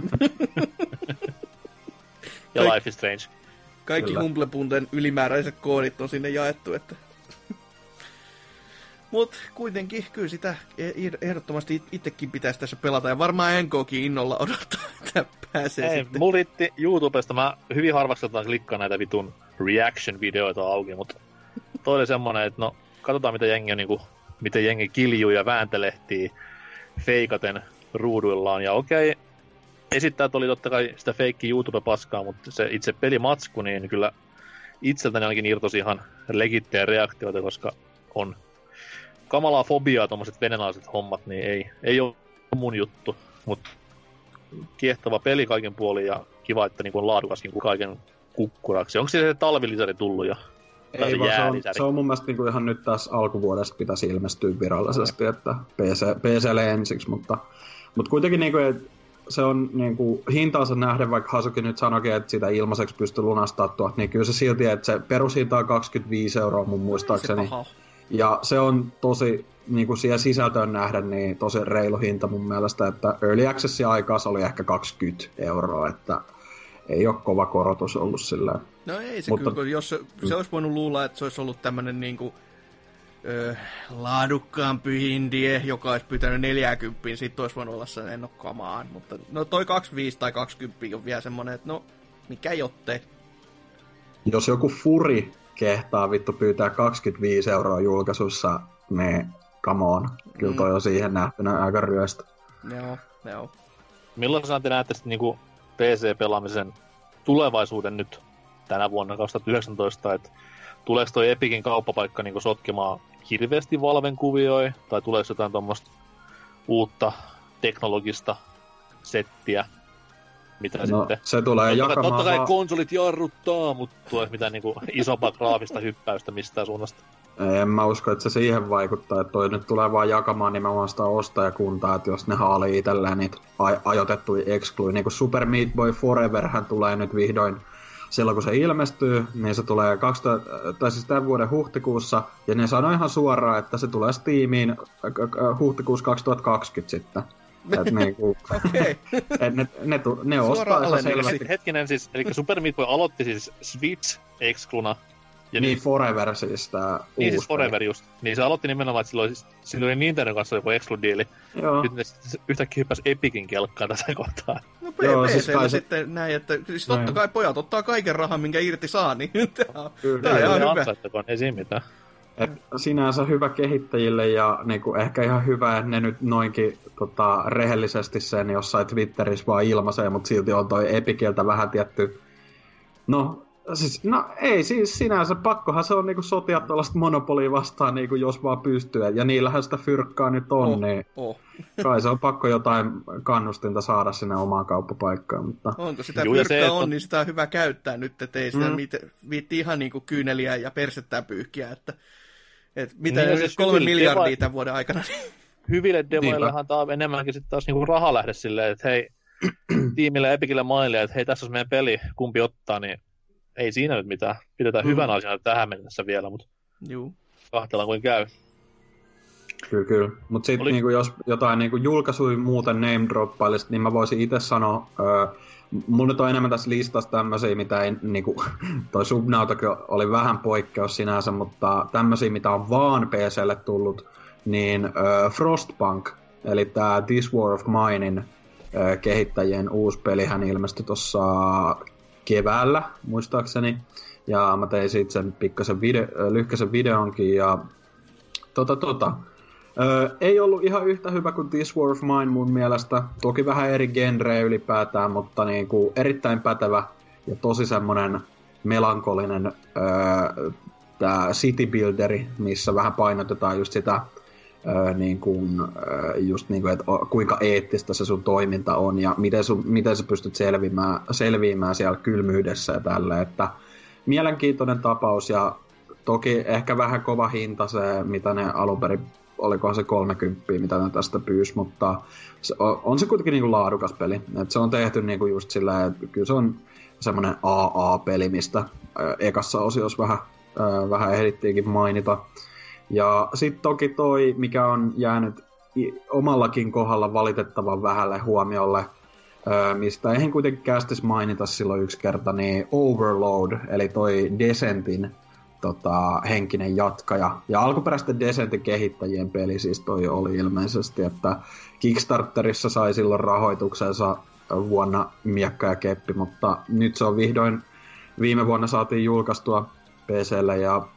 ja Life is Strange. Kaikki Humblebunden ylimääräiset koodit on sinne jaettu, että... Mut kuitenkin, kyllä sitä ehdottomasti itsekin pitäisi tässä pelata, ja varmaan N K:kin innolla odottaa, että pääsee Ei, sitten. Mulla riitti YouTubesta, mä hyvin harvakseltaan klikkaan näitä vitun reaction-videoita auki, mutta toi oli semmonen, että no, katsotaan mitä jengi on niinku, miten jengi kiljuu ja vääntelehtii feikaten ruuduillaan, ja okei, esittäjät oli totta kai sitä feikki YouTube-paskaa, mutta se itse pelimatsku, niin kyllä itseltäni ainakin irtosi ihan legittejä reaktioita, koska on kamalaa fobiaa tommoset venenalaiset hommat, niin ei, ei ole mun juttu, mutta kiehtova peli kaiken puolin ja kiva, että niin on laadukaskin kuin kaiken kukkuraksi. Onko se talvilisäri tullut jo? Ei vaan, se on, se on mun mielestä niin kuin ihan nyt tässä alkuvuodesta pitäisi ilmestyä virallisesti, että P C, P C:lle ensiksi, mutta, mutta kuitenkin niin kuin, se on niin kuin, hintaansa nähden, vaikka Hasuki nyt sanoikin, että sitä ilmaiseksi pystyy lunastamaan, niin kyllä se silti, että se perushinta on kaksikymmentäviisi euroa mun muistaakseni. Ja se on tosi, niin kuin siihen sisältöön nähden, niin tosi reilu hinta mun mielestä, että Early Accessin aikaa se oli ehkä kaksikymmentä euroa, että ei ole kova korotus ollut sillä. No ei se mutta, kyllä, jos se, se olisi voinut luulla, että se olisi ollut tämmönen niinku ö, laadukkaampi indie, joka olisi pyytänyt neljäkymmentä, sit olisi voinut olla sen ennokkamaan, mutta no toi kaksikymmentäviisi tai kaksikymmentä on vielä semmonen, että no, mikä jottei. Jos joku furi kehtaa vittu pyytää kaksikymmentäviisi euroa julkaisussa, niin come on. Kyllä toi on siihen nähtynä aika ryöstä. Joo, joo. Milloin sä te näette sitten niinku P C-pelaamisen tulevaisuuden nyt tänä vuonna kaksituhattayhdeksäntoista, että tuleeko toi Epicin kauppapaikka niinku sotkemaan hirveästi Valven kuvioita, tai tuleeko jotain tuommoista uutta teknologista settiä, mitä no, sitten... se tulee totta, jakamaan... Totta kai konsolit jarruttaa, mutta tuleeko mitään niinku isompaa graafista hyppäystä mistään suunnasta? En mä usko, että se siihen vaikuttaa, että toi nyt tulee vaan jakamaan nimenomaan sitä ostajakuntaa, että jos ne haalii itselleen niitä a- ajoitettuja excluja, niin kuin Super Meat Boy Foreverhän tulee nyt vihdoin silloin kun se ilmestyy, niin se tulee kaksituhatta, tai siis tämän vuoden huhtikuussa, ja ne sanoi ihan suoraan, että se tulee Steamiin huhtikuussa kaksituhattakaksikymmentä sitten. Et niinku, okay. et ne, ne, tu, ne ostaa ihan selvästi. Hetkinen siis, eli Super Meat Boy aloitti siis Switch-excluna. Ja niin, nyt... Forever siis tää Niin siis Forever just. Niin se aloitti nimenomaan, että silloin, silloin oli Nintendo kanssa joku exclu-diili. Joo. Nyt ne yhtäkkiä hyppäsi Epicin kelkkaan tässä kohtaa. No P C siis sitten näin, että siis totta kai pojat ottaa kaiken rahan, minkä irti saa, niin tää on, tää on ihan hyvä. Ei siinä mitään. Et sinänsä hyvä kehittäjille ja niinku ehkä ihan hyvä, että ne nyt noinkin tota, rehellisesti sen jossain Twitterissä vaan ilmaisee, mutta silti on toi Epiciltä vähän tietty... No, Siis, no ei siis sinänsä, pakkohan se on niinku sotia tuollaista monopolia vastaan, niinku, jos vaan pystyy. Ja niillähän sitä fyrkkaa nyt on, oh, niin oh. kai se on pakko jotain kannustinta saada sinne omaan kauppapaikkaan. Mutta... Onko sitä Juu, fyrkkaa se, on, on, niin sitä on hyvä käyttää nyt, että ei sitä mm. viitti ihan niinku kyyneliä ja persettää pyyhkiä, että et mitä niin, siis kolme miljardia deva... tämän vuoden aikana. Hyville demoillehan tämä on enemmänkin sitten taas niinku raha lähde silleen, että hei, tiimille Epicille maille, että hei, tässä on meidän peli, kumpi ottaa, niin ei siinä nyt mitään. Pidetään mm. hyvän asian tähän mennessä vielä, mutta Juu. Kahtellaan kuin käy. Kyllä, kyllä. Mutta sitten Oli... niinku, jos jotain niinku julkaisuja muuten name droppailisi, niin mä voisin itse sanoa, öö, mulla nyt on enemmän tässä listassa tämmöisiä, mitä ei, niinku, toi Subnautakin oli vähän poikkeus sinänsä, mutta tämmöisiä, mitä on vaan P C:lle tullut, niin öö, Frostpunk, eli tää This War of Minein öö, kehittäjien uusi pelihän ilmestyi tuossa keväällä, muistaakseni. Ja mä tein siitä sen pikkasen video, lyhkäisen videonkin. Ja tota, tota. Öö, ei ollut ihan yhtä hyvä kuin This War of Mine mun mielestä. Toki vähän eri genreä ylipäätään, mutta niinku erittäin pätevä ja tosi semmonen melankolinen öö, tää city builderi, missä vähän painotetaan just sitä Öö, niin kuin, öö, just niin kuin, että kuinka eettistä se sun toiminta on ja miten, sun, miten sä pystyt selviämään, selviämään siellä kylmyydessä ja tälle, että mielenkiintoinen tapaus ja toki ehkä vähän kova hinta se, mitä ne alun perin, olikohan se kolmekymmentä, mitä ne tästä pyysi, mutta se on, on se kuitenkin niin kuin laadukas peli, että se on tehty niin kuin just sillä, että kyllä se on semmoinen A A-peli, mistä öö, ekassa osiossa vähän, öö, vähän ehdittiinkin mainita. Ja sitten toki toi, mikä on jäänyt omallakin kohdalla valitettavan vähälle huomiolle, mistä eihän kuitenkin kästis mainita silloin yksi kerta, niin Overload, eli toi Descentin tota, henkinen jatkaja. Ja alkuperäisten Descentin kehittäjien peli siis toi oli ilmeisesti, että Kickstarterissa sai silloin rahoituksensa vuonna miekka ja keppi, mutta nyt se on vihdoin, viime vuonna saatiin julkaistua P C:lle ja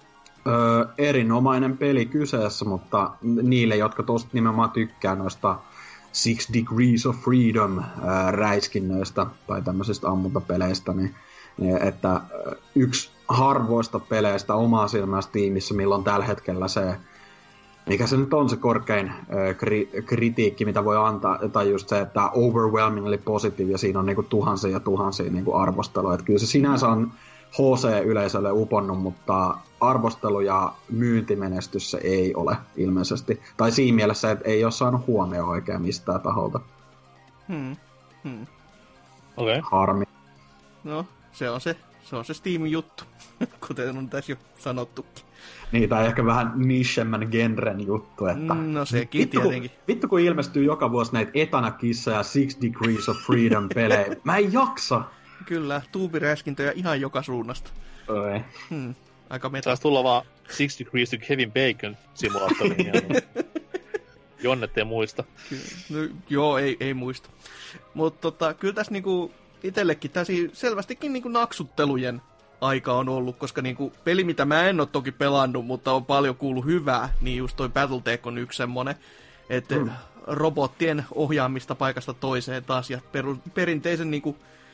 Öö, erinomainen peli kyseessä, mutta niille, jotka tosta nimenomaan tykkää noista Six Degrees of Freedom ää, räiskinnöistä tai tämmöisistä ammuntapeleistä, niin, niin että yksi harvoista peleistä omaa silmässä tiimissä, milloin tällä hetkellä se, mikä se nyt on se korkein ää, kri, kritiikki, mitä voi antaa, tai just se, että overwhelmingly positive, ja siinä on niinku tuhansia ja tuhansia niinku arvostelua. Että kyllä se sinänsä on H C-yleisölle uponnut, mutta arvostelu ja myyntimenestys se ei ole ilmeisesti. Tai siinä mielessä, että ei ole saanut huomioon oikein mistään taholta. Hmm. Hmm. Okei. Okay. Harmi. No, se on se, se on se Steamin juttu, kuten on tässä jo sanottukin. Niin, tai ehkä vähän nichemmän genren juttu, että... No sekin vittu, tietenkin. Kun, vittu kun ilmestyy joka vuosi näitä Etana Kissa ja Six Degrees of Freedom pelejä. Mä en jaksa! Kyllä, tuubiräskintöjä ihan joka suunnasta. Oi. Hmm, aika meta. Saisi tulla vaan Six Degrees to Kevin Bacon simulaattoriin. Jonnet ei muista. No, joo, ei, ei muista. Mutta tota, kyllä tässä niinku itsellekin tässä selvästikin niinku naksuttelujen aika on ollut, koska niinku peli, mitä mä en ole toki pelannut, mutta on paljon kuullut hyvää, niin just toi Battletech on yksi semmonen, että hmm. robottien ohjaamista paikasta toiseen taas, ja peru, perinteisen niinku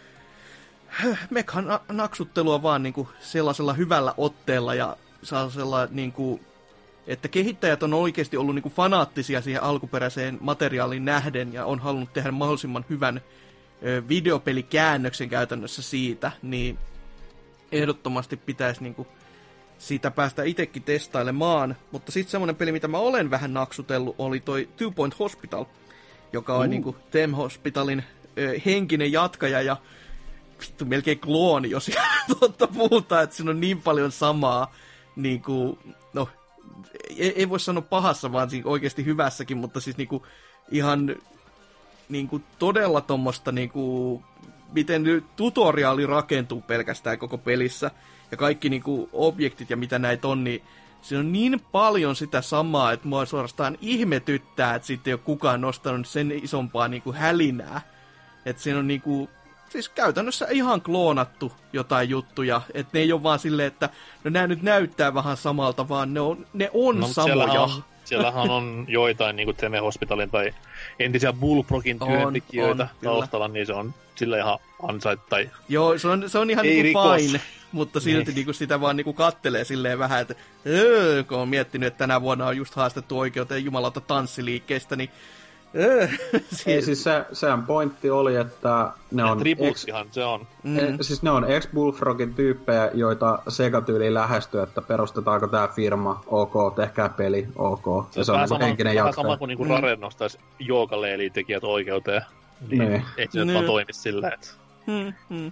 mekan naksuttelua vaan niinku sellaisella hyvällä otteella ja sellaisella niinku, että kehittäjät on oikeasti ollut niinku fanaattisia siihen alkuperäiseen materiaaliin nähden ja on halunnut tehdä mahdollisimman hyvän ö, videopelikäännöksen käytännössä siitä, niin ehdottomasti pitäisi niinku siitä päästä itsekin testailemaan. Mutta sitten semmoinen peli, mitä mä olen vähän naksutellut, oli toi Two Point Hospital, joka on uh. niinku Them Hospitalin ö, henkinen jatkaja ja vittu, melkein klooni, jos totta puhutaan, että siinä on niin paljon samaa, niin kuin, no, ei, ei voi sanoa pahassa, vaan siinä oikeasti hyvässäkin, mutta siis niin kuin, ihan niin kuin, todella tommoista, niin kuin, miten tutoriaali rakentuu pelkästään koko pelissä, ja kaikki niin kuin, objektit ja mitä näitä on, niin siinä on niin paljon sitä samaa, että mua suorastaan ihmetyttää, että sitten ei ole kukaan nostanut sen isompaa niin kuin, hälinää. Että siinä on niin kuin, siis käytännössä ihan kloonattu jotain juttuja, että ne ei ole vaan silleen, että no nämä nyt näyttää vähän samalta, vaan ne on, ne on no, samoja. Siellähän on, siellähän on joitain niinku Teme Hospitalin tai entisiä Bullfrogin työntekijöitä taustalla, niin se on sillä ihan ansait tai... Joo, se on, se on ihan niinku fine, mutta silti niin. niinku sitä vaan niinku kattelee silleen vähän, että öö, kun on miettinyt, että tänä vuonna on just haastettu oikeuteen jumalauta tanssiliikkeestä, niin öö, ei siis se, sehän pointti oli, että ne on... Tributsihan se on. Mm. E, siis ne on ex-Bullfrogin tyyppejä, joita Sega tyyliin lähestyy, että perustetaanko tää firma, ok, tehkää peli, ok. Se, se on vähän sama, henkinen vähän jatkaja. sama kuin niinku mm. Rare nostaisi Jookaleeli-tekijät oikeuteen. Niin, niin. Ei se nyt vaan toimisi sillä, että... Hmm, hmm.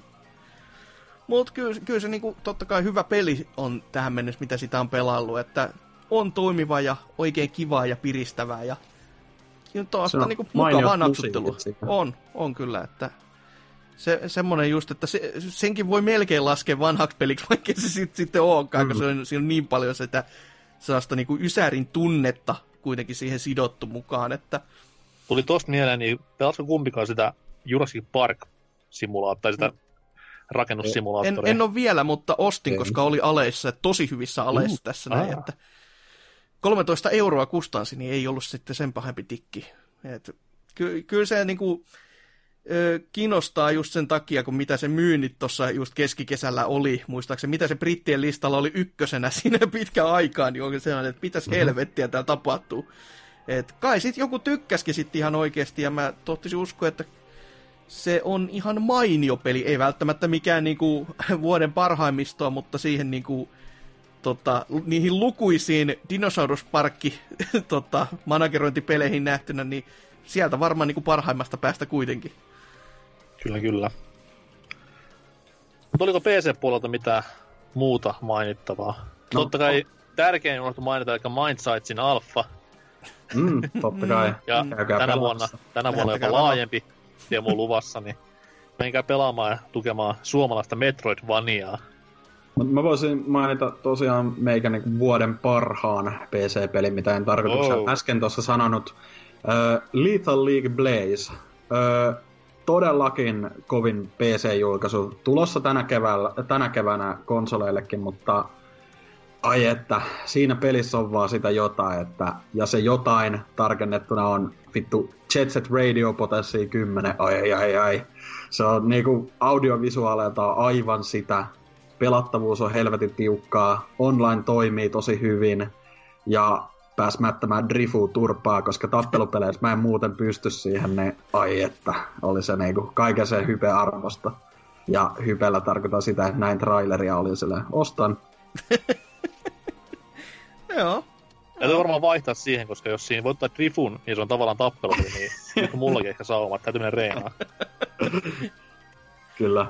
Mut kyllä, kyllä se niinku, totta kai hyvä peli on tähän mennessä, mitä sitä on pelaillut, että on toimiva ja oikein kivaa ja piristävää ja taas niinku mukavaa naksuttelua. On, on kyllä, että se, semmonen just, että se, senkin voi melkein laskea vanhaksi peliksi, vaikka se sit, sitten olekaan, mm. koska se on, siinä on niin paljon sitä sellaista niinku ysärin tunnetta kuitenkin siihen sidottu mukaan, että... Tuli tosta mieleen, niin pelasko kumpikaan sitä Jurassic Park-simulaattoria, sitä rakennussimulaattoria? En, en ole vielä, mutta ostin, koska oli aleissa, tosi hyvissä aleissa uh, tässä näin, että kolmetoista euroa kustansi, niin ei ollut sitten sen pahempi tikki. Et, ky, kyllä se niinku, ö, kiinnostaa just sen takia, kun mitä se myynnit tuossa just keskikesällä oli, muistaakseni, mitä se brittien listalla oli ykkösenä siinä pitkän aikaa, niin oikein sellainen, että pitäisi mm-hmm. helvettiä täällä tapahtuu. Et kai sit joku tykkäskin sit ihan oikeesti, ja mä tohtisin uskoa, että se on ihan mainio peli, ei välttämättä mikään niinku vuoden parhaimmistoa, mutta siihen niinku Tota, niihin lukuisiin dinosaurusparkki tota, managerointipeleihin nähtynä, niin sieltä varmaan niin kuin parhaimmasta päästä kuitenkin. Kyllä, kyllä. Mutta oliko P C-puolelta mitään muuta mainittavaa? No, totta kai no. Tärkein unohtu mainita, eli Mindsightsin alfa. Mm, totta kai. Ja tänä vuonna, tänä vuonna jopa laajempi demo luvassa, niin menkää pelaamaan ja tukemaan suomalaista Metroidvaniaa. Mä voisin mainita tosiaan meikä niinku vuoden parhaan P C-pelin, mitä en tarkoituksella oh. äsken tuossa sanonut. Uh, Lethal League Blaze. Uh, todellakin kovin P C-julkaisu. Tulossa tänä, keväällä, tänä keväänä konsoleillekin, mutta ai että, siinä pelissä on vaan sitä jotain, että, ja se jotain tarkennettuna on vittu Jet Set Radio Potenssiin kymmenen, ai ai ai. Se on niinku audiovisuaaleilta aivan sitä. Pelattavuus on helvetin tiukkaa, online toimii tosi hyvin, ja pääs mättämään Drifu turpaa, koska tappelupeleissä mä en muuten pysty siihen, niin ai että, oli se niinku kaiken sen hype arvosta. Ja hypellä tarkoittaa sitä, että näin traileria oli silleen, ostan. Joo. Täytyy varmaan vaihtaa siihen, koska jos siinä voittaa Drifun, niin se on tavallaan tappelupeli, niin niin mullakin ehkä sauma, että täytyy mennä reenaan. Kyllä.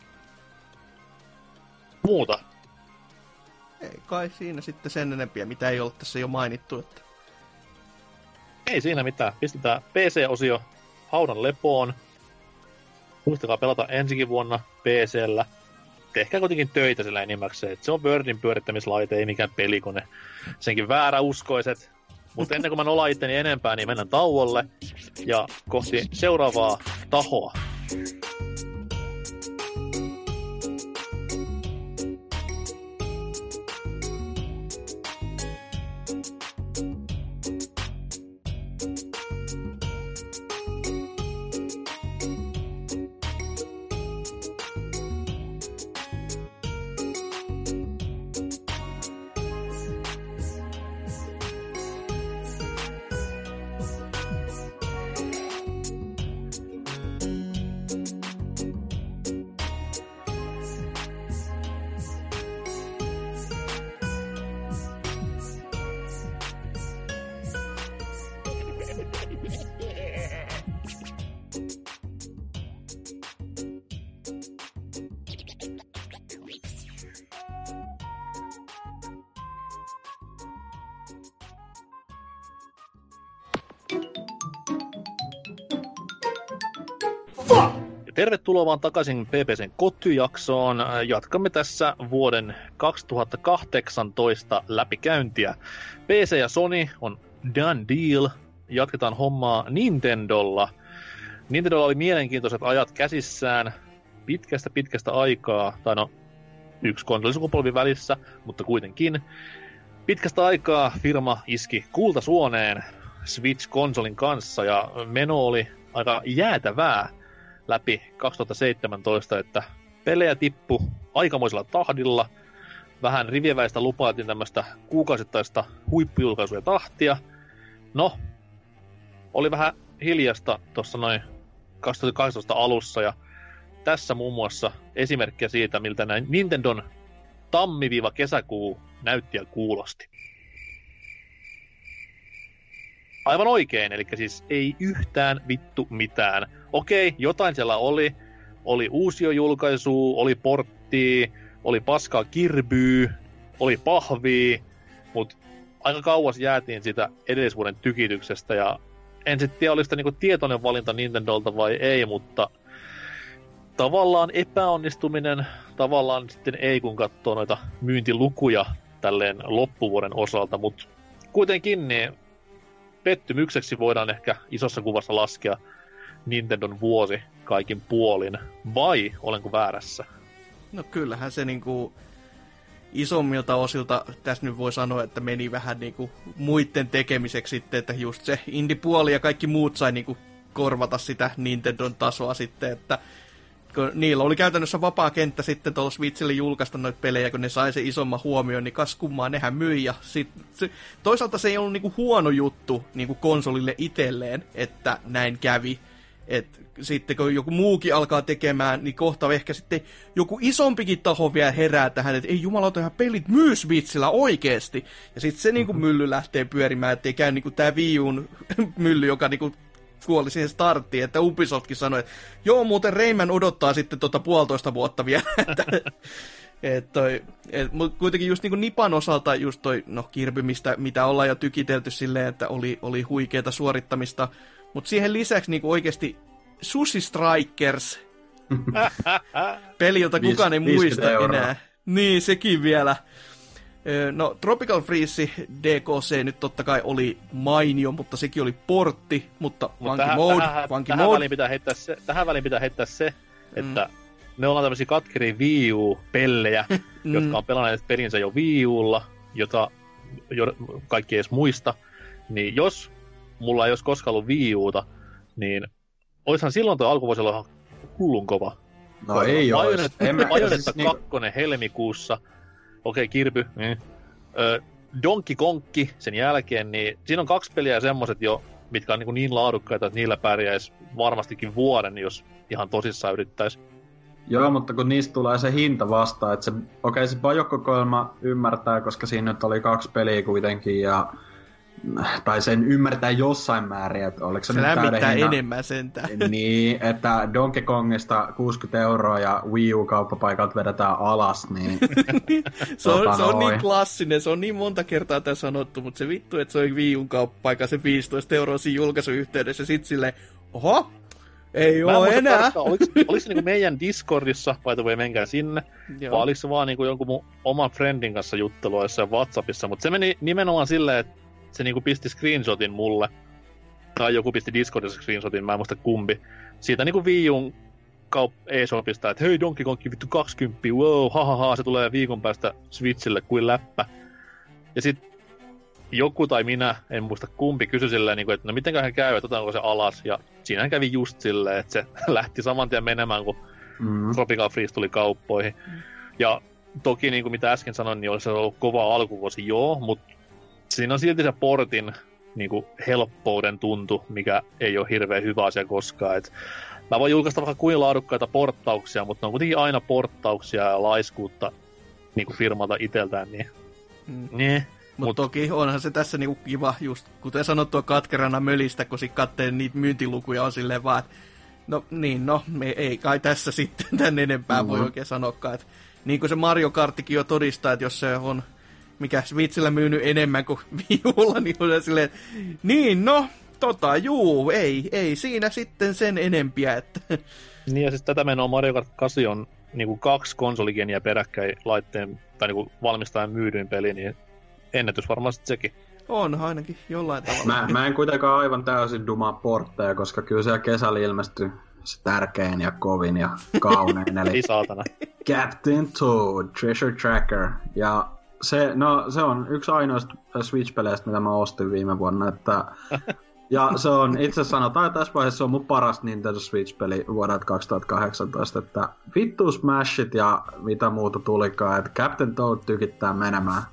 Muuta? Ei kai siinä sitten sen enempiä, mitä ei ole tässä jo mainittu. Että... Ei siinä mitään. Pistetään P C-osio haudan lepoon. Muistakaa pelata ensikin vuonna P C:llä. Tehkää kuitenkin töitä sillä enimmäkseen. Se on Wordin pyörittämislaite, ei mikään pelikone. Senkin vääräuskoiset. Mutta ennen kuin mä nolaan itteni enempää, niin mennään tauolle. Ja kohti seuraavaa tahoa. Tervetuloa vaan takaisin P P C:n kotyjaksoon. Jatkamme tässä vuoden kaksituhattakahdeksantoista läpikäyntiä. P C ja Sony on done deal. Jatketaan hommaa Nintendolla. Nintendolla oli mielenkiintoiset ajat käsissään pitkästä pitkästä aikaa. Tai no, yksi konsolisukupolvi välissä, mutta kuitenkin. Pitkästä aikaa firma iski kultasuoneen Switch-konsolin kanssa ja meno oli aika jäätävää läpi kaksituhattaseitsemäntoista, että pelejä tippu aikamoisella tahdilla. Vähän rivieväistä lupailtiin tämmöistä kuukausittaista huippujulkaisuja tahtia. No, oli vähän hiljasta tuossa noin kaksituhattakaksitoista alussa ja tässä muun muassa esimerkkiä siitä, miltä näin Nintendon tammi-kesäkuu näytti ja kuulosti. Aivan oikein, eli siis ei yhtään vittu mitään. Okei, jotain siellä oli. Oli uusio-julkaisua, oli porttia, oli paskaa Kirbyä, oli pahvia, mutta aika kauas jäätiin sitä edellisvuoden tykityksestä ja en sitten tiedä, oli sitä niinku tietoinen valinta Nintendolta vai ei, mutta tavallaan epäonnistuminen, tavallaan sitten ei, kun katsoo noita myyntilukuja tälleen loppuvuoden osalta, mutta kuitenkin niin pettymykseksi voidaan ehkä isossa kuvassa laskea Nintendon vuosi kaikin puolin, vai olenko väärässä? No kyllähän se niinku isommilta osilta tässä nyt voi sanoa, että meni vähän niinku muiden tekemiseksi sitten, että just se indie-puoli ja kaikki muut sai niinku korvata sitä Nintendon tasoa sitten, että kun niillä oli käytännössä vapaa kenttä sitten tuolla Switchille julkaista noita pelejä, kun ne sai se isomman huomioon, niin kas kummaa, nehän myi. Ja sit, se, toisaalta se ei ollut niinku huono juttu niinku konsolille itselleen, että näin kävi. Et sitten kun joku muukin alkaa tekemään, niin kohta ehkä sitten joku isompikin taho vielä herää tähän, että ei jumalauta, ihan pelit myy Switchillä oikeesti. Ja sitten se niinku mylly lähtee pyörimään, ettei käy niinku tää Wii U:n mylly, joka niinku kuoli siihen starttiin, että Ubisoftkin sanoi, että joo, muuten Rayman odottaa sitten tota puolitoista vuotta vielä. et toi, et, mutta kuitenkin just niinku Nipan osalta just toi, no Kirby, mistä, mitä ollaan jo tykitelty silleen, että oli, oli huikeeta suorittamista, mutta siihen lisäksi niinku oikeasti Sushi Strikers, peli, jota kukaan ei muista enää. Niin, sekin vielä. No, Tropical Freeze D K C nyt totta kai oli mainio, mutta sekin oli portti, mutta Mut funky tähän, mode, tähän, funky tähän, mode. Väliin pitää heittää se, tähän väliin pitää heittää se, että mm. ne ollaan tämmöisiä katkeria Wii U-pellejä, mm. jotka on pelanneet pelinsä jo Wii Ulla, jota jo, kaikki ei edes muista. Niin jos mulla ei olisi koskaan ollut Wii Uta, niin oishan silloin tuo alkuvuosi ollut ihan hullun kova. No Koska ei ois. Bayonetta kakkonen helmikuussa. Okei, okay, Kirby. Mm. Ö, Donkey Kongki sen jälkeen, niin siinä on kaksi peliä semmoset jo, mitkä on niin, niin laadukkaita, että niillä pärjäisi varmastikin vuoden, jos ihan tosissaan yrittäisi. Joo, mutta kun niistä tulee se hinta vastaan, että se, okei okay, se Bajo-kokoelma ymmärtää, koska siinä nyt oli kaksi peliä kuitenkin, ja tai sen ymmärtää jossain määrin, että oliko se, se nyt täyden hinnan. Enemmän sentään. Niin, että Donkey Kongista kuusikymmentä euroa ja Wii U-kauppapaikat vedetään alas, niin se on, tota se on niin klassinen, se on niin monta kertaa tämä sanottu, mutta se vittu, että se on Wii U-kauppapaikka se viisitoista euroa siinä julkaisuyhteydessä, ja sit silleen, oho, ei oo enää. Tarkkaan, oliko, oliko se niinku meidän Discordissa, by the way, menkää sinne, Joo. vai oliko se vaan niinku jonkun mun oman friendin kanssa juttelua jossain WhatsAppissa, mutta se meni nimenomaan silleen, että se niinku pisti screenshotin mulle, tai joku pisti Discordissa screenshotin, mä en muista kumpi, siitä niinku Wii U:n kaup- eShopista, että hei Donkey Kong vittu kaksikymmentä, wow, hahaha, se tulee viikon päästä Switchille kuin läppä. Ja sit joku tai minä, en muista kumpi, kysyi silleen, niinku, että no mitenköhän käy, että otetaanko se alas, ja siinähän kävi just silleen, että se lähti saman tien menemään, kun mm. Tropical Freeze tuli kauppoihin. Ja toki, niin kuin mitä äsken sanoin, niin olisi ollut kova alkuvuosi, joo, mutta siinä on silti se portin niin kuin helppouden tuntu, mikä ei ole hirveän hyvä asia koskaan. Et mä voin julkaista vaikka kuin laadukkaita porttauksia, mutta ne on kuitenkin aina porttauksia ja laiskuutta niin kuin firmalta itseltään. Niin. Mm. Niin. Mutta Mut toki onhan se tässä niinku kiva, just kuten sanottua katkerana mölistä, kun sit katsee niitä myyntilukuja on silleen vaan, että no niin, no me ei kai tässä sitten tän enempää mm-hmm. voi oikein sanoakaan. Et, niin kuin se Mario Karttikin jo todistaa, että jos se on mikä Switchillä myynyt enemmän kuin Wii Ulla, niin on se silleen, niin no, tota juu, ei, ei siinä sitten sen enempiä, että niin ja siis tätä menoa Mario Kart kahdeksan on niinku kaksi konsoligeniä peräkkäin laitteen, tai niinku valmistajan myydyin peli, niin ennätys varmasti sekin. On ainakin jollain tavalla. Mä, mä en kuitenkaan aivan täysin dumaa portteja, koska kyllä siellä kesällä ilmestyi se tärkein ja kovin ja kaunein, eli ei saatana. Captain Toad, Treasure Tracker. Ja Se, no, se on yksi ainoista Switch-peleistä, mitä mä ostin viime vuonna, että... Ja se on, itse sanotaan, että tässä vaiheessa se on mun paras Nintendo Switch-peli vuodelta kaksituhattakahdeksantoista, että vittu Smashit ja mitä muuta tulikaan, että Captain Toad tykittää menemään.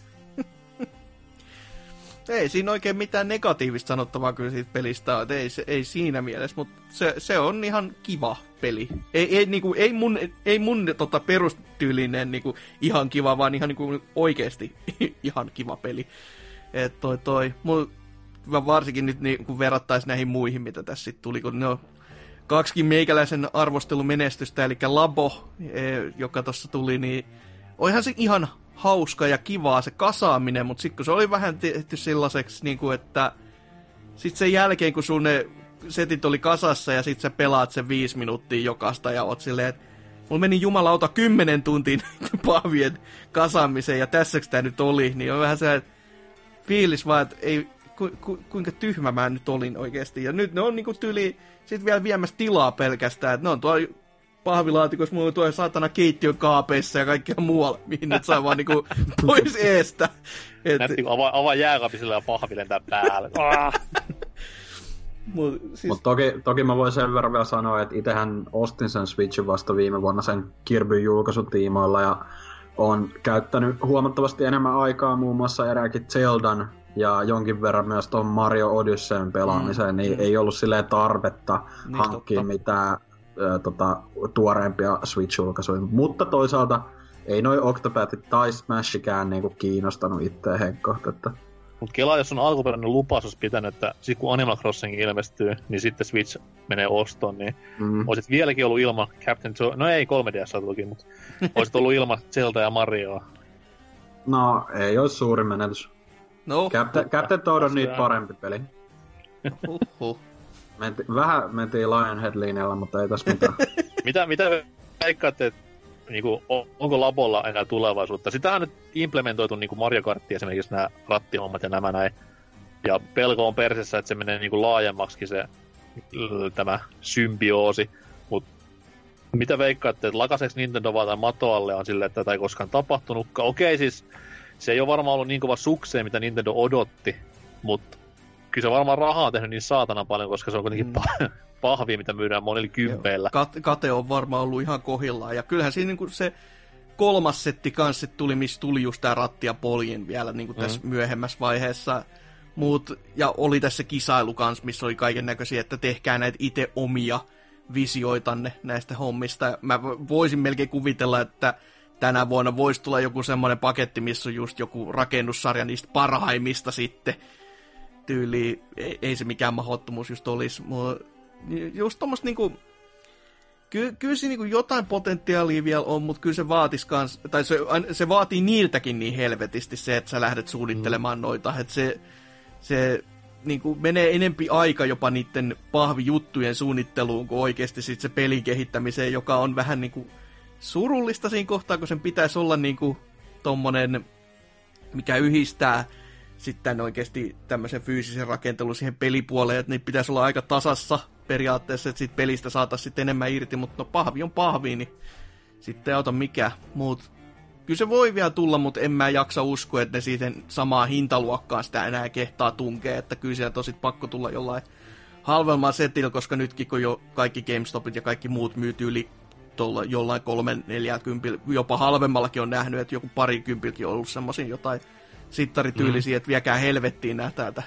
Ei siinä oikein mitään negatiivista sanottavaa kyllä siitä pelistä on, ei, ei siinä mielessä, mutta se, se on ihan kiva peli. Ei, ei, niinku, ei mun, ei mun tota, perustyylinen niinku, ihan kiva, vaan ihan niinku, oikeasti ihan kiva peli. Et toi toi, mun, varsinkin nyt niin, kun verrattaisiin näihin muihin, mitä tässä sitten tuli, kun ne on kaksikin meikäläisen arvostelumenestystä, eli Labo, joka tuossa tuli, niin olihan se ihan hauska ja kivaa se kasaaminen, mutta sitten kun se oli vähän tehty sellaiseksi, niin kuin, että sitten sen jälkeen, kun sun ne setit oli kasassa ja sitten sä pelaat sen viisi minuuttia jokaista ja oot silleen, että mulla meni jumalauta kymmenen tuntia pahvien kasaamiseen ja tässäks tää nyt oli, niin on vähän se fiilis vaan, että ei, ku, ku, kuinka tyhmä mä nyt olin oikeesti. Ja nyt ne on niinku tyyli sit vielä viemässä tilaa pelkästään, että ne on tuolla pahvilaatikossa, mulla on tuolla saatana keittiön kaapeissa ja kaikkea muualla, mihin nyt saa vaan niinku pois eestä. Et... Näytti, kun avaa, avaa jääkaapisilla ja pahvi lentää päälle. Mut, siis... Mut toki, toki mä voin sen verran vielä sanoa, että itehän ostin sen Switchin vasta viime vuonna sen Kirbyn julkaisutiimoilla ja on käyttänyt huomattavasti enemmän aikaa muun muassa erääkin Zeldan ja jonkin verran myös tuon Mario Odysseyn pelaamiseen, mm. niin mm. ei ollut silleen tarvetta niin, hankkia totta. mitään ö, tota, tuoreempia Switch-julkaisuja. Mutta toisaalta ei noi Octopathit tai Smashikään niinku kiinnostanut itseä henkkohta. Että... Mut Kela, jos on alkuperäinen lupaus olisi pitänyt, että sit kun Animal Crossing ilmestyy, niin sitten Switch menee ostoon, niin mm. olisit vieläkin ollut ilman Captain Toad, no ei kolme D S toki, mutta olisit ollut ilman Zelda ja Marioa. No, ei olisi suuri menetys. No, Captain, Captain Toad on niitä parempi peli. Uhuh. Menti, vähän mentiin Lionhead-linjalla, mutta ei tässä mitään. mitä, mitä veikkaatte, että niinku, onko Labolla enää tulevaisuutta? Sitähän on nyt implementoitu niinku Mario Karttiin esimerkiksi nämä rattihommat ja nämä näin. Ja pelko on persessä, että se menee niinku laajemmaksikin se tämä symbioosi. Mut mitä veikkaatte, että lakaseeko Nintendo vaan tai matoalle on silleen, että tätä ei koskaan tapahtunutkaan? Okei, siis se ei ole varmaan ollut niin kova sukseen, mitä Nintendo odotti, mutta kyllä se varmaan rahaa on tehnyt niin saatana paljon, koska se on kuitenkin mm. pahvia, mitä myydään monilla kympeillä. Kat- kate on varmaan ollut ihan kohillaan, ja kyllähän siinä niin se kolmas setti kanssa tuli, missä tuli just tää ratti ja poljin vielä niin kuin tässä mm. myöhemmässä vaiheessa. Mut, ja oli tässä kisailu kanssa, missä oli kaiken näköisiä, että tehkää näitä itse omia visioitanne näistä hommista. Mä voisin melkein kuvitella, että tänä vuonna voisi tulla joku semmoinen paketti, missä on just joku rakennussarja niistä parhaimmista sitten. Tyyli, ei, ei se mikään mahdottomuus just olisi. Mutta just tommoista niinku... Ky, kyllä se niinku jotain potentiaalia vielä on, mutta kyllä se vaatis kans... Tai se, se vaatii niiltäkin niin helvetisti se, että sä lähdet suunnittelemaan mm. noita. Että se... se niinku menee enempi aika jopa niiden pahvijuttujen suunnitteluun kuin oikeasti sit se pelin kehittämiseen, joka on vähän niinku surullista siinä kohtaa, kun sen pitäisi olla niinku tommonen, mikä yhdistää sitten oikeasti tämmöisen fyysisen rakentelun siihen pelipuoleen, että niitä pitäisi olla aika tasassa periaatteessa, että siitä pelistä saataisiin sitten enemmän irti, mutta no pahvi on pahvi, niin sitten ei auta mikään. Mut kyllä se voi vielä tulla, mutta en mä jaksa uskoa, että ne siitä samaa hintaluokkaan sitä enää kehtaa tunkea, että kyllä sieltä on sit pakko tulla jollain halvemmalla setillä, koska nytkin kun jo kaikki GameStopit ja kaikki muut myyt yli tuolla jollain kolmen, neljäkympillä, jopa halvemmallakin on nähnyt, että joku parikympilläkin on ollut semmosia jotain sittarityylisiä, mm. että viekää helvettiin nää täältä.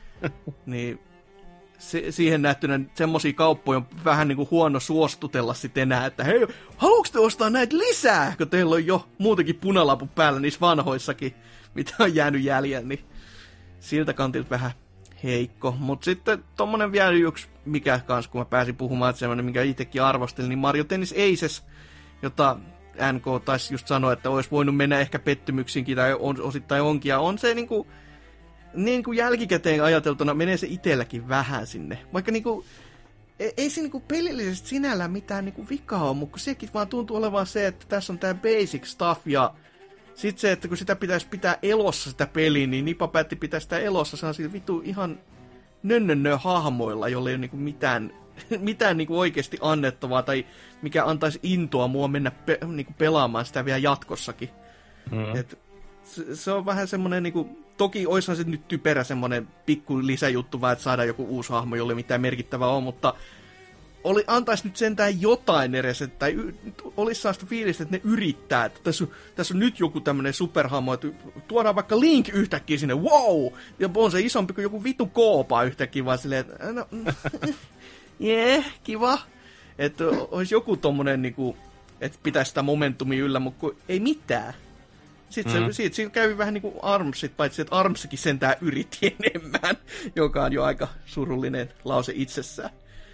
Niin se, siihen nähtynä semmosia kauppoja on vähän niinku huono suostutella sit enää, että hei, haluuks te ostaa näitä lisää, kun teillä on jo muutenkin punalapu päällä niissä vanhoissakin, mitä on jäänyt jäljellä, niin siltä kantilta vähän heikko. Mut sitten tommonen vielä yksi, mikä kans, kun mä pääsin puhumaan, että semmonen, minkä itsekin arvostelin, niin Mario Tennis Aces, jota N K taisi just sanoa, että olisi voinut mennä ehkä pettymyksiinkin, tai on, osittain onkin, ja on se niinku, niin kuin jälkikäteen ajateltuna menee se itselläkin vähän sinne. Vaikka niinku, ei, ei se niinku pelillisesti sinällään mitään niinku vikaa ole, mutta sekin vaan tuntuu olevan se, että tässä on tää basic stuff, ja sit se, että kun sitä pitäisi pitää elossa sitä peliä, niin Nipa päätti pitää sitä elossa sellaisilla vitu ihan nönnönnö hahmoilla, jolle ei ole niinku mitään, mitään niinku oikeasti annettavaa, tai mikä antaisi intoa mua mennä pe- niinku pelaamaan sitä vielä jatkossakin. Mm. Et, se, se on vähän semmoinen, niinku, toki oishan se nyt typerä semmoinen pikku lisäjuttu, vaan että saadaan joku uusi hahmo, jolle mitään merkittävää on, mutta oli, antaisi nyt sentään jotain edes, että tai olisi sellaista fiilistä, että ne yrittää, että tässä on, tässä on nyt joku tämmöinen superhahmo, että tuodaan vaikka Link yhtäkkiä sinne, wow, ja on se isompi kuin joku vitu koopa yhtäkkiä, vaan silleen, että no, jee, yeah, kiva, että olisi joku tommonen niinku, että pitäisi sitä momentumia yllä, mutta ei mitään. Sitten mm-hmm. se, siitä, siitä kävi vähän niin kuin Armsit, paitsi että Armsikin sentään yritti enemmän, joka on jo aika surullinen lause itsessään.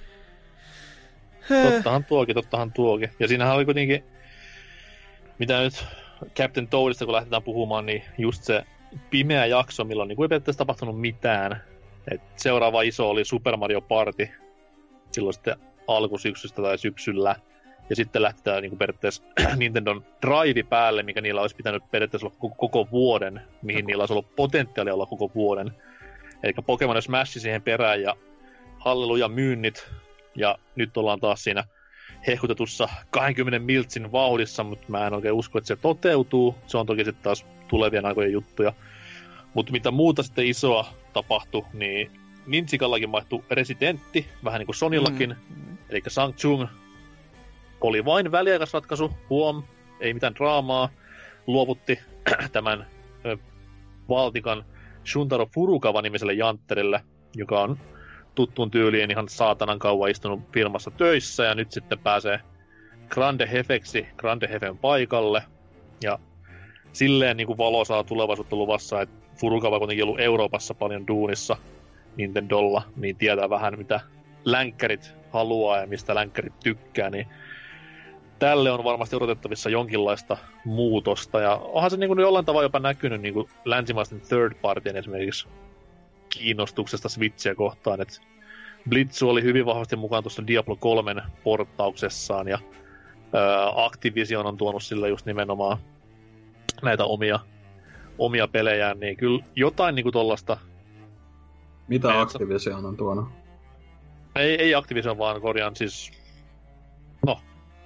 Tottahan tuokin, tottahan tuokin. Ja siinähän oli kuitenkin, mitä nyt Captain Toadista kun lähdetään puhumaan, niin just se pimeä jakso, milloin niin ei periaatteessa tapahtunut mitään. Et seuraava iso oli Super Mario Party, silloin sitten alkusyksystä tai syksyllä. Ja sitten lähti tämä niin periaatteessa Nintendon Drive päälle, mikä niillä olisi pitänyt periaatteessa olla koko, koko vuoden, mihin niillä olisi ollut potentiaalia olla koko vuoden. Eli Pokemon Smash siihen perään ja halleluja myynnit. Ja nyt ollaan taas siinä hehkutetussa kaksikymmentä miltsin vauhdissa, mutta mä en oikein usko, että se toteutuu. Se on toki sitten taas tulevien aikojen juttuja. Mutta mitä muuta sitten isoa tapahtui, niin Ninjikallakin vaihtui Residentti, vähän niin kuin Sonillakin. Mm. Eli Shang Tsung oli vain väliaikaisratkaisu, huom, ei mitään draamaa. Luovutti tämän ö, valtikan Shuntaro Furukawa-nimiselle jantterille, joka on tuttuun tyyliin ihan saatanan kauan istunut firmassa töissä, ja nyt sitten pääsee Grande Hefeksi, Grande Hefen paikalle, ja silleen niin kuin valoisaa tulevaisuutta luvassa, että Furukawa on kuitenkin ollut Euroopassa paljon duunissa Nintendolla, niin tietää vähän mitä länkkärit haluaa ja mistä länkkärit tykkää, niin tälle on varmasti odotettavissa jonkinlaista muutosta, ja onhan se niin kuin jollain tavalla jopa näkynyt niin kuin länsimaisten third partien esimerkiksi kiinnostuksesta Switchiä kohtaan, että Blitzu oli hyvin vahvasti mukaan tuossa Diablo kolmen porttauksessaan, ja ää, Activision on tuonut sille just nimenomaan näitä omia, omia pelejään, niin kyllä jotain niinku tollasta... Mitä meidän... Activision on tuonut? Ei, ei Activision, vaan korjaan siis... No.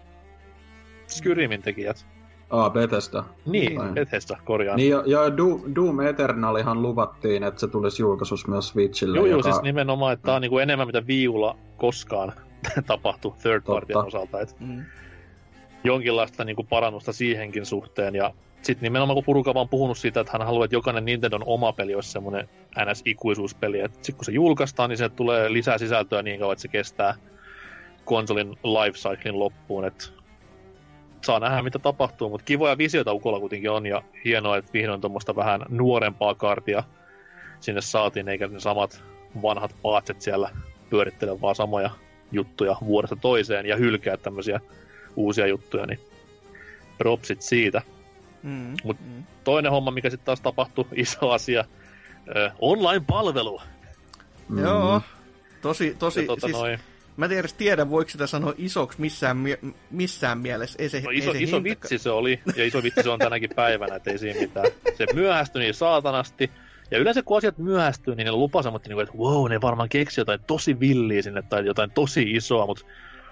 Skyrimin tekijät. Ah, Bethesda. Niin, tai... Bethesda, korjaan. Niin, ja, ja Doom Eternalihan luvattiin, että se tulisi julkaisuus myös Switchille. Joo, joka... joo, siis nimenomaan, että tää on niinku enemmän mitä viulla koskaan tapahtui third partien osalta. Et mm. jonkinlaista niinku parannusta siihenkin suhteen. Ja sitten nimenomaan kun Furukawa on puhunut siitä, että hän haluaa, että jokainen Nintendon oma peli olisi semmoinen N S-ikuisuuspeli. Sitten kun se julkaistaan, niin se tulee lisää sisältöä niin kauan, että se kestää konsolin lifecyclein loppuun. Et saa nähdä, mitä tapahtuu, mutta kivoja visioita Ukolla kuitenkin on, ja hienoa, että vihdoin tuommoista vähän nuorempaa kaartia sinne saatiin, eikä ne samat vanhat paatset siellä pyörittele vaan samoja juttuja vuodesta toiseen, ja hylkää tämmöisiä uusia juttuja, niin propsit siitä. Mm, mutta mm. toinen homma, mikä sitten taas tapahtui, iso asia, äh, online-palvelu. Mm. Joo, tosi, tosi, tuota, siis... Noin. Mä en edes tiedä, voiko sitä sanoa isoksi missään, mie- missään mielessä. Ei se, no iso, ei se iso hinta... vitsi se oli, ja iso vitsi se on tänäkin päivänä, ettei siinä mitään. Se myöhästyi niin saatanasti. Ja yleensä kun asiat myöhästyy, niin ne lupaa semmoinen, että wow, ne varmaan keksi jotain tosi villiä sinne, tai jotain tosi isoa, mutta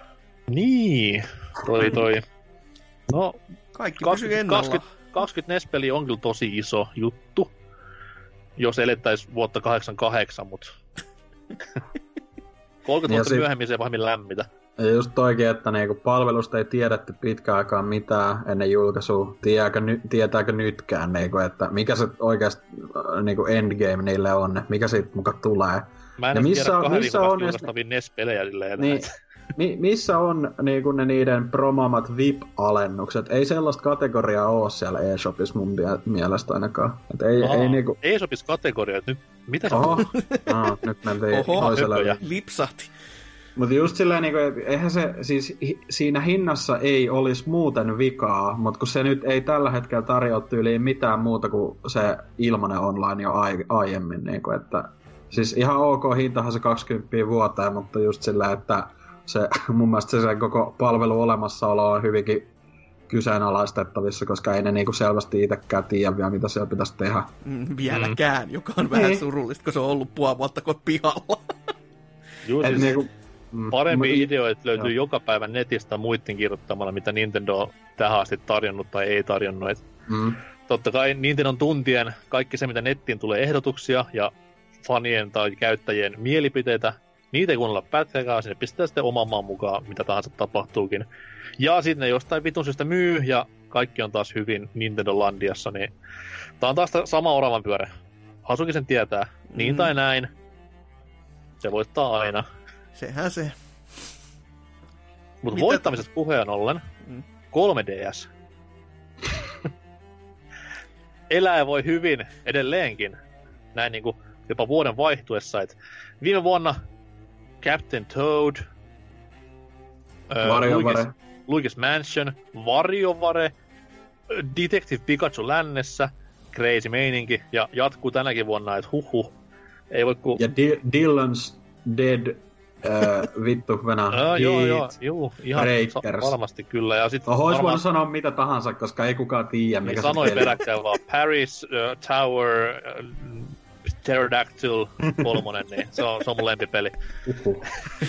niin, toi toi. No, kaikki kaksikymmentä, kaksikymmentä, kaksikymmentä N E S-peli on kyllä tosi iso juttu, jos elettäisiin vuotta kahdeksankymmentäkahdeksan, mutta... kolmekymmentä vuotta sit... myöhemmin se ei pahemmin lämmitä. Ja just toikin, että niinku palvelusta ei tiedetty pitkään aikaan mitään ennen julkaisua. Tiedääkö, ny- tietääkö nytkään, niinku, että mikä se oikeasti niinku endgame niille on, mikä siitä muka tulee. Mä en ja missä, tiedä kahden viikon vasta julkaistavia N E S-pelejä silleen. Niin, mi- missä on niinku ne niiden promaamat V I P-alennukset? Ei sellaista kategoriaa ole siellä eShopissa mun mielestä ainakaan. Et ei, Aha, ei niinku... eShopissa kategoria, nyt mitä sä Oho, no, nyt mentiin toiselle. Lipsahti. Mutta just silleen, niinku, eihän se, siis hi, siinä hinnassa ei olisi muuten vikaa, mutta kun se nyt ei tällä hetkellä tarjoa tyyliin mitään muuta kuin se ilmanen online jo ai, aiemmin, niinku, että siis ihan ok hintahan se kaksikymmentä vuoteen, mutta just silleen, että se, mun mielestä se, se koko palvelu olemassaolo on hyvinkin kyseenalaistettavissa, koska ei ne niinku selvästi itsekään tiedä vielä, mitä siellä pitäisi tehdä. Mm, vieläkään, mm. joka on vähän niin surullista, kun se on ollut puoli vuotta kuin pihalla. Juu, siis niinku, mm, parempi mut, ideoita löytyy joo. joka päivä netistä muiden kirjoittamalla, mitä Nintendo on tähän asti tarjonnut tai ei tarjonnut. Et mm. totta kai Nintendon tuntien kaikki se, mitä nettiin tulee ehdotuksia ja fanien tai käyttäjien mielipiteitä, niitä ei kuunnella pätkääkään, sinne pistetään sitten oman maan mukaan, mitä tahansa tapahtuukin. Ja sitten ne jostain vitun syystä myy, ja kaikki on taas hyvin Nintendo-landiassa, niin tää on taas sama oravan pyörä. Hasuki sen tietää, niin mm. tai näin. Se voittaa aina. Sehän se. Mutta voittamisesta puheen ollen, mm. kolme D S. Elää voi hyvin edelleenkin. Näin niinku jopa vuoden vaihtuessa, että viime vuonna Captain Toad, Variovare. Luigi's, Luigi's Mansion, Variovare, Detective Pikachu lännessä, crazy meininki, ja jatkuu tänäkin vuonna, että huhhuh, ei voi ku... Ja Di- Dylan's Dead, äh, vittu venä, no, joo, joo, joo, ihan sa- varmasti kyllä. Ja sit Oho, olisi varmaan... voinut sanoa mitä tahansa, koska ei kukaan tiedä, mikä niin se sanoi peräkkäin vaan Paris, uh, Tower, uh, Pterodactyl kolmonen, niin se on, se on mun lempipeli. Uhuh.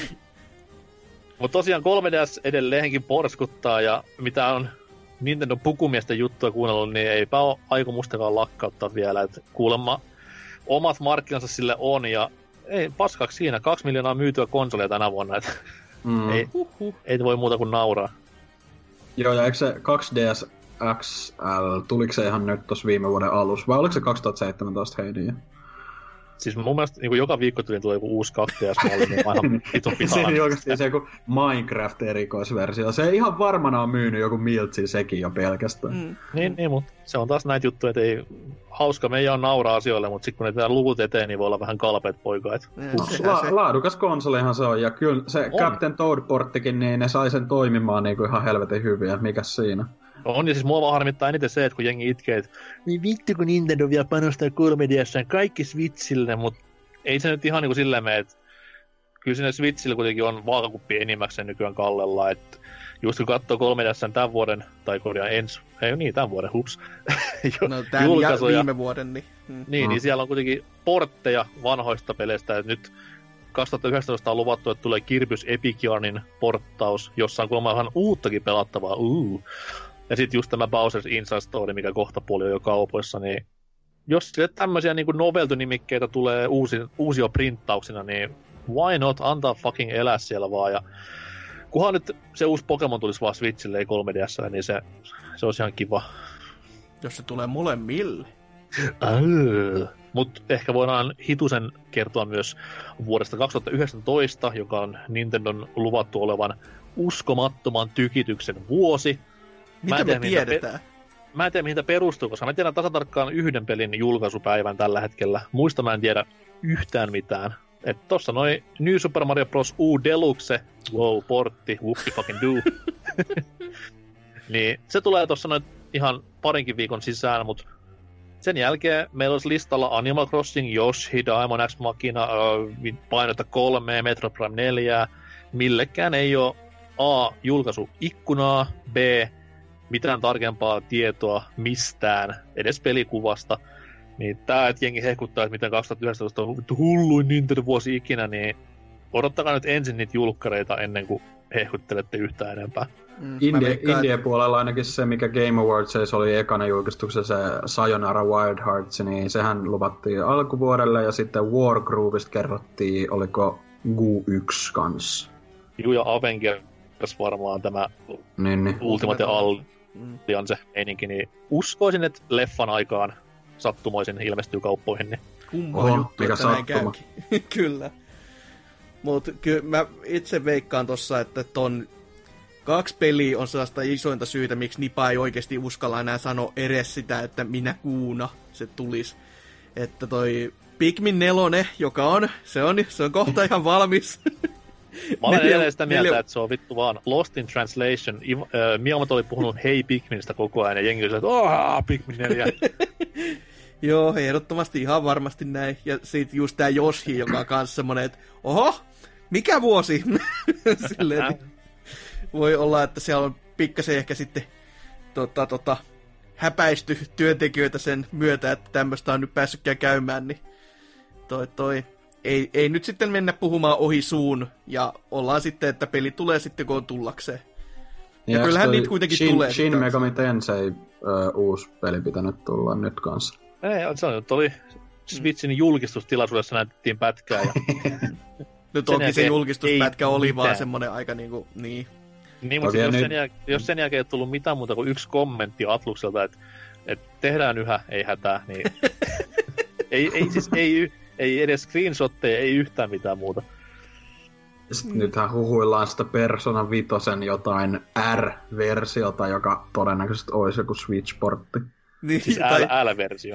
Mutta tosiaan kolme D S edelleenkin porskuttaa, ja mitä on Nintendo pukumiesten juttua kuunnellut, niin eipä ole aikomustakaan lakkauttaa vielä. Et kuulemma omat markkinansa sille on, ja ei paskaksi siinä, kaksi miljoonaa myytyä konsolia tänä vuonna, et mm. ei, uhuh. ei voi muuta kuin nauraa. Joo, ja eikö se kaksi D S X L, tuliko se ihan nyt tossa viime vuoden alussa, vai oliko se kaksituhattaseitsemäntoista Heidi? Siis mun mielestä niin joka viikko tuli tulee joku uusi kaksi D S-malli, niin mä ihan vitun pitää. Se oikeasti se joku Minecraft-erikoisversio. Se ihan varmana on myynyt joku miltsi sekin jo pelkästään. Mm. Niin, niin, mutta se on taas näitä juttuja, että ei hauska meidän on nauraa asioille, mutta sitten kun ne tehdään luvut eteen, niin voi olla vähän kalpeet poika. Et, no, la- laadukas konsolihan se on, ja kyllä se on. Captain Toad-porttikin, niin ne sai sen toimimaan niin kuin ihan helvetin hyvin, ja mikäs siinä? On, ja siis mua vaan harmittaa eniten se, että kun jengi itkee, että niin vittu kun Nintendo vielä panostaa kolme D S:ään kaikki Switchille, mutta ei se nyt ihan niin kuin silleen mene, että kyllä siinä Switchillä kuitenkin on vaakakuppi enimmäkseen nykyään kallella, että just kun katsoo kolme D S:n tämän vuoden, tai korjaan ensi, ei niin tämän vuoden, hups, no tämän ja viime vuoden, niin. Mm. Niin, niin siellä on kuitenkin portteja vanhoista peleistä, että nyt kaksituhattayhdeksäntoista on luvattu, että tulee Kirby's Epic Yarnin porttaus, jossa on kuulemma ihan uuttakin pelattavaa, uh. Ja sitten just tämä Bowser's Inside Story, mikä kohta puoli on jo kaupoissa, niin jos sille tämmöisiä niin novelty-nimikkeitä tulee uusi, uusia printtauksina, niin why not antaa fucking elää siellä vaan. Ja kunhan nyt se uusi Pokemon tulisi vaan Switchille, ei kolme D S:lle, niin se, se olisi ihan kiva. Jos se tulee molemmille. Mutta ehkä voidaan hitusen kertoa myös vuodesta kaksituhattayhdeksäntoista, joka on Nintendon luvattu olevan uskomattoman tykityksen vuosi. Mitä me, tiedä, me tiedetään? Pe- mä en tiedä, mihin tämä perustuu, koska mä tiedän tasatarkkaan yhden pelin julkaisupäivän tällä hetkellä. Muista mä en tiedä yhtään mitään. Että tossa noi New Super Mario Bros. U Deluxe, wow, portti, whoopty fucking do. Niin se tulee tossa noin ihan parinkin viikon sisään, mut sen jälkeen meillä olisi listalla Animal Crossing, Yoshi, Diamond X Machina, äh, Bayonetta kolme, Metro Prime neljä. Millekään ei ole A. julkaisuikkunaa, B. mitään tarkempaa tietoa mistään, edes pelikuvasta. Niin tää, että jengi hehkuttaa, että miten kaksituhattayhdeksäntoista on hulluin Nintendo-vuosi ikinä, niin odottakaa nyt ensin niitä julkkareita ennen kuin hehkuttelette yhtään enempää. Mm, Indie, Indie-puolella ainakin se, mikä Game Awards oli ekana julkistuksessa, se Sayonara Wild Hearts, niin sehän luvattiin alkuvuodelle, ja sitten Wargroovista kerrottiin, oliko G U yksi kanssa. Juu, ja Avengers varmaan tämä niin, niin. Ultimate Alliance meininki, niin uskoisin, että leffan aikaan sattumoisin ilmestyy kauppoihin. Niin. Kummaa Oho, juttu, että näin käykin. Kyllä. Mutta kyllä mä itse veikkaan tossa, että ton kaksi peliä on sellaista isointa syytä, miksi Nipa ei oikeasti uskalla enää sanoa edes sitä, että minä kuuna se tulisi. Että toi Pikmin nelonen, joka on, se on, se on kohta ihan valmis. Mä olen edelleen sitä mieltä, neljä... että se on vittu vaan Lost in Translation. Iv- äh, Miyamoto oli puhunut hei Pikministä koko ajan, ja jengi oli että ooo, Pikmin neljä. Joo, ehdottomasti ihan varmasti näin. Ja sit just tää Yoshi, joka on kans semmonen, että oho, mikä vuosi? Silleen, niin voi olla, että siellä on pikkasen ehkä sitten tota, tota, häpäisty työntekijöitä sen myötä, että tämmöistä on nyt päässytkään käymään, niin toi toi. Ei, ei nyt sitten mennä puhumaan ohi suun, ja ollaan sitten, että peli tulee sitten kun on tullakseen. Ja, ja kyllähän niitä kuitenkin Shin, tulee. Shin Megami Tensei uh, uusi peli pitänyt tulla nyt kanssa. Ei, se on, oli Switchin julkistustilaisuudessa näytettiin pätkää. Ja... no toki se julkistuspätkä oli mitään. vaan semmonen aika niinku, niin. Niin, mutta jos, nyt... sen jäl- jos sen jälkeen ei tullut mitään muuta kuin yksi kommentti Atlukselta, että et tehdään yhä, ei hätää, niin ei, ei, siis, ei, ei edes screenshotteja, ei yhtään mitään muuta. Sitten mm. nythän huhuillaan sitä Persona Vitosen jotain R-versiota, joka todennäköisesti olisi joku Switch-portti. Niin, siis tai... L-versio.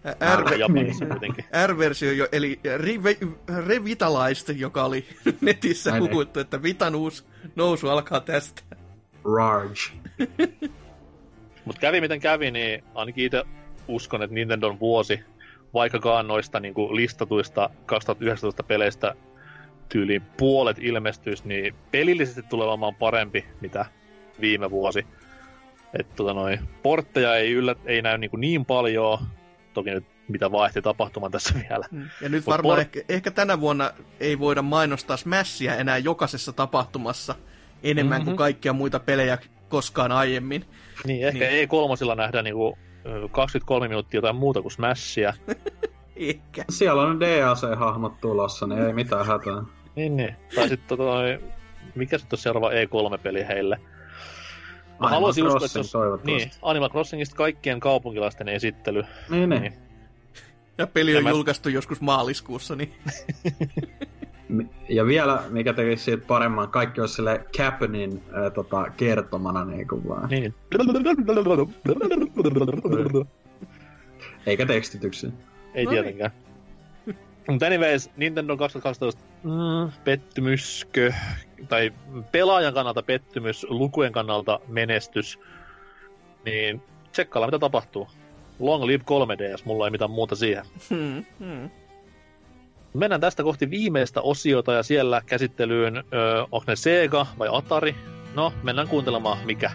R- R-versio, jo, eli Re- Revitalized, joka oli netissä Aine. huhuittu, että Vitan uusi nousu alkaa tästä. Rarge. Mut kävi miten kävi, niin ainakin itse uskon, että Nintendon vuosi, vaikkakaan noista niinku listatuista kaksituhattayhdeksäntoista peleistä tyyliin puolet ilmestyisi, niin pelillisesti tulee olemaan parempi, mitä viime vuosi. Että tota noi, portteja ei, yllä, ei näy niinku niin paljon, toki nyt mitä vaihti tapahtuman tässä vielä. Ja nyt varmaan por... ehkä, ehkä tänä vuonna ei voida mainostaa Smashia enää jokaisessa tapahtumassa enemmän mm-hmm. kuin kaikkia muita pelejä koskaan aiemmin. Niin, ehkä niin. E kolme nähdään niinku kaksikymmentäkolme minuuttia jotain muuta kuin Smashia. Ehkä. Siellä on D L C-hahmot tulossa, niin ei mitään hätää. Niin, niin. Tai sitten toi, mikä sitten on seuraava E kolme-peli heille? Mä Animal haluaisin Crossing, uskoa, että niin, Animal Crossingista kaikkien kaupunkilaisten esittely. Niin, niin. Ja peli on ja mä... julkaistu joskus maaliskuussa, niin... Ja vielä, mikä tekisi siitä paremman, kaikki olisi silleen Capnin äh, tota, kertomana niin kuin vaan. Niin. Eikä tekstityksiä. Ei no tietenkään. Mutta anyways, Nintendo kaksituhattakaksitoista mm, pettymyskö, tai pelaajan kannalta pettymys, lukujen kannalta menestys, niin tsekkaillaan mitä tapahtuu. Long live kolme D S, mulla ei mitään muuta siihen. Hmm, hmm. Mennään tästä kohti viimeistä osiota ja siellä käsittelyyn, öö, onko ne Sega vai Atari? No, mennään kuuntelemaan mikä.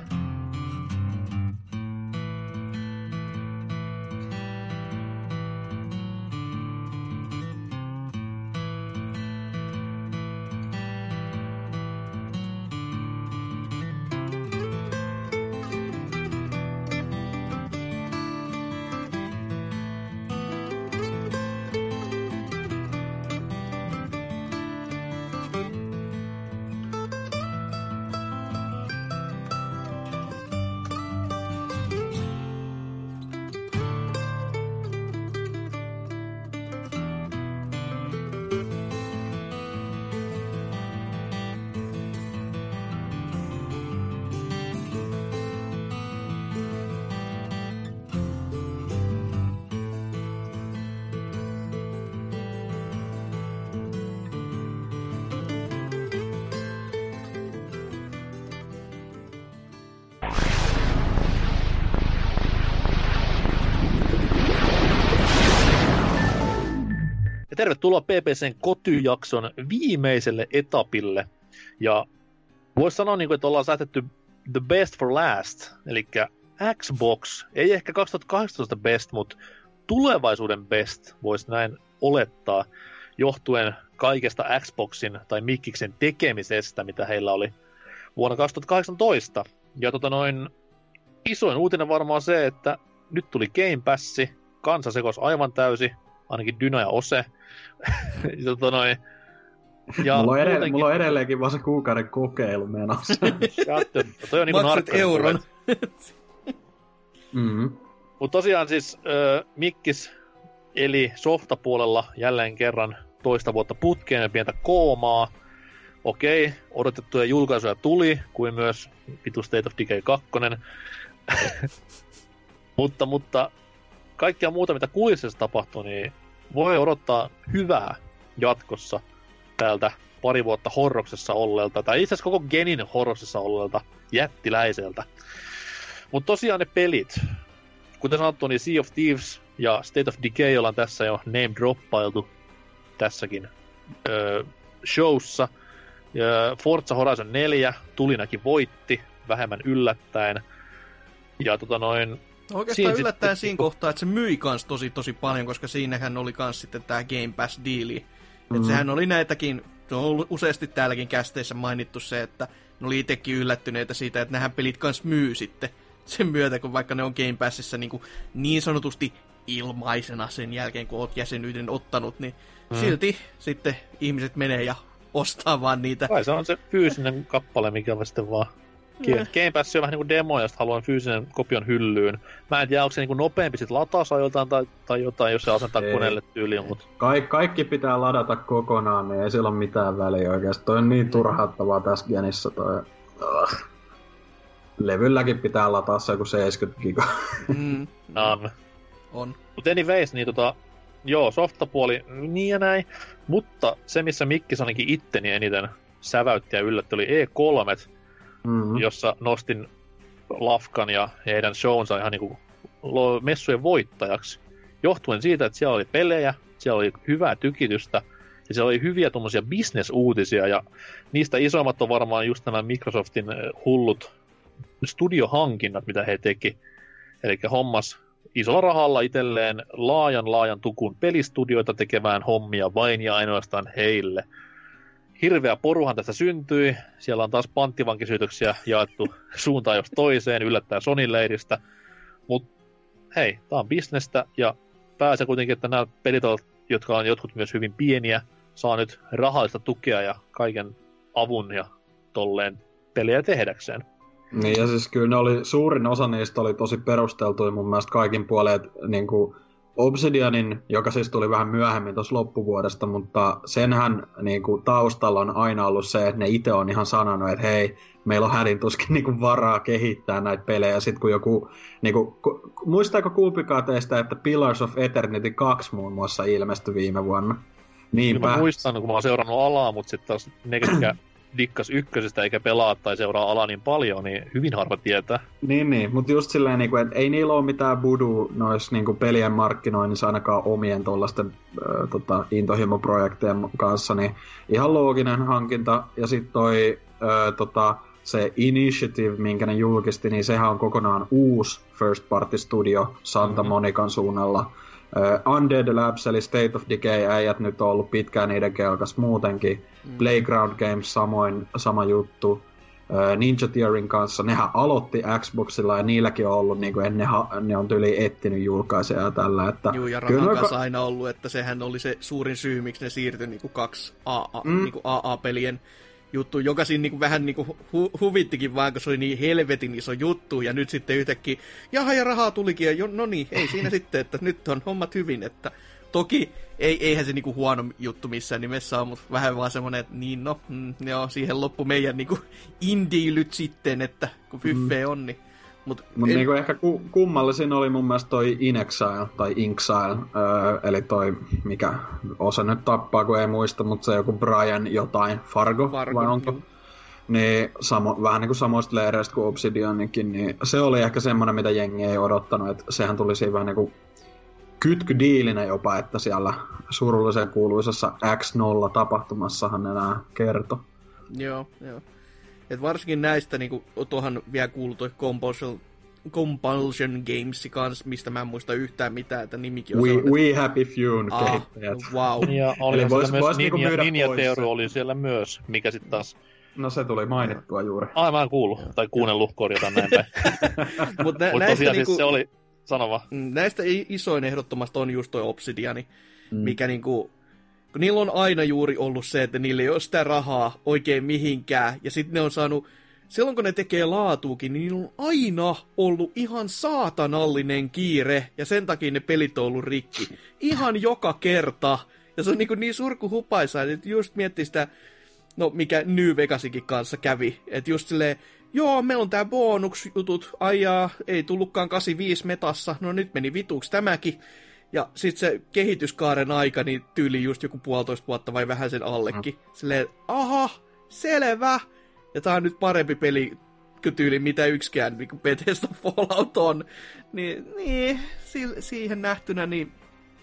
Tervetuloa P P C:n kotyjakson viimeiselle etapille. Ja voisi sanoa, että ollaan säätetty the best for last, eli Xbox, ei ehkä kaksituhattakahdeksantoista best, mutta tulevaisuuden best, voisi näin olettaa, johtuen kaikesta Xboxin tai Mikkiksen tekemisestä, mitä heillä oli vuonna kaksituhattakahdeksantoista. Ja tota noin, isoin uutinen varmaan se, että nyt tuli Game Passi, kansa sekosi aivan täysi, ainakin Dyna ja Ose. tota noin, ja mulla, on edell- mulla on edelleenkin vaan se kuukauden kokeilu menossa. Toi on niinku maksat euron. mm-hmm. Mutta tosiaan siis äh, Mikkis eli softapuolella jälleen kerran toista vuotta putkeen ja pientä koomaa. Okei, odotettuja julkaisuja tuli, kuin myös vitu State of Decay kaksi. mutta, mutta kaikkea muuta, mitä kulisessa tapahtui, niin voi odottaa hyvää jatkossa täältä pari vuotta horroksessa olleelta, tai itse asiassa koko genin horroksessa olleelta jättiläiseltä. Mutta tosiaan ne pelit, kuten sanottu, niin Sea of Thieves ja State of Decay ollaan tässä jo name droppailtu tässäkin öö, showssa. Ja Forza Horizon neljä tulinäkin voitti, vähemmän yllättäen. Ja tota noin... Oikeastaan yllättäen siinä kohtaa, että se myi kans tosi tosi paljon, koska siinähän oli kans sitten tää Game Pass-diili. Mm-hmm. Että sehän oli näitäkin on ollut useasti täälläkin kästeissä mainittu se, että ne oli itsekin yllättyneitä siitä, että nämähän pelit kans myy sitten sen myötä, kun vaikka ne on Game Passissa niin, kuin niin sanotusti ilmaisena sen jälkeen, kun oot jäsenyyden ottanut, niin mm. silti sitten ihmiset menee ja ostaa vaan niitä. Vai se on se fyysinen kappale, mikä on sitten vaan... Mm. Game Pass on vähän niin kuin demo, josta haluan fyysisen kopion hyllyyn. Mä en tiedä, onko se niin kuin nopeampi sit latausajoiltaan tai, tai jotain, jos se asentaa ei. koneelle tyyliin. Mutta... Ka- kaikki pitää ladata kokonaan, niin ei sillä ole mitään väliä oikeasti. Toi on niin turhauttavaa tässä genissä toi. Uh. Levylläkin pitää lataa se joku seitsemänkymmentä gigaa. Mm. On. On. Mut anyways, niin tota... Joo, softapuoli niin ja näin. Mutta se, missä Mikkis ainakin itteni eniten säväytti ja yllätti, oli E kolme. Mm-hmm. Jossa nostin Lafkan ja heidän shownsa ihan niinku messujen voittajaksi. Johtuen siitä, että siellä oli pelejä, siellä oli hyvää tykitystä, ja siellä oli hyviä tommosia business-uutisia, ja niistä isoimmat on varmaan just nämä Microsoftin hullut studiohankinnat, mitä he teki. Eli hommas isolla rahalla itselleen laajan laajan tukun pelistudioita tekemään hommia vain ja ainoastaan heille. Hirveä poruhan tästä syntyi. Siellä on taas panttivankisyytöksiä jaettu suuntaan jos toiseen, yllättää Sonin leiristä. Mut hei, tää on bisnestä ja pääsee kuitenkin, että nämä pelit, jotka on jotkut myös hyvin pieniä, saa nyt rahallista tukea ja kaiken avun ja tolleen pelejä tehdäkseen. Niin ja siis kyllä ne oli, suurin osa niistä oli tosi perusteltuja mun mielestä kaikin puolin, että niinku Obsidianin, joka siis tuli vähän myöhemmin tuossa loppuvuodesta, mutta senhän niinku taustalla on aina ollut se, että ne itse on ihan sanonut, että hei, meillä on hädintuskin niinku varaa kehittää näitä pelejä. Sitten kun joku, niinku, ku, muistaako kumpikaan teistä, että Pillars of Eternity kaksi muun muassa ilmestyi viime vuonna? Niinpä. Mä muistan, kun mä oon seurannut alaa, mutta sitten taas ne, ketkä dikkas ykkösestä eikä pelaa tai seuraa alaa niin paljon, niin hyvin harva tietää. Niin, niin. Mutta just silleen, niinku, että ei niillä ole mitään voodoo noissa niinku, pelien markkinoinnissa ainakaan omien tuollaisten äh, tota, intohimoprojektien kanssa, niin ihan looginen hankinta. Ja sitten toi äh, tota, se Initiative, minkä ne julkisti, niin sehän on kokonaan uusi first party studio Santa Monican suunnalla. Uh, Undead Labs eli State of Decay-äijät nyt on ollut pitkään niiden kelkas muutenkin. Mm. Playground Games samoin, sama juttu. Uh, Ninja Theorin kanssa, nehän aloitti Xboxilla ja niilläkin on ollut, niin kuin, ne, ha- ne on tyyliin etsinyt julkaisijaa ja tällä. Että Juu, ja rahan kanssa ka- aina ollut, että sehän oli se suurin syy, miksi ne siirtyi niin kuin kaksi A A, mm. niin kuin A A-pelien juttu, joka siinä niin kuin vähän niin kuin hu- huvittikin vaan, kun se oli niin helvetin iso juttu, ja nyt sitten yhtäkkiä, jaha, ja rahaa tulikin, ja jo, no niin, ei siinä sitten, että nyt on hommat hyvin, että toki ei, eihän se niin kuin huono juttu missään nimessä ole, mutta vähän vaan semmoinen, että niin no, mm, joo, siihen loppu meidän niin kuin indeilyt sitten, että kun fyffee on, niin Mutta Mut en... niinku ehkä ku, kummallisin oli mun mielestä toi Inexile tai Inxile, öö, eli toi, mikä osa nyt tappaa, kun ei muista, mutta se joku Brian jotain, Fargo, Fargo vai onko? Juu. Niin samo, vähän niin kuin samoista leireistä kuin Obsidianikin, niin se oli ehkä semmoinen, mitä jengi ei odottanut, että sehän tuli siinä vähän niin kuin kytkydiilinä jopa, että siellä surullisen kuuluisessa X nolla -tapahtumassahan ne nää kertoi. Joo, joo. Et varsinkin näistä, niinku, tuohan vielä kuului toi Compulsion, Compulsion Games kanssa, mistä mä en muista yhtään mitään, että nimikin on We, sellainen. We Happy Fewn ah, kehittäjät. Wow. Ja oli vois, myös vois Ninja, niinku Ninja Theory oli siellä myös, mikä sitten taas... No se tuli mainittua juuri. Ai mä en kuullut, tai kuunnellut, korjataan näin päin. Mutta nä- Mut tosiaan niinku, siis se oli, sano vaan. Näistä isoin ehdottomasti on just toi Obsidiani, mm. mikä niinku... Kun niillä on aina juuri ollut se, että niillä ei ole sitä rahaa oikein mihinkään. Ja sitten ne on saanut, silloin kun ne tekee laatuukin, niin niillä on aina ollut ihan saatanallinen kiire. Ja sen takia ne pelit on ollut rikki. Ihan joka kerta. Ja se on niin, niin surkuhupaisaa, että just miettii sitä, no mikä New Vegasikin kanssa kävi. Että just silleen, joo, meillä on tää bonus-jutut, aijaa, ei tullutkaan kahdeksankymmentäviisi metassa, no nyt meni vituksi tämäkin. Ja sit se kehityskaaren aika, niin tyyli just joku puolitoista vuotta vai vähän sen allekin. Mm. Silleen, aha, selvä. Ja tää on nyt parempi peli tyyli, mitä yksikään niin Bethesda Fallout on. Niin, niin si- siihen nähtynä, niin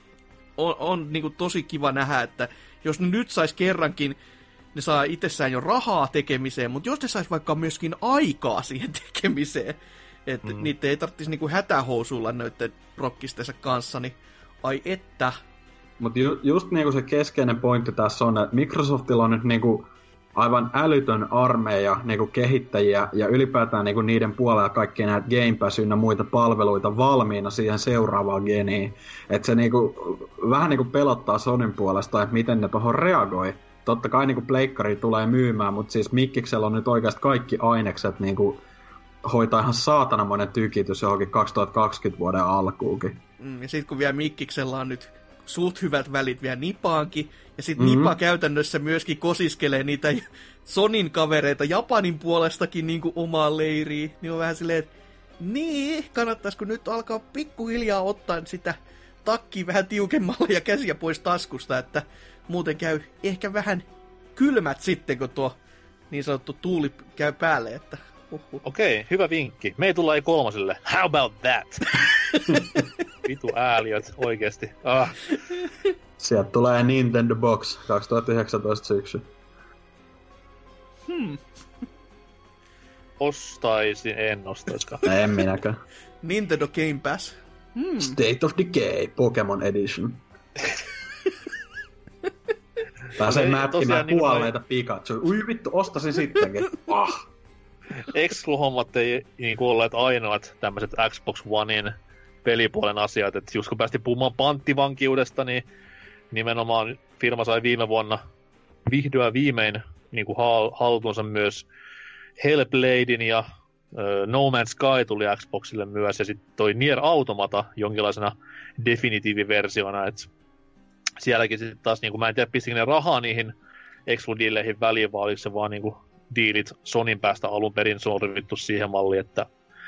on, on niin kuin tosi kiva nähdä, että jos ne nyt sais kerrankin, ne saa itsessään jo rahaa tekemiseen, mutta jos ne sais vaikka myöskin aikaa siihen tekemiseen, että mm. niitä ei tarvitsisi niin kuin hätähousuilla noiden prokkistensa kanssa, niin ai että, Mutta ju, just niinku se keskeinen pointti tässä on, että Microsoftilla on nyt niinku aivan älytön armeija niinku kehittäjiä ja ylipäätään niinku niiden puolella kaikkia näitä Game Pass ynnä muita palveluita valmiina siihen seuraavaan geniin. Että se niinku, vähän niinku pelottaa Sonyn puolesta, että miten ne tohon reagoi. Totta kai niinku pleikkari tulee myymään, mutta siis Mikkiksellä on nyt oikeasti kaikki ainekset niinku hoitaa ihan saatanamainen tykitys johonkin kaksituhattakaksikymmentä vuoden alkuukin. Mm, ja sit kun vielä Mikkiksellä on nyt suht hyvät välit vielä Nipaankin, ja sit mm-hmm. Nipa käytännössä myöskin kosiskelee niitä Sonin kavereita Japanin puolestakin niinku omaan leiriin, niin on vähän silleen, että niin, kannattaisiko nyt alkaa pikkuhiljaa ottaa sitä takkiin vähän tiukemmalla ja käsiä pois taskusta, että muuten käy ehkä vähän kylmät sitten, kun tuo niin sanottu tuuli käy päälle, että uhuh. Okei, hyvä vinkki. Me ei tulla ei kolmoselle. How about that? Vitu ääliöt, oikeesti. Ah. Sieltä tulee Nintendo Box kaksituhattayhdeksäntoista syksy. Hmm. Ostaisin, en ostaiskaan. En minäkään. Nintendo Game Pass. Hmm. State of Decay, Pokemon Edition. Pääsee mätkimään niin kuolleita noin... Pikachu. Ui vittu, ostasin sittenkin. Ah. Exclu-hommat ei niin olleet ainoat tämmöiset Xbox Onein pelipuolen asiat. Et just kun päästiin puhumaan panttivankiudesta, niin nimenomaan firma sai viime vuonna vihdoin viimein niin kuin haltuunsa myös Hellbladein ja uh, No Man's Sky tuli Xboxille myös. Ja sitten toi Nier Automata jonkinlaisena definitiiviversiona. Et sielläkin sitten taas, niin kuin, mä en tiedä pistikö ne rahaa niihin Exclu-diileihin väliin, vaan oliko se vaan niin kuin diilit Sonin päästä alun perin solvittu siihen malliin, että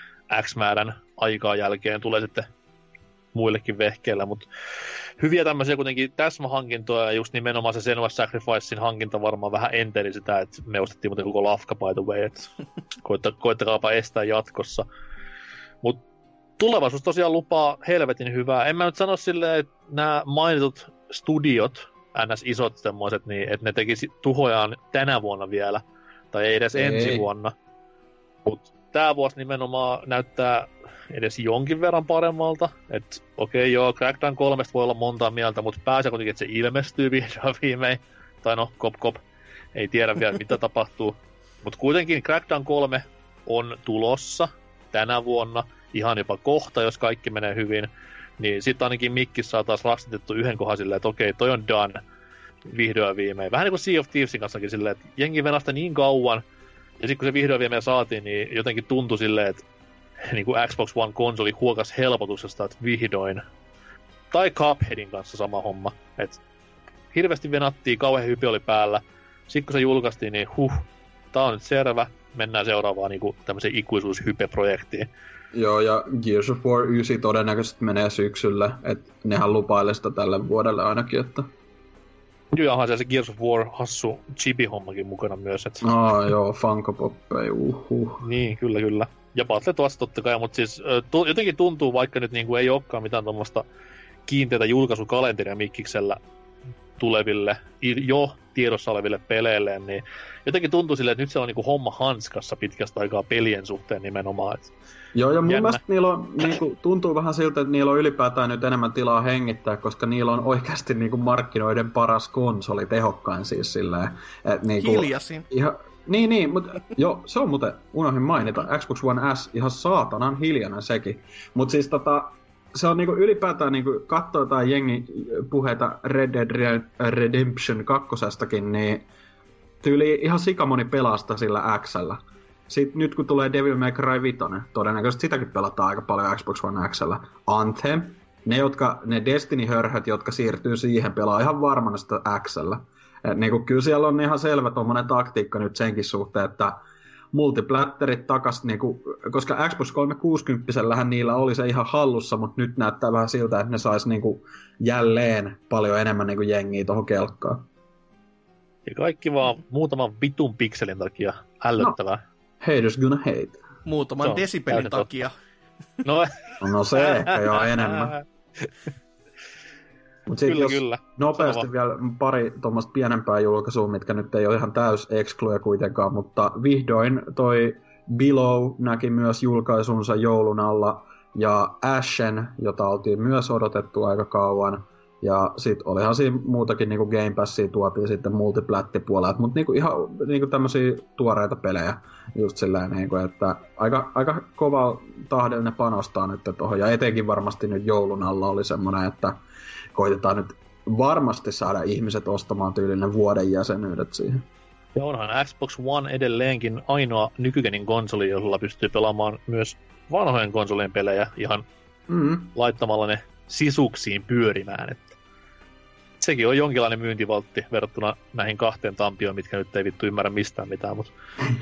X määrän aikaa jälkeen tulee sitten muillekin vehkeillä, mutta hyviä tämmöisiä kuitenkin täsmähankintoja, ja just nimenomaan se Senua's Sacrificein hankinta varmaan vähän enteli sitä, että me ostettiin muuten koko lafka by the way, että koitta, koittakaapa estää jatkossa. Mutta tulevaisuus tosiaan lupaa helvetin hyvää. En mä nyt sano silleen, että nämä mainitut studiot, ns. Isot semmoiset, niin että ne tekisi tuhojaan tänä vuonna vielä, tai ei edes ei. ensi vuonna. Mutta tää vuosi nimenomaan näyttää edes jonkin verran paremmalta. Että okei okay, joo, Crackdown kolme voi olla montaa mieltä, mutta pääsee kuitenkin, että se ilmestyy vihdoin viimein. Tai no, kop kop, ei tiedä vielä mitä tapahtuu. Mutta kuitenkin Crackdown kolme on tulossa tänä vuonna, ihan jopa kohta, jos kaikki menee hyvin. Niin sitten ainakin Mikkis saa taas rastitettu yhden kohan silleen, että okei, toi on done vihdoin viimein. Vähän niin kuin Sea of Thievesin kanssakin silleen, että jengi venasta niin kauan, ja sitten kun se vihdoin viimein saatiin, niin jotenkin tuntui silleen, että niin kuin Xbox One-konsoli huokas helpotuksesta, että vihdoin. Tai Cupheadin kanssa sama homma. Että hirveästi venattiin, kauhean hype oli päällä. Sitten kun se julkaistiin, niin huh, tää on nyt selvä. Mennään seuraavaan niin kuin tämmöiseen ikuisuushype-projektiin. Joo, ja Gears of War yhdeksän todennäköisesti menee syksyllä. Että nehän lupailee sitä tälle vuodelle ainakin, että... Joo, ja onhan se Gears of War hassu chibi-hommakin mukana myös. Et... Aa, joo, Funko Poppeja, uhuh. Niin, kyllä, kyllä. Ja Battletoads totta kai, mutta siis tu- jotenkin tuntuu, vaikka nyt niinku ei olekaan mitään tuommoista kiinteätä julkaisukalenteria Mikkiksellä tuleville, jo tiedossa oleville peleille, niin jotenkin tuntuu silleen, että nyt se on niinku homma hanskassa pitkästä aikaa pelien suhteen nimenomaan. Et joo, ja mun jännä. mielestä niillä on, niinku, tuntuu vähän siltä, että niillä on ylipäätään nyt enemmän tilaa hengittää, koska niillä on oikeasti niinku markkinoiden paras konsoli, tehokkain siis silleen. Et, niinku, Hiljasin. Ihan, niin, niin, mutta joo, se on muuten, unohdin mainita, Xbox One S, ihan saatanan hiljainen sekin. Mutta siis tota, se on niinku ylipäätään niinku, katsoo jotain jengi puheita Red Dead Redemption kakkosestakin, niin tyyli ihan sikamoni pelasta sillä X:llä. Sitten nyt kun tulee Devil May Cry viisi, todennäköisesti sitäkin pelataan aika paljon Xbox One X:llä. Anthem, ne, jotka, ne Destiny-hörhöt, jotka siirtyy siihen, pelaa ihan varmana sitä X:llä. Et niinku, kyllä siellä on ihan selvä tommonen taktiikka nyt senkin suhteen, että multiplatterit takas, niinku, koska Xbox kolmesataakuusikymmentällähän niillä oli se ihan hallussa, mutta nyt näyttää vähän siltä, että ne sais niinku jälleen paljon enemmän niinku jengiä tohon kelkkaan. Ja kaikki vaan muutaman vitun pikselin takia ällöttävää. No, haters gonna hate. Muutaman desibelin takia. No, no se ehkä jo enemmän. Mut sit kyllä, jos kyllä. nopeasti Sano. vielä pari tuommoista pienempää julkaisua, mitkä nyt ei ole ihan täys excluja kuitenkaan, mutta vihdoin toi Below näki myös julkaisunsa joulun alla, ja Ashen, jota oltiin myös odotettu aika kauan, Ja sit olihan siinä muutakin niinku Game Passia tuotiin sitten multiplättipuolelta, mutta niinku ihan niinku tämmösiä tuoreita pelejä just silleen niinku, että aika, aika kova tahdilla ne panostaa nyt tohon. Ja etenkin varmasti nyt joulun alla oli semmonen, että koitetaan nyt varmasti saada ihmiset ostamaan tyylinen vuoden jäsenyydet siihen. Ja onhan Xbox One edelleenkin ainoa nykygenin konsoli, jolla pystyy pelaamaan myös vanhojen konsolien pelejä ihan mm. laittamalla ne sisuksiin pyörimään. Että sekin on jonkinlainen myyntivaltti verrattuna näihin kahteen tampioon, mitkä nyt ei vittu ymmärrä mistään mitään, mutta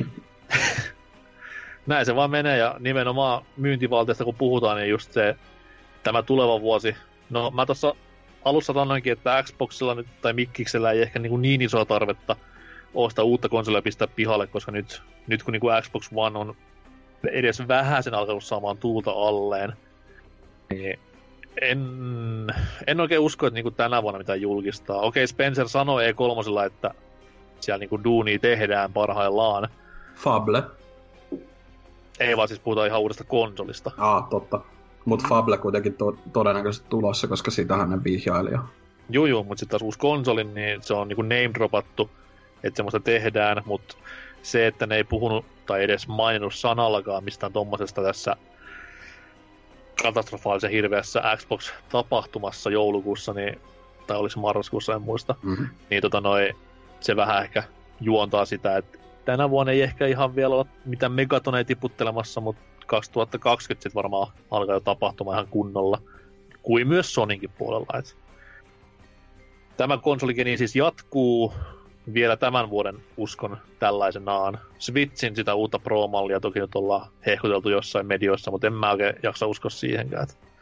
näin se vaan menee, ja nimenomaan myyntivalteista kun puhutaan, niin just se, tämä tuleva vuosi, no mä tuossa alussa sanoinkin, että Xboxilla nyt, tai Mikkiksellä ei ehkä niin, niin isoa tarvetta ostaa uutta konsolia ja pistää pihalle, koska nyt, nyt kun niin kuin Xbox One on edes vähäsen alkanut saamaan tuulta alleen, niin en, en oikein usko, että niinku tänä vuonna mitään julkistaa. Okei, Spencer sanoi E kolme, että siellä niinku duunia tehdään parhaillaan. Fable. Ei vaan siis puhutaan ihan uudesta konsolista. Aa, totta. Mut Fable kuitenkin to- todennäköisesti tulossa, koska sitähän ne vihjaili jo. Juu, juu, mut sit taas uusi konsoli, niin se on niinku name-dropattu, että semmoista tehdään, mut se, että ne ei puhunut tai edes maininnut sanallakaan mistään tommosesta tässä katastrofaalisen hirveässä Xbox-tapahtumassa joulukuussa, niin, tai olisi marraskuussa, en muista, mm-hmm. niin tota noi, se vähän ehkä juontaa sitä, että tänä vuonna ei ehkä ihan vielä ole mitään megatoneja tiputtelemassa, mutta kaksituhattakaksikymmentä sitten varmaan alkaa jo tapahtumaan ihan kunnolla, kuin myös Soninkin puolella. Et tämä konsoligeni siis jatkuu vielä tämän vuoden, uskon tällaisenaan. Switchin sitä uutta Pro-mallia toki nyt ollaan hehkuteltu jossain medioissa, mutta en mä oikein jaksa uskoa siihenkään.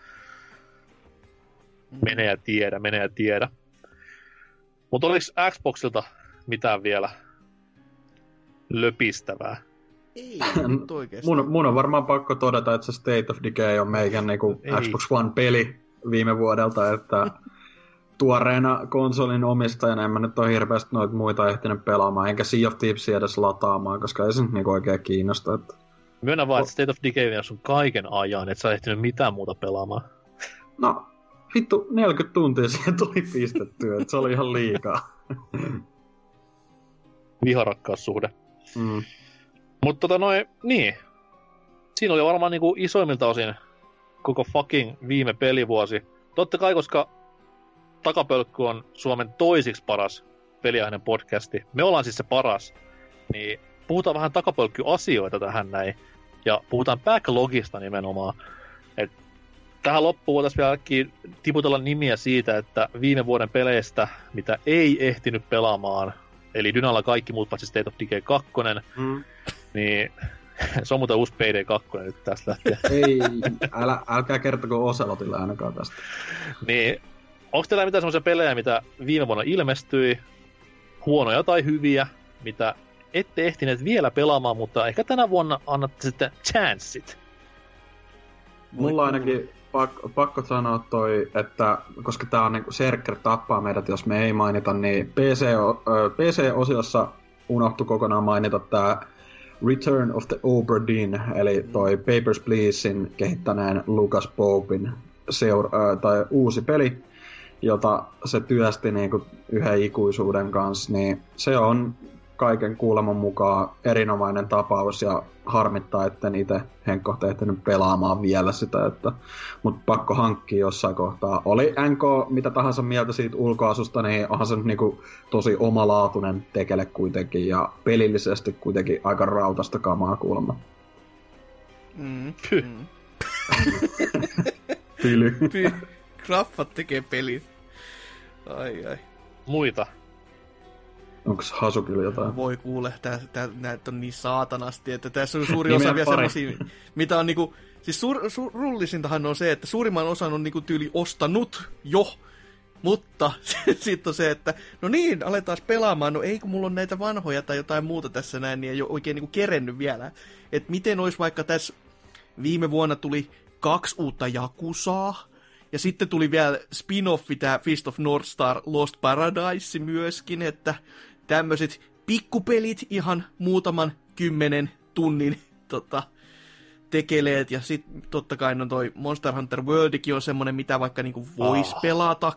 Mene ja tiedä, mene ja tiedä. Mutta oliko Xboxilta mitään vielä löpistävää? Ei, nyt oikeesti. Mun, mun on varmaan pakko todeta, että se State of Decay on meikän niinku Xbox One-peli viime vuodelta, että tuoreena konsolin omistajana en mä nyt ole hirveästi noita muita ehtinyt pelaamaan, enkä Sea of Thievesia edes lataamaan, koska ei se nyt niinku oikein kiinnosta. Että myönnä vaan, että State of Decay on sun kaiken ajan, et sä ehtinyt mitään muuta pelaamaan. No, vittu, neljäkymmentä tuntia siihen tuli pistettyä, että se oli ihan liikaa. Viharakkaussuhde. Mm. Mutta tota noin, niin. Siinä oli varmaan niinku isoimmilta osin koko fucking viime pelivuosi. Totta kai, koska Takapölkky on Suomen toisiksi paras peliaiheinen podcasti. Me ollaan siis se paras. Niin puhutaan vähän takapölkky-asioita tähän näin. Ja puhutaan backlogista nimenomaan. Et tähän loppuun voitaisiin vieläkin tiputella nimiä siitä, että viime vuoden peleistä, mitä ei ehtinyt pelaamaan, eli Dynalla kaikki muut paitsi State of Decay kaksi, mm. niin se on muuten uusi P D kaksi nyt tästä lähtien. Ei, älä, älkää kertoko Ocelotille ainakaan tästä. Niin, onko teillä mitään semmoisia pelejä, mitä viime vuonna ilmestyi, huonoja tai hyviä, mitä ette ehtineet vielä pelaamaan, mutta ehkä tänä vuonna annatte sitten chanssit? Mulla ainakin pakko, pakko sanoa toi, että koska tää on niinku Serker tappaa meidät, jos me ei mainita, niin P C, P C-osiossa unohtui kokonaan mainita tää Return of the Obra Dinn, eli toi Papers, Pleasein kehittäneen Lucas Popin seura- tai uusi peli, jota se työsti niinku yhden ikuisuuden kanssa, niin se on kaiken kuuleman mukaan erinomainen tapaus ja harmittaa, etten itse Henkko ehtinyt pelaamaan vielä sitä, että mut pakko hankkia jossain kohtaa. Oli N K mitä tahansa mieltä siitä ulkoasusta, niin onhan se nyt niinku tosi omalaatuinen tekele kuitenkin ja pelillisesti kuitenkin aika rautasta kamaa kuulemma. Mm. Mm. Pyly. Py- Graffat tekee pelit. Ai ai. Muita. Onks Hasukilla jotain? Voi kuule, tää, tää, näitä on niin saatanasti, että tässä on suuri osa vielä semmosia, mitä on niinku, siis suur, surullisintahan on se, että suurimman osan on niinku tyyli ostanut jo, mutta sitten on se, että no niin, aletaan pelaamaan, no ei kun mulla on näitä vanhoja tai jotain muuta tässä näin, niin ei ole oikein niinku kerennyt vielä. Että miten olisi vaikka tässä viime vuonna tuli kaksi uutta Jakusaa, ja sitten tuli vielä spin-offi, tää Fist of North Star Lost Paradise myöskin, että tämmöiset pikkupelit ihan muutaman kymmenen tunnin tota, tekeleet. Ja sitten totta kai no toi Monster Hunter Worldikin on semmonen, mitä vaikka niinku vois oh. pelata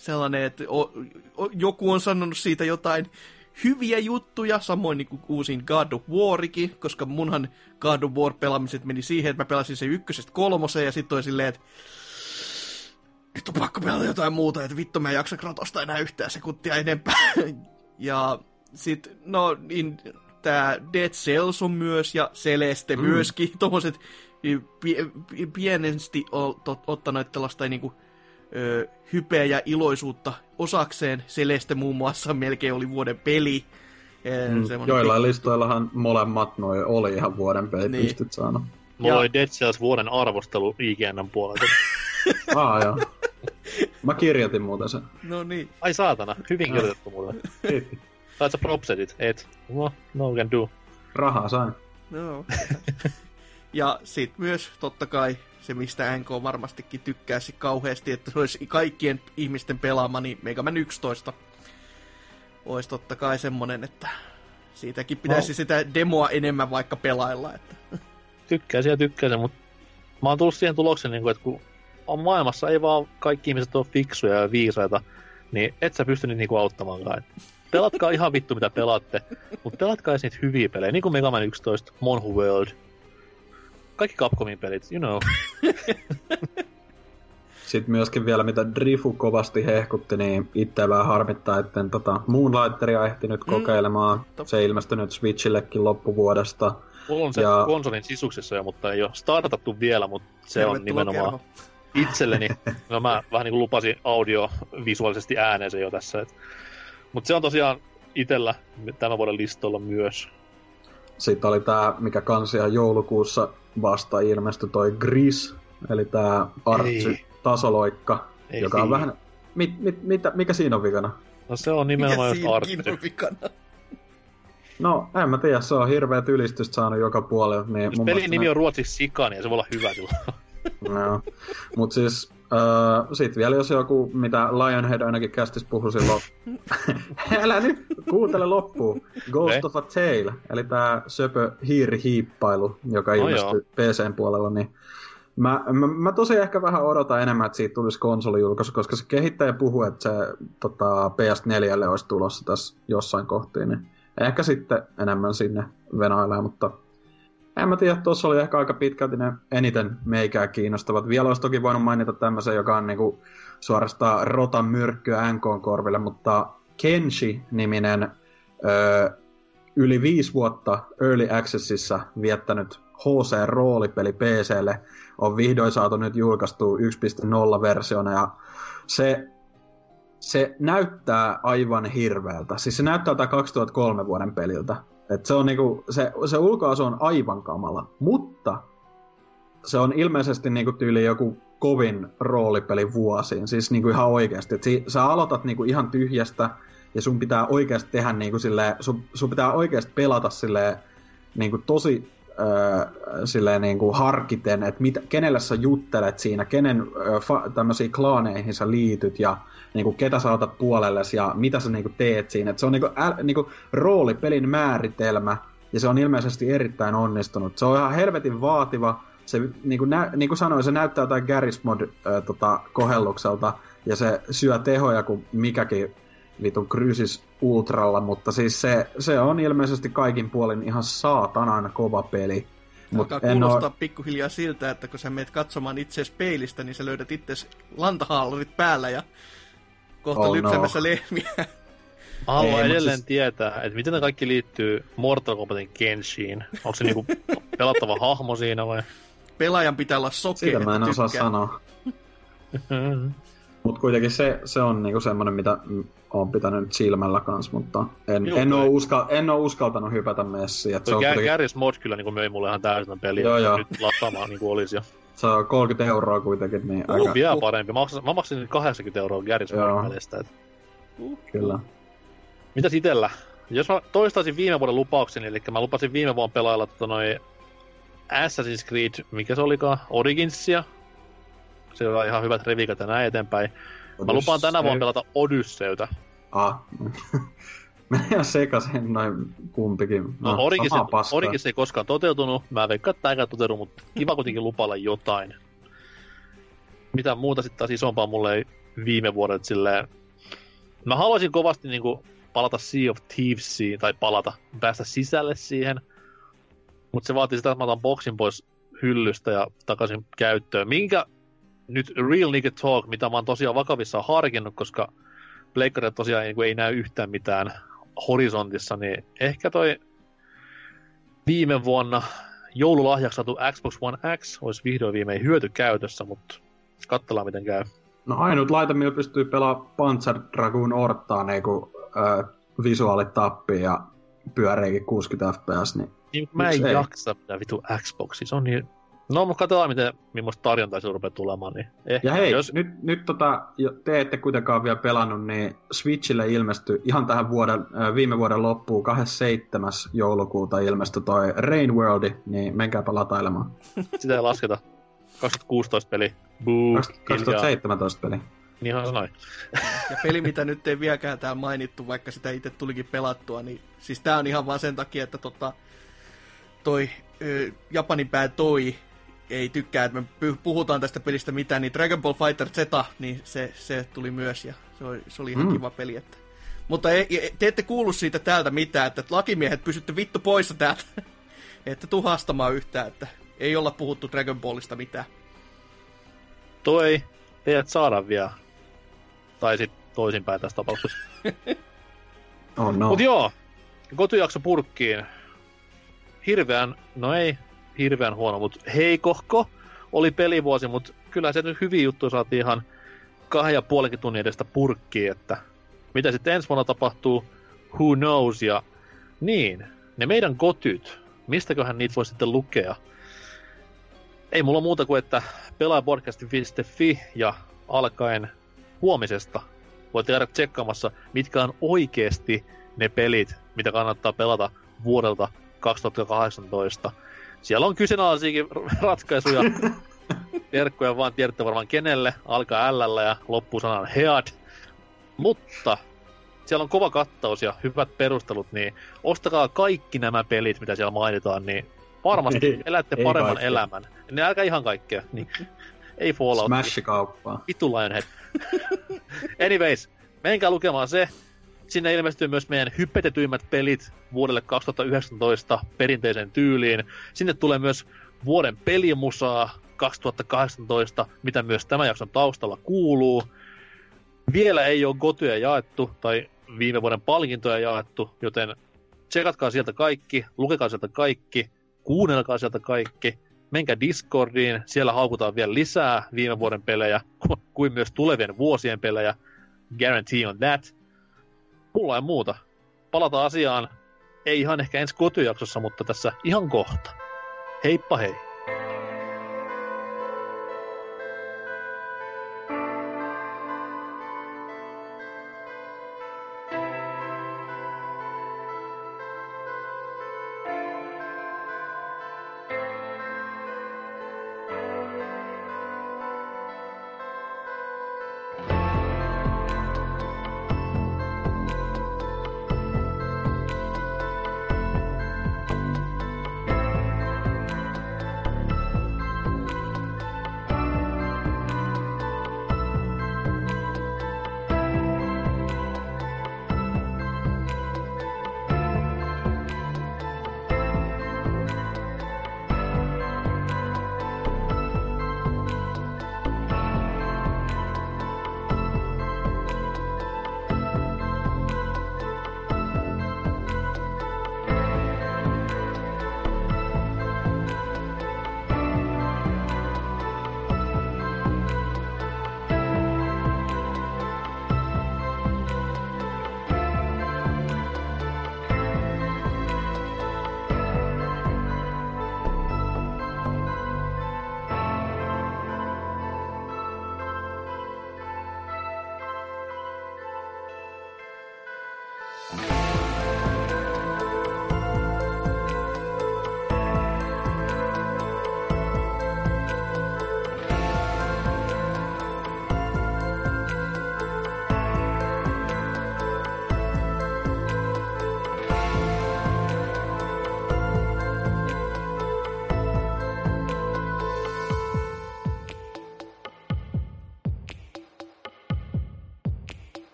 sellainen, että o, o, joku on sanonut siitä jotain hyviä juttuja, samoin niin kuin uusin God of Warikin, koska munhan God of War-pelaamiset meni siihen, että mä pelasin sen ykkösestä kolmoseen, ja sitten oli silleen, että nyt on pakko pelata jotain muuta, että vittu mä en jaksa Kratosta enää yhtään sekuntia enempää. Ja sit, no, niin, tää Dead Cells on myös, ja Celeste mm. myöskin, tommoset pie- pienesti ottanut tällaista niinku, ö, hypeä ja iloisuutta osakseen. Celeste muun muassa melkein oli vuoden peli. Mm. Joillain listoillahan molemmat noi oli ihan vuoden peli, niin. Pystyt saanut. Mulla ja... oli Dead Cells vuoden arvostelu I G N:n puolelta. Aa, joo. Mä kirjoitin muuten sen. No niin. Ai saatana, hyvin kirjoitettu muuten. Sait sä propsetit? Et. No, no can do. Rahaa sain. No. Ja sit myös totta kai se, mistä N K varmastikin tykkäisi kauheasti, että se olisi kaikkien ihmisten pelaama, niin Mega Man yksitoista olisi totta kai semmonen, että siitäkin pitäisi no. sitä demoa enemmän vaikka pelailla. Että. Tykkäisin ja tykkäisin, mutta mä oon tullut siihen tulokseen, että kun on maailmassa ei vaan kaikki ihmiset ole fiksuja ja viisaita, niin et sä pysty niitä niinku auttamaankaan. Pelatkaa ihan vittu mitä pelaatte, mutta pelatkaa edes niitä hyviä pelejä, niin kuin Mega Man yksitoista, Monhu World. Kaikki Capcomin pelit, you know. Sitten myöskin vielä, mitä Drifu kovasti hehkutti, niin itse vähän harmittaa, etten tota Moonlighteria ehtinyt mm. kokeilemaan. Se ilmestyi nyt Switchillekin loppuvuodesta. Mulla on se ja... konsolin sisuksessa jo, mutta ei ole startattu vielä, mutta se Tervetuloa on nimenomaan kerho. Itselleni. No mä vähän niin kuin lupasin audiovisuaalisesti ääneen se jo tässä. Et. Mutta se on tosiaan itsellä tämän vuoden listolla myös. Sitten oli tää, mikä kans ihan joulukuussa vasta ilmestyi, toi Gris, eli tää Artsy-tasoloikka, ei joka on siinä. Vähän... Mit, mit, mit, mikä siinä on vikana? No se on nimenomaan just Artsy. Mikä siinä on vikana? No, en mä tiedä, se on hirveä ylistystä saanut joka puolella. Niin jos pelin nimi on ruotsiksi Sikani, ja se voi olla hyvä silloin. No, mut siis, äh, sit vielä jos joku, mitä Lionhead ainakin kästis puhui silloin, älä nyt, kuuntele loppuun, Ghost okay. of a Tale, eli tää söpö hiirihiippailu, joka no ilmestyi joo. P C:n puolella, niin mä, mä, mä tosiaan ehkä vähän odotan enemmän, että siitä tulisi konsolijulkaisu, koska se kehittäjä puhui, että se tota, P S neljälle olisi tulossa tässä jossain kohtiin, niin ehkä sitten enemmän sinne venailee, mutta en mä tiedä, tuossa oli ehkä aika pitkälti ne eniten meikää kiinnostavat. Vielä olisi toki voinut mainita tämmöisen, joka on niinku suorastaan rotan myrkkyä N K:n korville, mutta Kenshi-niminen öö, yli viisi vuotta Early Accessissa viettänyt H C-roolipeli P C:lle on vihdoin saatu nyt julkaistua yksi piste nolla-versiona, ja se, se näyttää aivan hirveältä. Siis se näyttää tää kaksituhattakolme vuoden peliltä. Et se, on niinku, se, se ulkoasu on aivan kamala, mutta se on ilmeisesti niinku tyyli joku kovin roolipeli vuosiin, siis niinku ihan oikeasti. Et si, sä aloitat niinku ihan tyhjästä ja sun pitää oikeasti tehdä niinku silleen, sun, sun pitää oikeasti pelata silleen niinku tosi öö, silleen niinku harkiten, että kenelle sä juttelet siinä, kenen öö, fa, tämmöisiä klaaneihin sä liityt ja niinku ketä sä otat puolelles ja mitä sä niinku teet siinä. Et se on niinku, äl, niinku roolipelin määritelmä ja se on ilmeisesti erittäin onnistunut. Se on ihan helvetin vaativa. Se, niinku, nä, niinku sanoin, se näyttää jotain Garry's Mod äh, tota, kohellukselta ja se syö tehoja kuin mikäkin vitun Crysis Ultralla, mutta siis se, se on ilmeisesti kaikin puolin ihan saatanan kova peli. Alkaa kuulostaa oo... pikkuhiljaa siltä, että kun sä meet katsomaan itseäsi peilistä, niin sä löydät itseäsi lantahaalarit päällä ja kohta oh, lypsämässä no. lehmiä. Haluan edelleen siis... tietää, että miten ne kaikki liittyy Mortal Kombatin Kenshiin. Onko se niinku pelattava hahmo siinä vai? Pelaajan pitää olla sokea, sitä mä en osaa sanoa. Mut kuitenkin se, se on niinku semmonen, mitä oon pitänyt silmällä kans, mutta en, en, oo, uskal, en oo uskaltanut hypätä messiin. Tuo Garry's kuitenkin... Mod kyllä niinku möi mulle ihan täysin peliä, joo, joo. Nyt lataamaan niinku olis jo. Se on kolmekymmentä euroa kuitenkin, niin uh, aika... vielä parempi. Mä maksin, mä maksin kahdeksankymmentä euroa Garry's Mod pelistä. Et... Uh, kyllä. Mitäs itellä? Jos mä toistaisin viime vuoden lupaukseni, eli mä lupasin viime vuonna pelailla tota noi Assassin's Creed, mikä se olikaan, Originsia. Se on ihan hyvät reviikat ja näin eteenpäin. Odyssey. Mä lupaan tänä vuonna pelata Odysseytä. Ah. Mä ihan sekasin noin kumpikin. No, no Origins, Origins ei koskaan toteutunut. Mä veikkaan, että tääkään toteutunut, mutta kiva kuitenkin lupailla jotain. Mitä muuta sitten taas isompaa mulle ei viime vuodet silleen... Mä haluaisin kovasti niinku palata Sea of Thievesiin, tai palata, päästä sisälle siihen. Mutta se vaatii sitä, että mä otan boksin pois hyllystä ja takaisin käyttöön. Minkä nyt real nigga talk, mitä mä oon tosiaan vakavissaan harkinnut, koska pleikkarit tosiaan niin ei näy yhtään mitään horisontissa, niin ehkä toi viime vuonna joululahjaksi saatu Xbox One X olisi vihdoin viimein hyötykäytössä, mutta katsellaan miten käy. No ainut laite, millä pystyy pelaamaan Panzer Dragoon Ortaa niinku äh, visuaalitappiin ja pyöreikin kuusikymmentä F P S, niin... Niin, mä en ei jaksa mitä vitu Xboxia, se on niin... No, mutta katsotaan, miten, millaista tarjontaa se rupeaa tulemaan, niin... Ehkä, ja hei, jos... nyt, nyt tota, te ette kuitenkaan vielä pelannut, niin Switchille ilmestyi ihan tähän vuoden, äh, viime vuoden loppuun kahdeskymmenesseitsemäs joulukuuta ilmestyi toi Rain World, niin menkääpä latailemaan. Sitä ei lasketa. kaksituhattakuusitoista peli. Buu. kaksituhattaseitsemäntoista peli. Niinhän sanoin. Ja peli, mitä nyt ei vieläkään täällä mainittu, vaikka sitä itse tulikin pelattua, niin siis tää on ihan vaan sen takia, että tota, toi ö, Japanin pää toi ei tykkää, että me puhutaan tästä pelistä mitään, niin Dragon Ball Fighter Z, niin se, se tuli myös ja se oli, se oli ihan mm. kiva peli. Että. Mutta ei, te ette kuullut siitä täältä mitään, että lakimiehet pysytte vittu poissa täältä, että tuhastamaan yhtään, että ei olla puhuttu Dragon Ballista mitään. Toi ei et saada vielä. Tai sit toisinpäin tässä tapauksessa. Oh no. Mut joo, kotijakso purkkiin. Hirveän, no ei hirveän huono, mut heikohko oli pelivuosi, mut kyllä se nyt hyviä juttuja saatiin ihan kahden ja puolenkin tunnin edestä purkkiin, että mitä sitten ensi vuonna tapahtuu, who knows, ja niin, ne meidän kotyt, mistäköhän niitä voi sitten lukea? Ei mulla muuta kuin, että pelaajapodcast piste fi ja alkaen huomisesta voit käydä tsekkaamassa, mitkä on oikeesti ne pelit, mitä kannattaa pelata vuodelta kaksituhattakahdeksantoista. Siellä on kyseenalaisiakin ratkaisuja. Terkkoja vaan tiedätte varmaan kenelle. Alkaa L:llä ja loppuu sanan head. Mutta siellä on kova kattaus ja hyvät perustelut, niin ostakaa kaikki nämä pelit, mitä siellä mainitaan, niin varmasti ei, elätte ei paremman kaikkea. Elämän. Ne älkää ihan kaikkea. Niin. Ei Fallout. Smash-kauppaa. Vitu Lionhead. Anyways, menkää lukemaan se. Sinne ilmestyy myös meidän hypetetyimmät pelit vuodelle kaksituhattayhdeksäntoista perinteiseen tyyliin. Sinne tulee myös vuoden pelimusaa kaksituhattakahdeksantoista, mitä myös tämän jakson taustalla kuuluu. Vielä ei ole gotyja jaettu tai viime vuoden palkintoja jaettu, joten tsekatkaa sieltä kaikki, lukekaa sieltä kaikki, kuunnelkaa sieltä kaikki. Menkää Discordiin, siellä haukutaan vielä lisää viime vuoden pelejä, kuin myös tulevien vuosien pelejä. Guarantee on that. Mulla ei muuta. Palataan asiaan, ei ihan ehkä ensi kotijaksossa, mutta tässä ihan kohta. Heippa hei!